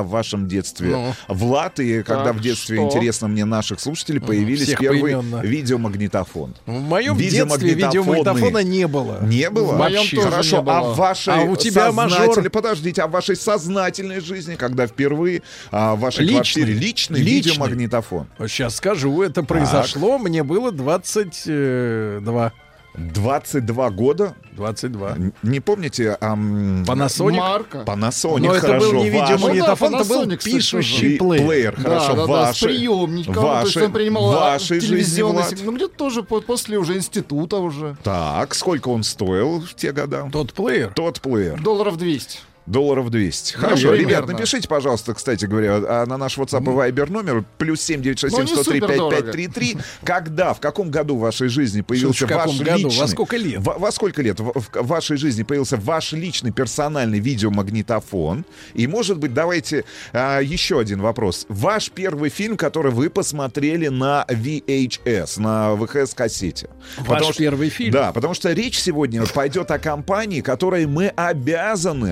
Влад, и когда в детстве, интересно мне, наших слушателей, появились первые видеомагнитофон? В моем детстве видеомагнитофона не было. Не было? В моем тоже Хорошо, не было. А в вашей у тебя мажор... Подождите, в вашей сознательной жизни, когда впервые в вашей квартире личный видеомагнитофон? Сейчас скажу, это произошло, мне было 22. 22 года? 22. Не помните? Panasonic? Марка. Panasonic, но хорошо. это был не видеомагнитофон, это был пишущий плеер. Хорошо, с приемничком. То есть он принимал телевизионный сигнал. Где-то тоже после уже института уже. Так, сколько он стоил в те года? Тот плеер? $200. $200. Хорошо, ребят, напишите, пожалуйста, кстати говоря, на наш WhatsApp и Viber номер +7 967 103 5533. В каком году в вашей жизни появился ваш личный... Во сколько лет? Во сколько лет в вашей жизни появился ваш личный персональный видеомагнитофон? И, может быть, давайте еще один вопрос. Ваш первый фильм, который вы посмотрели на VHS, на ВХС-кассете. Первый фильм? Да, потому что речь сегодня пойдет о компании, которой мы обязаны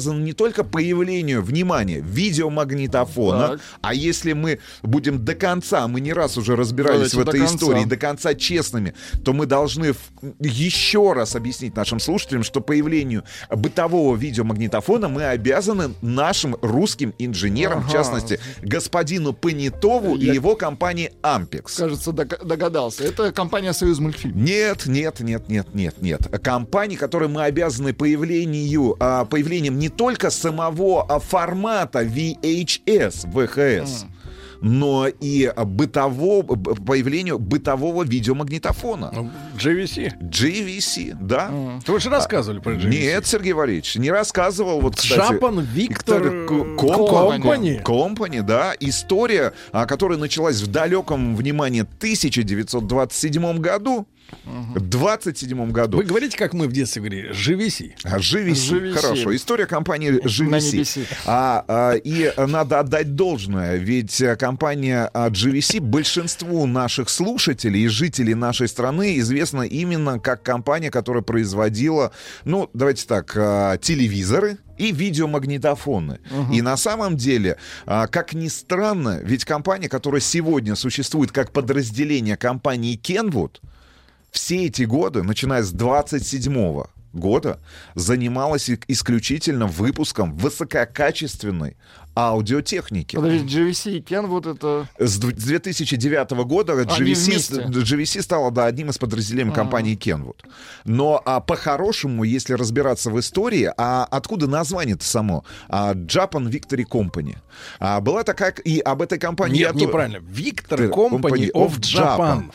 обязаны не только появлению, внимание, видеомагнитофона, а если мы будем до конца, мы не раз уже разбирались в этой истории, до конца честными, то мы должны еще раз объяснить нашим слушателям, что появлению бытового видеомагнитофона мы обязаны нашим русским инженерам, в частности, господину Понятову и его компании Ampex. Кажется, догадался. Это компания «Союзмультфильм». Нет. Компании, которой мы обязаны появлением не только самого формата VHS, но и появлению бытового видеомагнитофона. JVC, да. Вы же рассказывали про JVC. Нет, Сергей Валерьевич, не рассказывал. Вот, кстати, Japan Victor Company, да. История, которая началась в далеком, внимание, 1927 году. В 27 году. Вы говорите, как мы в детстве говорили, JVC. JVC, хорошо. История компании JVC. И надо отдать должное, ведь компания JVC большинству наших слушателей и жителей нашей страны известна именно как компания, которая производила, давайте так, телевизоры и видеомагнитофоны. И на самом деле, как ни странно, ведь компания, которая сегодня существует как подразделение компании Kenwood, все эти годы, начиная с 27-го года, занималась исключительно выпуском высококачественной аудиотехники. Подожди, JVC и Kenwood это... С 2009 года JVC стала одним из подразделений компании Kenwood. Но по-хорошему, если разбираться в истории, откуда название-то само? Japan Victory Company. Была такая... И об этой компании... Нет, неправильно. Victor Company of Japan.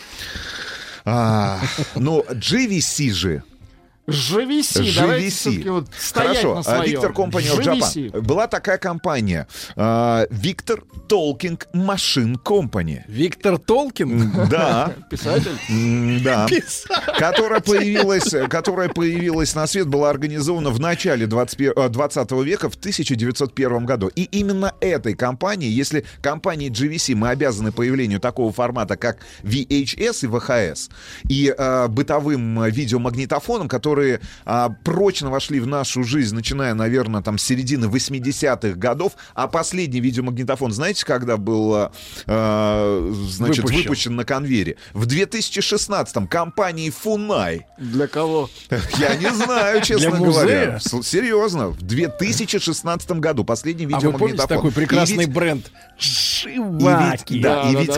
Но JVC же. JVC, давайте все-таки стоять Хорошо. на своем. Victor Company of Japan. Была такая компания Victor Talking Machine Company. Виктор Толкин? Да. Писатель? Да. Которая появилась на свет, была организована в начале 20 века, в 1901 году. И именно этой компании, если компании JVC мы обязаны появлению такого формата, как VHS и VHS, и бытовым видеомагнитофоном, которые прочно вошли в нашу жизнь, начиная, наверное, с середины 80-х годов. А последний видеомагнитофон, знаете, когда был выпущен на конвейере? В 2016-м компанией Funai. Для кого? Я не знаю, честно говоря. Серьезно. В 2016 году последний видеомагнитофон. Вы помните такой прекрасный бренд? Шиваки. И ведь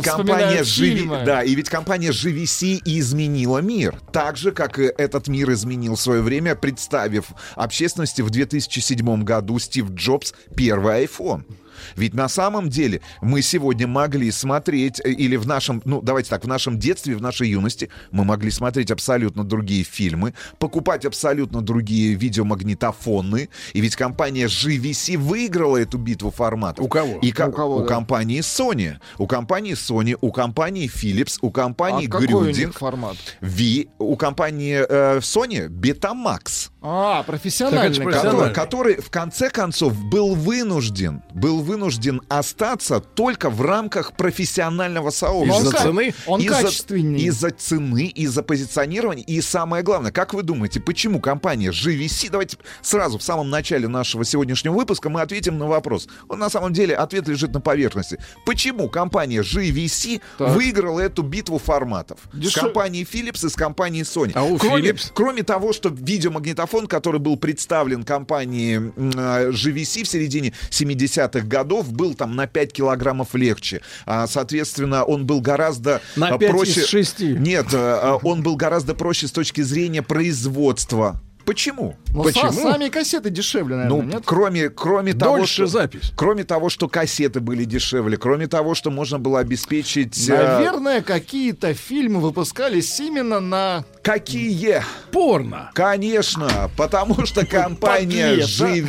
компания JVC изменила мир. Так же, как и этот мир изменил в свое время, представив общественности в 2007 году Стив Джобс первый iPhone. Ведь на самом деле мы сегодня могли смотреть, или в нашем, давайте так, в нашем детстве, в нашей юности мы могли смотреть абсолютно другие фильмы, покупать абсолютно другие видеомагнитофоны. И ведь компания JVC выиграла эту битву форматов. У кого? У компании Sony. У компании Sony, у компании Philips, у компании Grudin. Какой у них формат? У компании Sony Betamax. Профессиональный. Который в конце концов был вынужден остаться только в рамках профессионального сообщества. Из-за цены? Он качественнее. Из-за цены, из-за позиционирования. И самое главное, как вы думаете, почему компания JVC... Давайте сразу в самом начале нашего сегодняшнего выпуска мы ответим на вопрос. На самом деле ответ лежит на поверхности. Почему компания JVC выиграла эту битву форматов? С компанией Philips и с компанией Sony. Кроме того, что видеомагнитофон, который был представлен компанией JVC в середине 70-х годов, был на 5 килограммов легче. Соответственно, он был гораздо на 5 проще. Из 6. Нет, он был гораздо проще с точки зрения производства. Почему? Почему? Сами кассеты дешевле, наверное, нет? Кроме того, что запись. Кроме того, что кассеты были дешевле, кроме того, что можно было обеспечить... Наверное, какие-то фильмы выпускались именно на... Какие? Порно. Конечно, потому что компания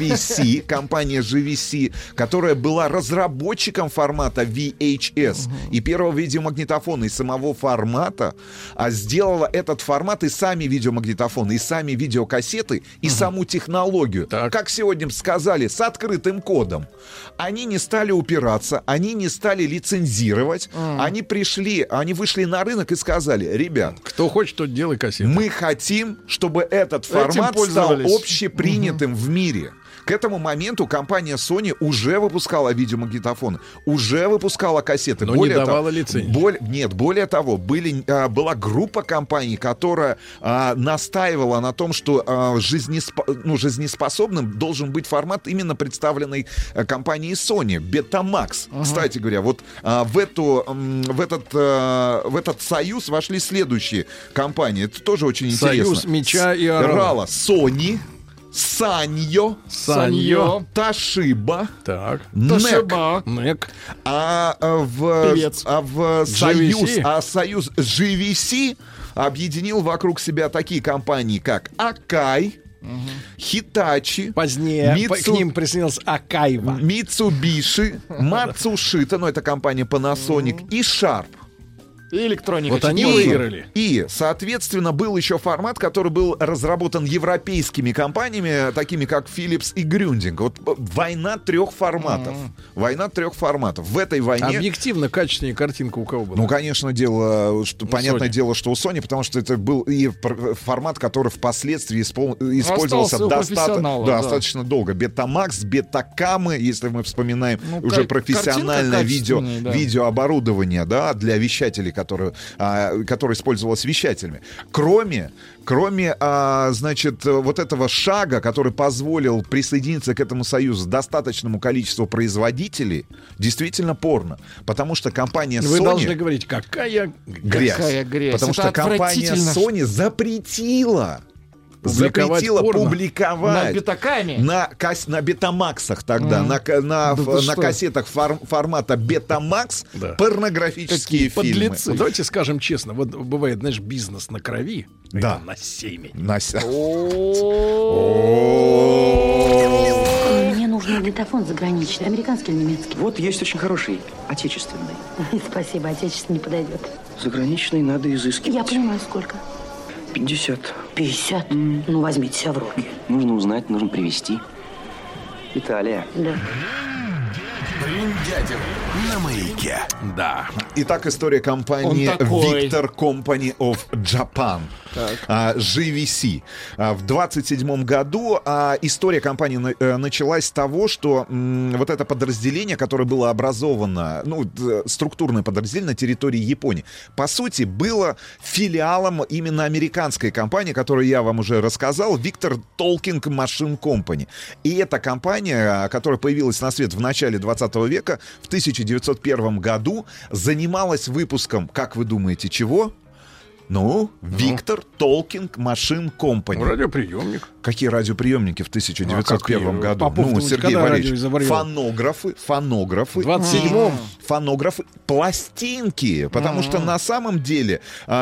JVC, которая была разработчиком формата VHS и первого видеомагнитофона, и самого формата, сделала этот формат и сами видеомагнитофоны, и сами видеокассеты, и саму технологию. Как сегодня сказали, с открытым кодом. Они не стали упираться, они не стали лицензировать, они вышли на рынок и сказали: ребят, кто хочет, тот делай кассеты. Мы хотим, чтобы этот формат стал общепринятым в мире. К этому моменту компания Sony уже выпускала видеомагнитофоны, уже выпускала кассеты. Но не давала лицензию. Нет, более того, была группа компаний, которая настаивала на том, что жизнеспособным должен быть формат именно представленный компанией Sony, Betamax. Кстати говоря, вот в этот союз вошли следующие компании. Это тоже очень интересно. Союз меча и орала. Sony, Саньо, Toshiba, NEC. Союз GVC объединил вокруг себя такие компании, как Akai, Hitachi, позднее к ним присоединился Акаева, Mitsubishi, Matsushita, это компания Panasonic, и Sharp. И электроника. Вот они выиграли. И, соответственно, был еще формат, который был разработан европейскими компаниями, такими как Philips и Grundig. Вот война трех форматов. Война трех форматов. В этой войне... Объективно качественнее картинка у кого была? Ну, конечно, понятное дело, что у Sony, потому что это был и формат, который впоследствии использовался достаточно долго. Betamax, Betacam, если мы вспоминаем уже профессиональное видеооборудование, да, для вещателей, которое использовалось вещателями. Кроме значит, вот этого шага, который позволил присоединиться к этому союзу достаточному количеству производителей, действительно порно. Потому что компания Sony... Вы должны говорить, какая грязь. Потому что компания Sony запретила публиковать на бетамаксах тогда, на кассетах формата Betamax порнографические фильмы. Вот давайте скажем честно, вот бывает, знаешь, бизнес на крови, это на семени. Мне нужен магнитофон заграничный, американский или немецкий? Вот есть очень хороший, отечественный. Спасибо, отечественный не подойдет. Заграничный надо изыскивать. Я понимаю, сколько? 50. 50? Ну, возьмите себя в руки. Нужно узнать, нужно привезти. Италия. Да. Бриндятин на маяке. Да. Итак, история компании Victor Company of Japan. GVC. В 27 году история компании началась с того, что вот это подразделение, которое было образовано, структурное подразделение на территории Японии, по сути, было филиалом именно американской компании, которую я вам уже рассказал, Victor Talking Machine Company. И эта компания, которая появилась на свет в начале 20 века, в 1901 году занималась выпуском, как вы думаете, чего? Victor Talking Machine Company. Радиоприемник. Какие радиоприемники в 1901 году? Сергей Валерьевич, фонографы. В 27-м фонографы, пластинки. Потому что на самом деле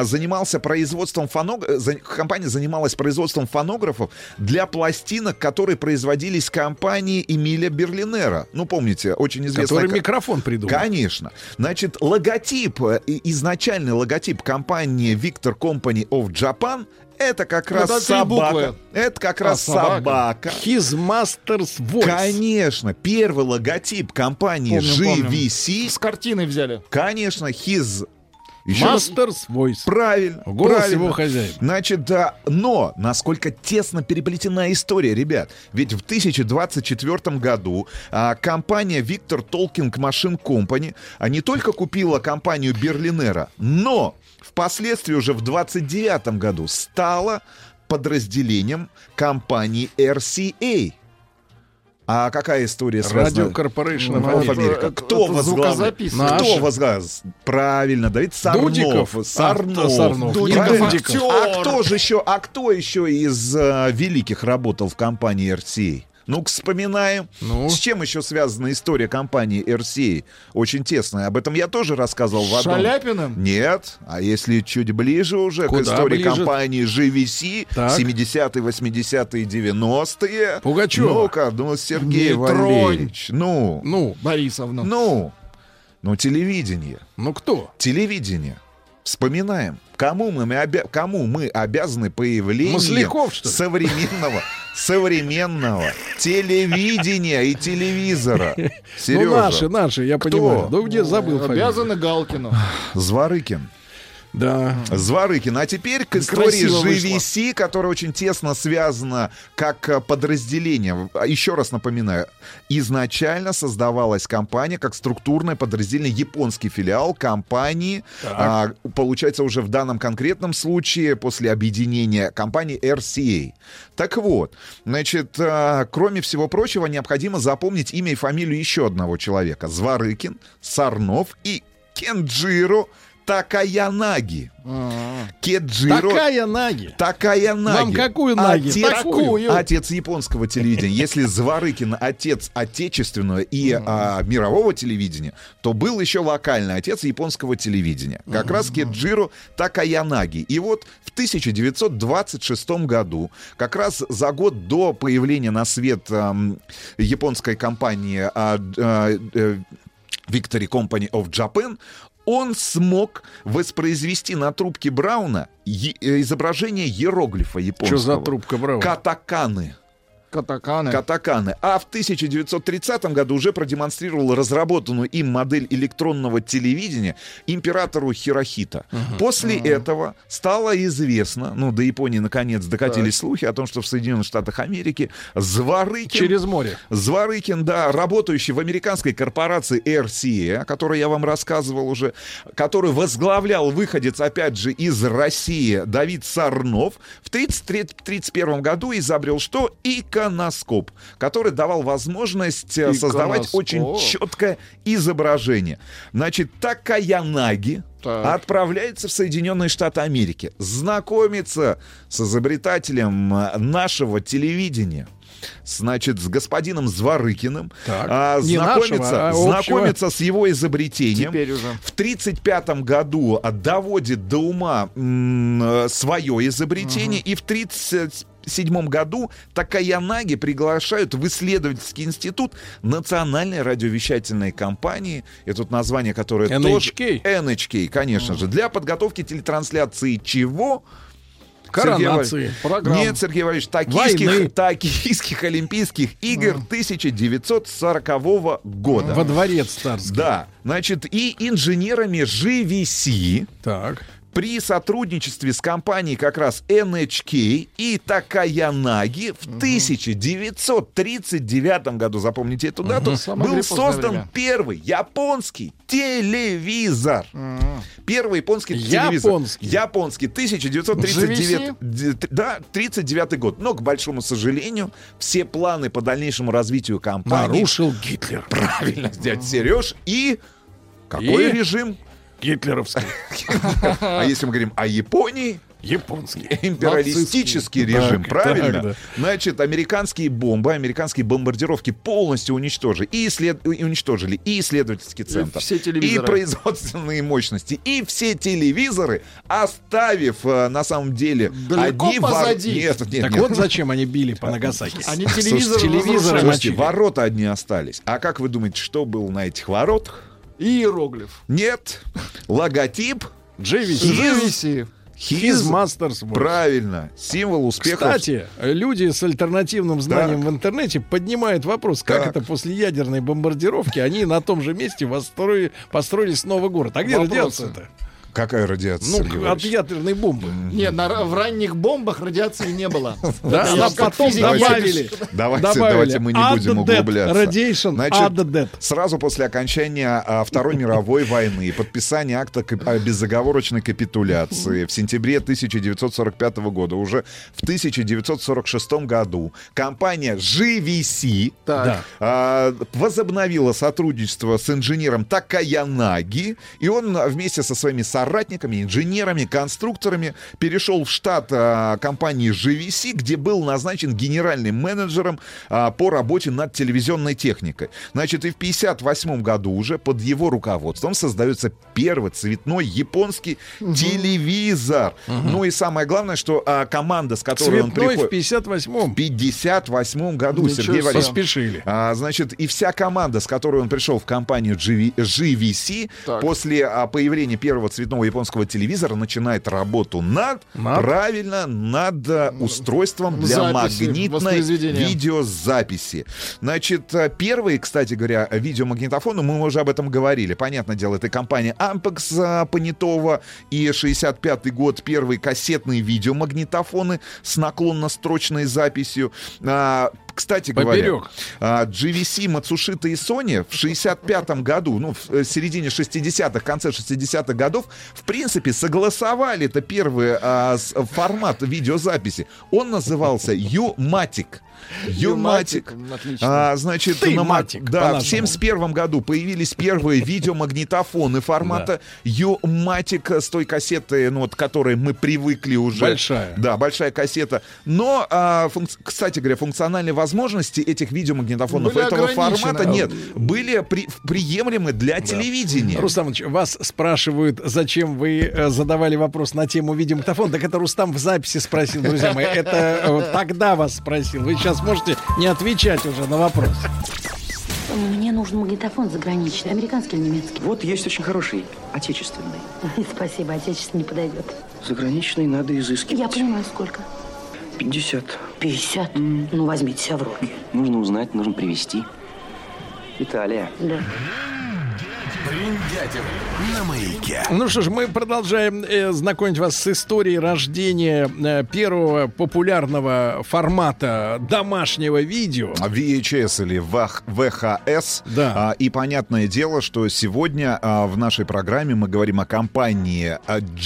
компания занималась производством фонографов для пластинок, которые производились компанией Эмиля Берлинера. Помните, очень известный... Который микрофон придумал. Конечно. Значит, изначальный логотип компании Victor Company of Japan — это как раз собака. Это как раз собака. His Master's Voice. Конечно. Первый логотип компании GVC. С картиной взяли. Конечно. His Master's Voice. Правильно. Голос его хозяина. Значит, но насколько тесно переплетена история, ребят. Ведь в 2024 году компания Victor Talking Machine Company не только купила компанию Берлинера, но впоследствии уже в 29 году стала подразделением компании RCA. А какая история связана? Radio Corporation of America. Кто возглавил? Правильно, Давид Сарнов. А кто еще из великих работал в компании RCA? Ну-ка, вспоминаем. С чем еще связана история компании RCA? Очень тесная. Об этом я тоже рассказывал в одном. Шаляпиным? Нет. А если чуть ближе уже, к истории компании GVC, 70-е, 80-е, 90-е. Пугачева. Ну-ка, Сергей Валерьевич. Борисовна. Телевидение. Кто? Телевидение. Вспоминаем. Кому мы обязаны появлением современного телевидения и телевизора? Сережа. Наши, я понимаю. Где забыл? Обязаны Галкину. Зворыкин. Да. Зворыкин. А теперь к истории Красиво GVC, которая очень тесно связана как подразделение. Еще раз напоминаю, изначально создавалась компания как структурное подразделение, японский филиал компании, получается, уже в данном конкретном случае после объединения компании RCA. Так вот, значит, кроме всего прочего, необходимо запомнить имя и фамилию еще одного человека. Зворыкин, Сарнов и Кенджиро Такаянаги. Такаянаги. Вам какую наги? Отец японского телевидения. Если Зворыкин отец отечественного и мирового телевидения, то был еще локальный отец японского телевидения. Как раз Кеджиро Такаянаги. И вот в 1926 году, как раз за год до появления на свет японской компании Victory Company of Japan, он смог воспроизвести на трубке Брауна изображение иероглифа японского. Что за трубка Брауна? Катаканы. Катаканы. А в 1930 году уже продемонстрировал разработанную им модель электронного телевидения императору Хирохито. После этого стало известно, до Японии наконец докатились слухи о том, что в Соединенных Штатах Америки Зворыкин... Через море. Зворыкин, да, работающий в американской корпорации RCA, о которой я вам рассказывал уже, который возглавлял выходец, опять же, из России Давид Сарнов, в 1931 году изобрел что? Иконоскоп, который давал возможность создавать очень четкое изображение. Значит, Такаянаги отправляется в Соединенные Штаты Америки, знакомится с изобретателем нашего телевидения, значит, с господином Зворыкиным, знакомится с его изобретением. В 1935 году доводит до ума свое изобретение, и в 1937 году Такаянаги приглашают в исследовательский институт Национальной радиовещательной компании. Это тут название, которое NHK? тоже... NHK, конечно же. Для подготовки телетрансляции чего? Коронации. Нет, Сергей Валерьевич, токийских Олимпийских игр 1940 года. Во дворец царский. Да, значит, и инженерами GVC при сотрудничестве с компанией как раз NHK и Такаянаги в 1939 году, запомните эту дату, был создан первый японский телевизор. Первый японский телевизор. Японский. 1939 год. Но, к большому сожалению, все планы по дальнейшему развитию компании нарушил Гитлер. Правильно, дядя Сереж. И какой режим? Гитлеровский. А если мы говорим о Японии? Японский. Империалистический режим, правильно? Значит, американские бомбы, американские бомбардировки полностью уничтожили и исследовательский центр, и производственные мощности, и все телевизоры, оставив на самом деле далеко позади. Так вот зачем они били по Нагасаки. Они телевизоры Слушайте, ворота одни остались. А как вы думаете, что было на этих воротах? Иероглиф. Нет. Логотип GVC. His Masters Voice. Правильно. Символ успеха. Кстати, люди с альтернативным знанием в интернете поднимают вопрос, как это после ядерной бомбардировки они на том же месте построили снова город. А где радиация-то? Какая радиация? От ядерной бомбы. Нет, в ранних бомбах радиации не было. Да, а потом добавили. Давайте мы не будем углубляться. Значит, сразу после окончания Второй мировой войны, подписания акта о безоговорочной капитуляции в сентябре 1945 года, уже в 1946 году компания GVC возобновила сотрудничество с инженером Такаянаги, и он вместе со своими соратниками, инженерами, конструкторами перешел в штат компании GVC, где был назначен генеральным менеджером по работе над телевизионной техникой. Значит, и в 1958 году уже под его руководством создается первый цветной японский телевизор. Ну и самое главное, что команда, с которой он приходит... в 58-м? В 58 году, Сергей Валерьевич. Поспешили. Значит, и вся команда, с которой он пришел в компанию GVC, после появления первого цветного крупного японского телевизора начинает работу над устройством для магнитной видеозаписи. Значит, первые, кстати говоря, видеомагнитофоны, мы уже об этом говорили. Понятное дело, это компания Ampex Понятого, и 65-й год первые кассетные видеомагнитофоны с наклонно-строчной записью. Кстати говоря, GVC, Matsushita и Sony в 65-м году, ну, в середине 60-х, конце 60-х годов, в принципе, согласовали это первый формат видеозаписи. Он назывался U-Matic. Значит, в 1971 году появились первые видеомагнитофоны формата U-Matic с той кассеты, ну, вот, к которой мы привыкли уже. Большая. Да, большая кассета. Но, кстати говоря, функциональные возможности этих видеомагнитофонов были этого формата были приемлемы для телевидения. Рустам Ильич, вас спрашивают, зачем вы задавали вопрос на тему видеомагнитофона. Так это Рустам в записи спросил, друзья мои. Это тогда вас спросил. Вы сейчас можете не отвечать уже на вопрос. Мне нужен магнитофон заграничный, американский или немецкий? Вот есть очень хороший, отечественный. Спасибо, отечественный не подойдет. Заграничный надо изыскивать. Я понимаю, сколько? 50. 50? Ну, возьмите себя в руки. Нужно узнать, нужно привезти. Италия. Да. Бриндятин на маяке. Ну что ж, мы продолжаем знакомить вас с историей рождения первого популярного формата домашнего видео. VHS или VHS. Да. И понятное дело, что сегодня в нашей программе мы говорим о компании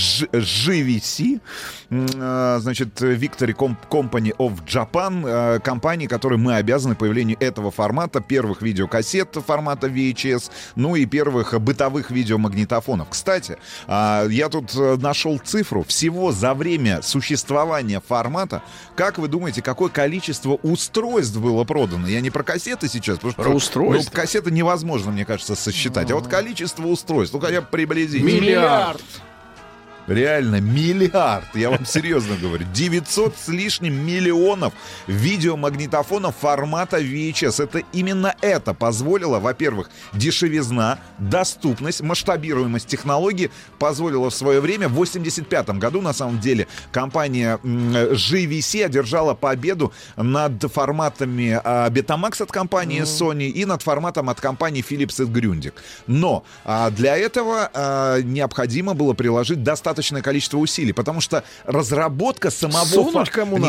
GVC, значит, Victory Company of Japan, компании, которой мы обязаны появлению этого формата, первых видеокассет формата VHS, ну и первых бытовых видеомагнитофонов. Кстати, я тут нашел цифру. Всего за время существования формата, как вы думаете, какое количество устройств было продано? Я не про кассеты сейчас, потому что устройств. Кассеты невозможно, мне кажется, сосчитать. А вот количество устройств, ну хотя бы приблизительно. Миллиард. Реально, миллиард, я вам серьезно говорю. 900 с лишним миллионов видеомагнитофонов формата VHS. Это именно это позволило, во-первых, дешевизна, доступность, масштабируемость технологии позволила в свое время, в 1985 году, на самом деле, компания GVC одержала победу над форматами Betamax от компании Sony и над форматом от компании Philips и Grundig. Но для этого необходимо было приложить достаточное количество усилий, потому что разработка самого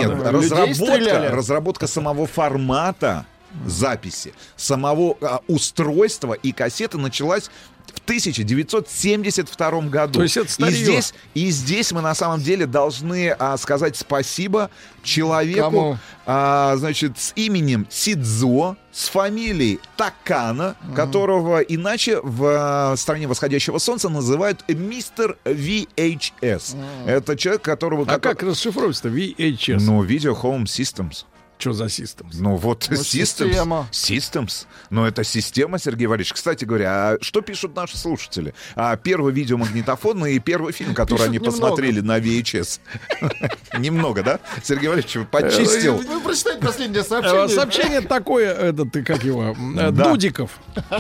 разработка самого формата записи, самого устройства и кассеты началась в 1972 году. То есть это старье. И здесь мы на самом деле должны сказать спасибо человеку, значит, с именем Сидзо, с фамилией Такана, которого иначе в стране восходящего солнца называют мистер VHS. Это человек, которого... как расшифровывается-то VHS? Ну, Video Home Systems. Что за Systems? Ну вот Systems. Ну это система, Сергей Валерьевич. Кстати говоря, что пишут наши слушатели? Первый видеомагнитофон и первый фильм, который они посмотрели на VHS. Немного, да? Сергей Валерьевич подчистил. Вы прочитайте последнее сообщение. Сообщение такое, как его, Дудиков.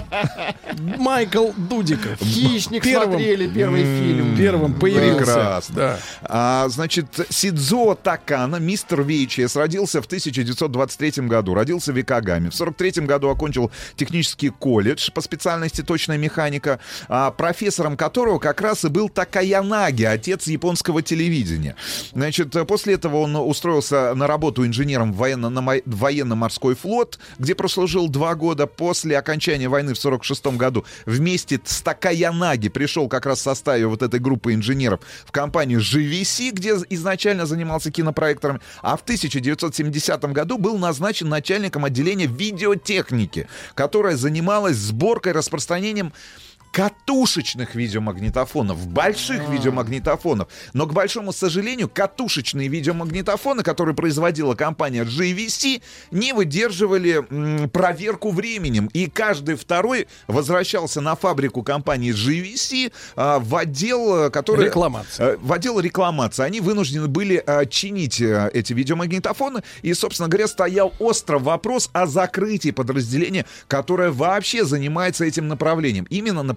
Майкл Дудиков. «Хищник» смотрели первый фильм. Первым появился. Прекрасно. Значит, Сидзо Такана, мистер VHS, родился в 1923 году. Родился в Икагаме. В 1943 году окончил технический колледж по специальности точная механика, профессором которого как раз и был Такаянаги, отец японского телевидения. Значит, после этого он устроился на работу инженером в военно-морской флот, где прослужил 2 года. После окончания войны в 1946 году вместе с Такаянаги пришел как раз в составе вот этой группы инженеров в компанию GVC, где изначально занимался кинопроекторами, а в 1970 году был назначен начальником отделения видеотехники, которая занималась сборкой, распространением катушечных видеомагнитофонов, больших видеомагнитофонов. Но, к большому сожалению, катушечные видеомагнитофоны, которые производила компания GVC, не выдерживали проверку временем. И каждый второй возвращался на фабрику компании GVC в отдел, который... В отдел рекламации. Они вынуждены были чинить эти видеомагнитофоны. И, собственно говоря, стоял острый вопрос о закрытии подразделения, которое вообще занимается этим направлением. Именно направлением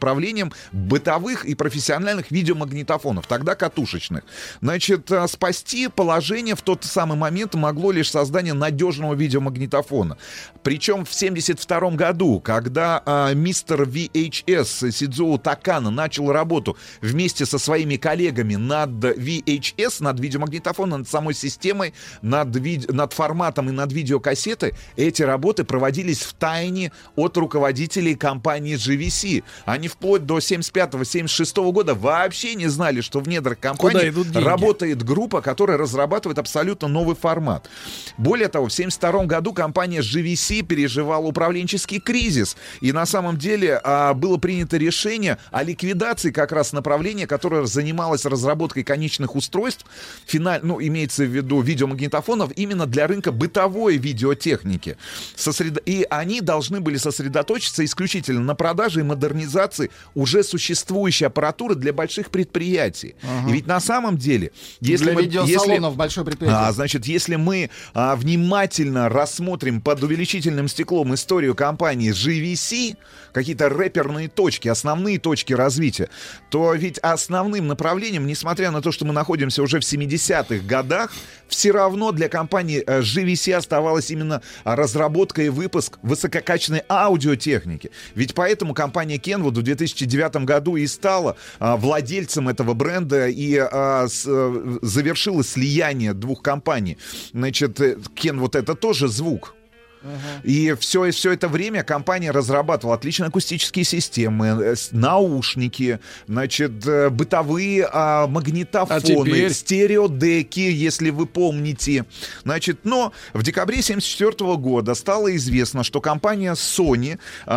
направлением бытовых и профессиональных видеомагнитофонов, тогда катушечных. Значит, спасти положение в тот самый момент могло лишь создание надежного видеомагнитофона. Причем в 1972 году, когда мистер VHS Сидзуо Такана начал работу вместе со своими коллегами над VHS, над видеомагнитофоном, над самой системой, над форматом и над видеокассетой, эти работы проводились в тайне от руководителей компании GVC. Они вплоть до 1975-1976 года вообще не знали, что в недрах компании работает группа, которая разрабатывает абсолютно новый формат. Более того, в 1972 году компания GVC переживала управленческий кризис. И на самом деле было принято решение о ликвидации как раз направления, которое занималось разработкой конечных устройств, имеется в виду видеомагнитофонов, именно для рынка бытовой видеотехники. И они должны были сосредоточиться исключительно на продаже и модернизации уже существующей аппаратуры для больших предприятий. И ведь на самом деле, для видеосалонов большое предприятие. Значит, если мы внимательно рассмотрим под увеличительным стеклом историю компании GVC, какие-то рэперные точки, основные точки развития, то ведь основным направлением, несмотря на то, что мы находимся уже в 70-х годах, все равно для компании GVC оставалась именно разработка и выпуск высококачественной аудиотехники. Ведь поэтому компания Kenwood в 2009 году и стала владельцем этого бренда и завершила слияние двух компаний. Значит, Kenwood — это тоже звук. И все это время компания разрабатывала отличные акустические системы, наушники, значит, бытовые магнитофоны, стереодеки, если вы помните. Значит, но в декабре 1974 года стало известно, что компания Sony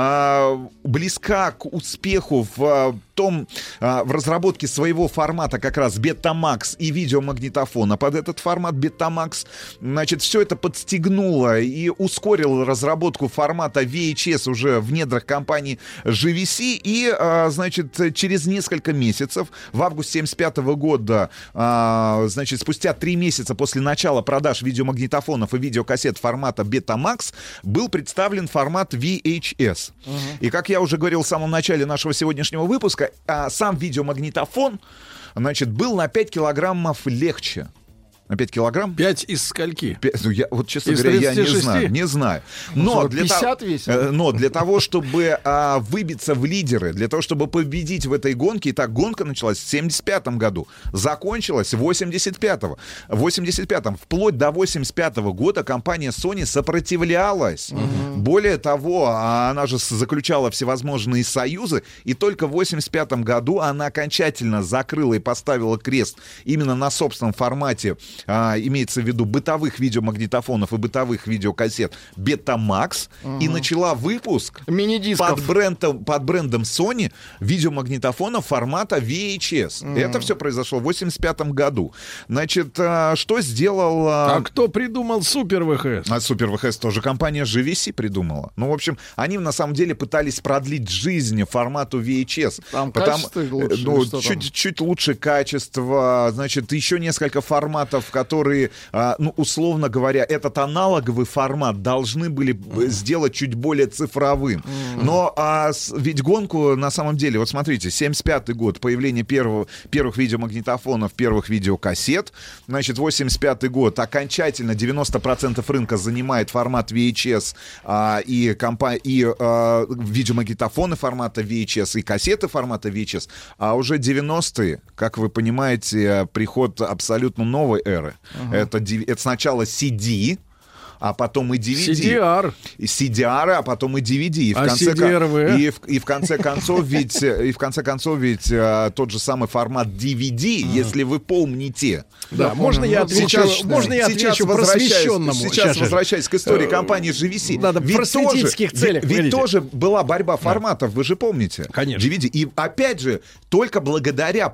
близка к успеху в разработке своего формата как раз Betamax и видеомагнитофона под этот формат Betamax. Значит, все это подстегнуло и ускорило разработку формата VHS уже в недрах компании GVC. И, значит, через несколько месяцев, в августе 1975 года, значит, спустя 3 месяца после начала продаж видеомагнитофонов и видеокассет формата Betamax, был представлен формат VHS. И, как я уже говорил в самом начале нашего сегодняшнего выпуска, сам видеомагнитофон, значит, был на 5 килограммов легче. На 5 килограмм? 5 из скольки? Я, вот, честно говоря, я не знаю. Но для того, чтобы выбиться в лидеры, для того, чтобы победить в этой гонке, итак, гонка началась в 1975 году, закончилась в 1985. Вплоть до 1985 года компания Sony сопротивлялась. Более того, она же заключала всевозможные союзы, и только в 1985 году она окончательно закрыла и поставила крест именно на собственном формате, имеется в виду бытовых видеомагнитофонов и бытовых видеокассет Betamax, и начала выпуск под брендом Sony видеомагнитофонов формата VHS. Это все произошло в 1985 году. Значит, что сделал... А кто придумал Супер ВХС? Супер ВХС тоже компания GVC придумала. Ну, в общем, они на самом деле пытались продлить жизнь формату VHS. Там качество лучше. Чуть лучше качество. Значит, еще несколько форматов, которые, условно говоря, этот аналоговый формат должны были сделать чуть более цифровым. Но ведь гонку на самом деле, вот смотрите, 1975 год, появление первых видеомагнитофонов, первых видеокассет. Значит, 1985 год, окончательно 90% рынка занимает формат VHS и видеомагнитофоны формата VHS и кассеты формата VHS. А уже 90-е, как вы понимаете, приход абсолютно новой эры. Это сначала CD, а потом и DVD. CDR, а потом и DVD. И в конце концов ведь тот же самый формат DVD, если вы помните. Да, можно я отвечу просвещенному. Сейчас возвращаясь к истории компании GVC. Надо в просветительских целях. Ведь тоже была борьба форматов, вы же помните. Конечно. DVD. И опять же, только благодаря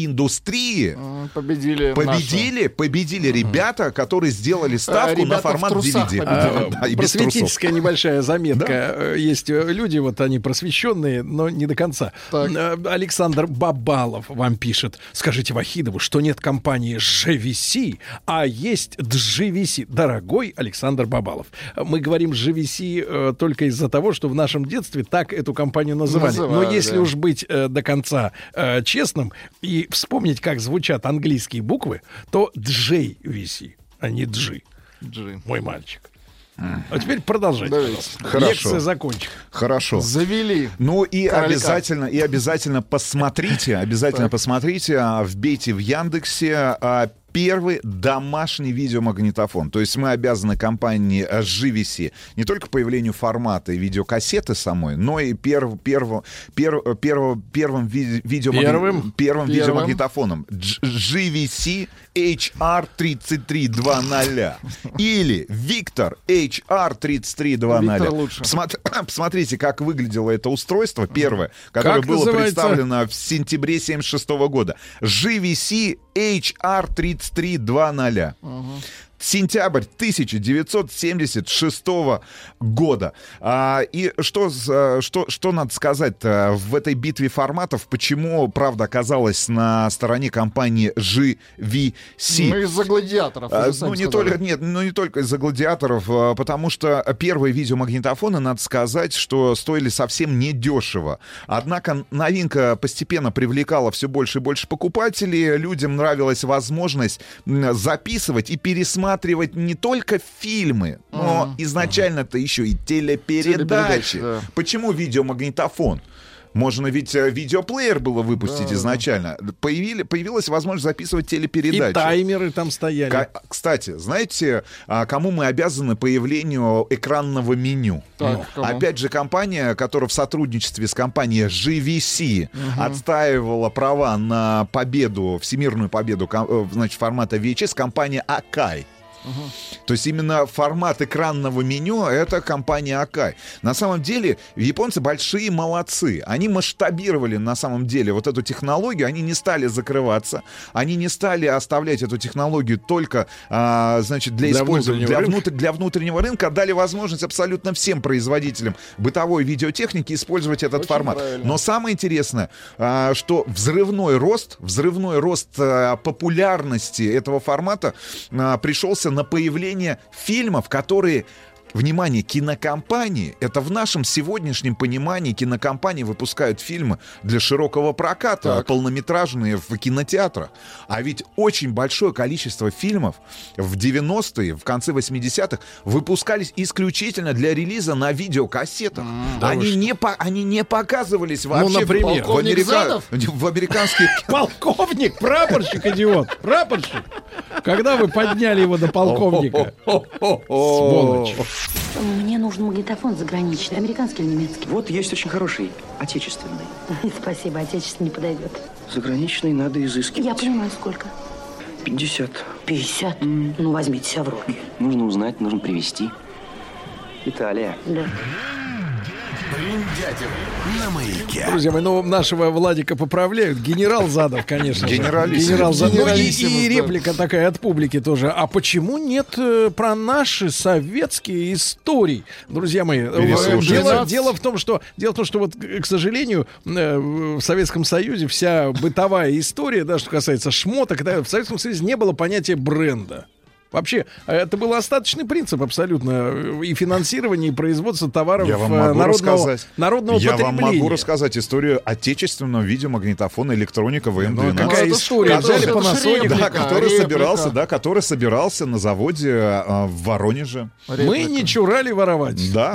порноиндустрии победили ребята, которые сделали ставку на формат трусах DVD. победили. Да, и без Просветительская небольшая заметка. Есть люди, вот они просвещенные, но не до конца. Александр Бабалов вам пишет: скажите Вахидову, что нет компании GVC, а есть GVC. Дорогой Александр Бабалов, мы говорим GVC только из-за того, что в нашем детстве так эту компанию называли. Но если уж быть до конца честным и вспомнить, как звучат английские буквы, то JVC, а не G. Мой мальчик. А теперь продолжайте. Хорошо. Лекция закончена. Хорошо. Завели. Ну и обязательно посмотрите, вбейте в Яндексе первый домашний видеомагнитофон. То есть мы обязаны компании GVC не только появлению формата и видеокассеты самой, но и первым видеомагнитофоном GVC HR3320 или Victor HR3320. Посмотрите, как выглядело это устройство первое, которое было представлено в сентябре 1976 года. GVC HR3320. Сентябрь 1976 года. И что надо сказать в этой битве форматов? Почему правда оказалась на стороне компании GVC? Ну, из-за гладиаторов. Не только из-за гладиаторов, потому что первые видеомагнитофоны, надо сказать, что стоили совсем недешево. Однако новинка постепенно привлекала все больше и больше покупателей. Людям нравилась возможность записывать и пересматривать не только фильмы, но изначально-то еще и телепередачи. Да. Почему видеомагнитофон? Можно ведь видеоплеер было выпустить изначально. Появилась возможность записывать телепередачи. И таймеры там стояли. Кстати, знаете, кому мы обязаны появлению экранного меню? Опять же, компания, которая в сотрудничестве с компанией GVC отстаивала права на победу, всемирную победу, значит, формата VHS, компания Akai. То есть именно формат экранного меню — это компания Akai. На самом деле японцы большие молодцы. Они масштабировали на самом деле вот эту технологию. Они не стали закрываться. Они не стали оставлять эту технологию только значит, для использования для внутреннего рынка. А дали возможность абсолютно всем производителям бытовой видеотехники использовать этот формат. Правильно. Но самое интересное, что взрывной рост популярности этого формата пришелся на появление фильмов, которые, внимание, кинокомпании, это в нашем сегодняшнем понимании кинокомпании выпускают фильмы для широкого проката, полнометражные в кинотеатрах. А ведь очень большое количество фильмов в 90-е, в конце 80-х выпускались исключительно для релиза на видеокассетах. Они не показывались вообще. Ну, например, в американских... Полковник, прапорщик, идиот, прапорщик. Когда вы подняли его до полковника? Сволочь. Мне нужен магнитофон заграничный, американский или немецкий? Вот есть очень хороший, отечественный. Спасибо, отечественный не подойдет. Заграничный надо изыскивать. Я понимаю, сколько? 50. 50? Ну, возьмите себя в руки. Нужно узнать, нужно привезти. Италия. Да. На маяке. Друзья мои, нашего Владика поправляют. Генерал Задов, конечно. Генерал Задов. Ну, и реплика такая от публики тоже. А почему нет про наши советские истории? Друзья мои, дело в том, что вот, к сожалению, в Советском Союзе вся бытовая история, да, что касается шмоток, в Советском Союзе не было понятия бренда. Вообще, это был остаточный принцип абсолютно и финансирования, и производства товаров народного потребления. Я вам могу рассказать историю отечественного видеомагнитофона электроника ВМ-12. Какая история? Взяли Panasonic. Который собирался на заводе в Воронеже. Мы не чурали воровать. Да,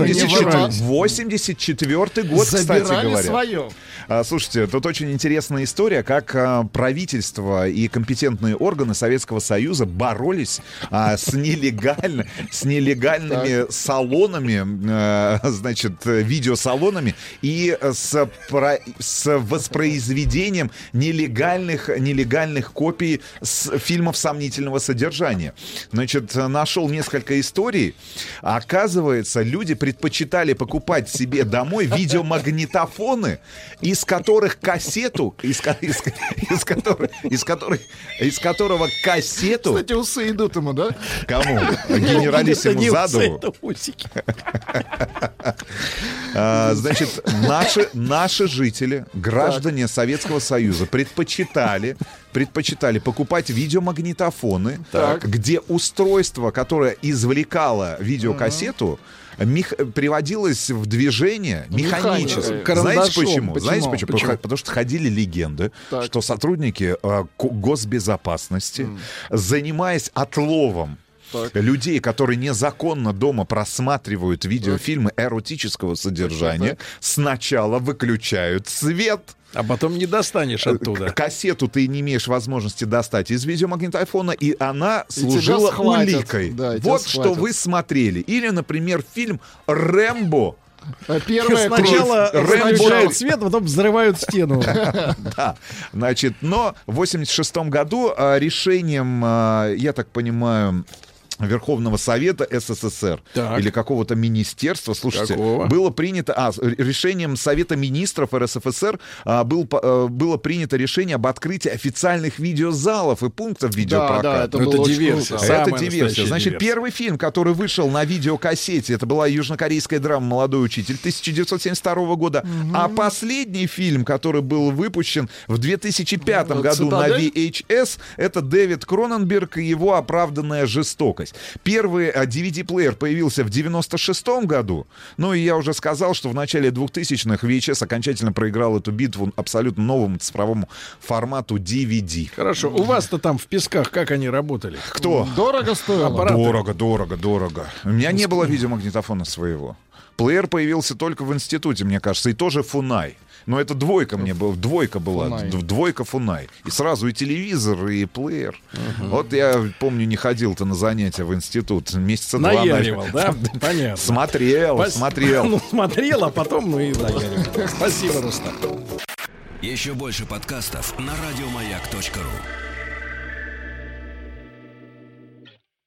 84-й год, кстати говоря. Свое. Слушайте, тут очень интересная история, как правительство и компетентные органы Советского Союза боролись с нелегальными салонами, значит, видеосалонами и с воспроизведением нелегальных копий фильмов сомнительного содержания. Значит, нашел несколько историй. Оказывается, люди предпочитали покупать себе домой видеомагнитофоны, из которых кассету, из которого кассету, кстати, усы идут ему, да? Кому? Генералиссиму заду? Значит, наши жители, граждане Советского Союза, предпочитали покупать видеомагнитофоны, где устройство, которое извлекало видеокассету, приводилось в движение механически. Знаете почему? Знаете почему? Потому что ходили легенды, что сотрудники госбезопасности, занимаясь отловом людей, которые незаконно дома просматривают видеофильмы эротического содержания, сначала выключают свет. А потом не достанешь оттуда. Кассету ты не имеешь возможности достать из видеомагнитофона, и она служила уликой. Вот что вы смотрели. Или, например, фильм «Рэмбо». Сначала выключают свет, потом взрывают стену. Да, значит, но в 1986 году решением, я так понимаю, Верховного Совета СССР или какого-то министерства, слушайте, было принято, решением Совета Министров РСФСР было принято решение об открытии официальных видеозалов и пунктов видеопроката. Это диверсия. Это диверсия. Значит, первый фильм, который вышел на видеокассете, это была южнокорейская драма «Молодой учитель» 1972 года, а последний фильм, который был выпущен в 2005 году на VHS, это Дэвид Кроненберг и его «Оправданная жестокость». Первый DVD-плеер появился в 96-м году. Ну и я уже сказал, что в начале 2000-х VHS окончательно проиграл эту битву абсолютно новому цифровому формату DVD. Хорошо. У вас-то там в Песках как они работали? Кто? Дорого стоило? Дорого. У меня не было видеомагнитофона своего. Плеер появился только в институте, мне кажется, и тоже Фунай. Но это двойка была. Двойка Фунай. И сразу и телевизор, и плеер. Вот я помню, не ходил-то на занятия в институт. Месяца два. Наяривал, да? Понятно. Смотрел. Ну, смотрел, а потом и наяривал. Спасибо, Рустам. Еще больше подкастов на радиомаяк.ру.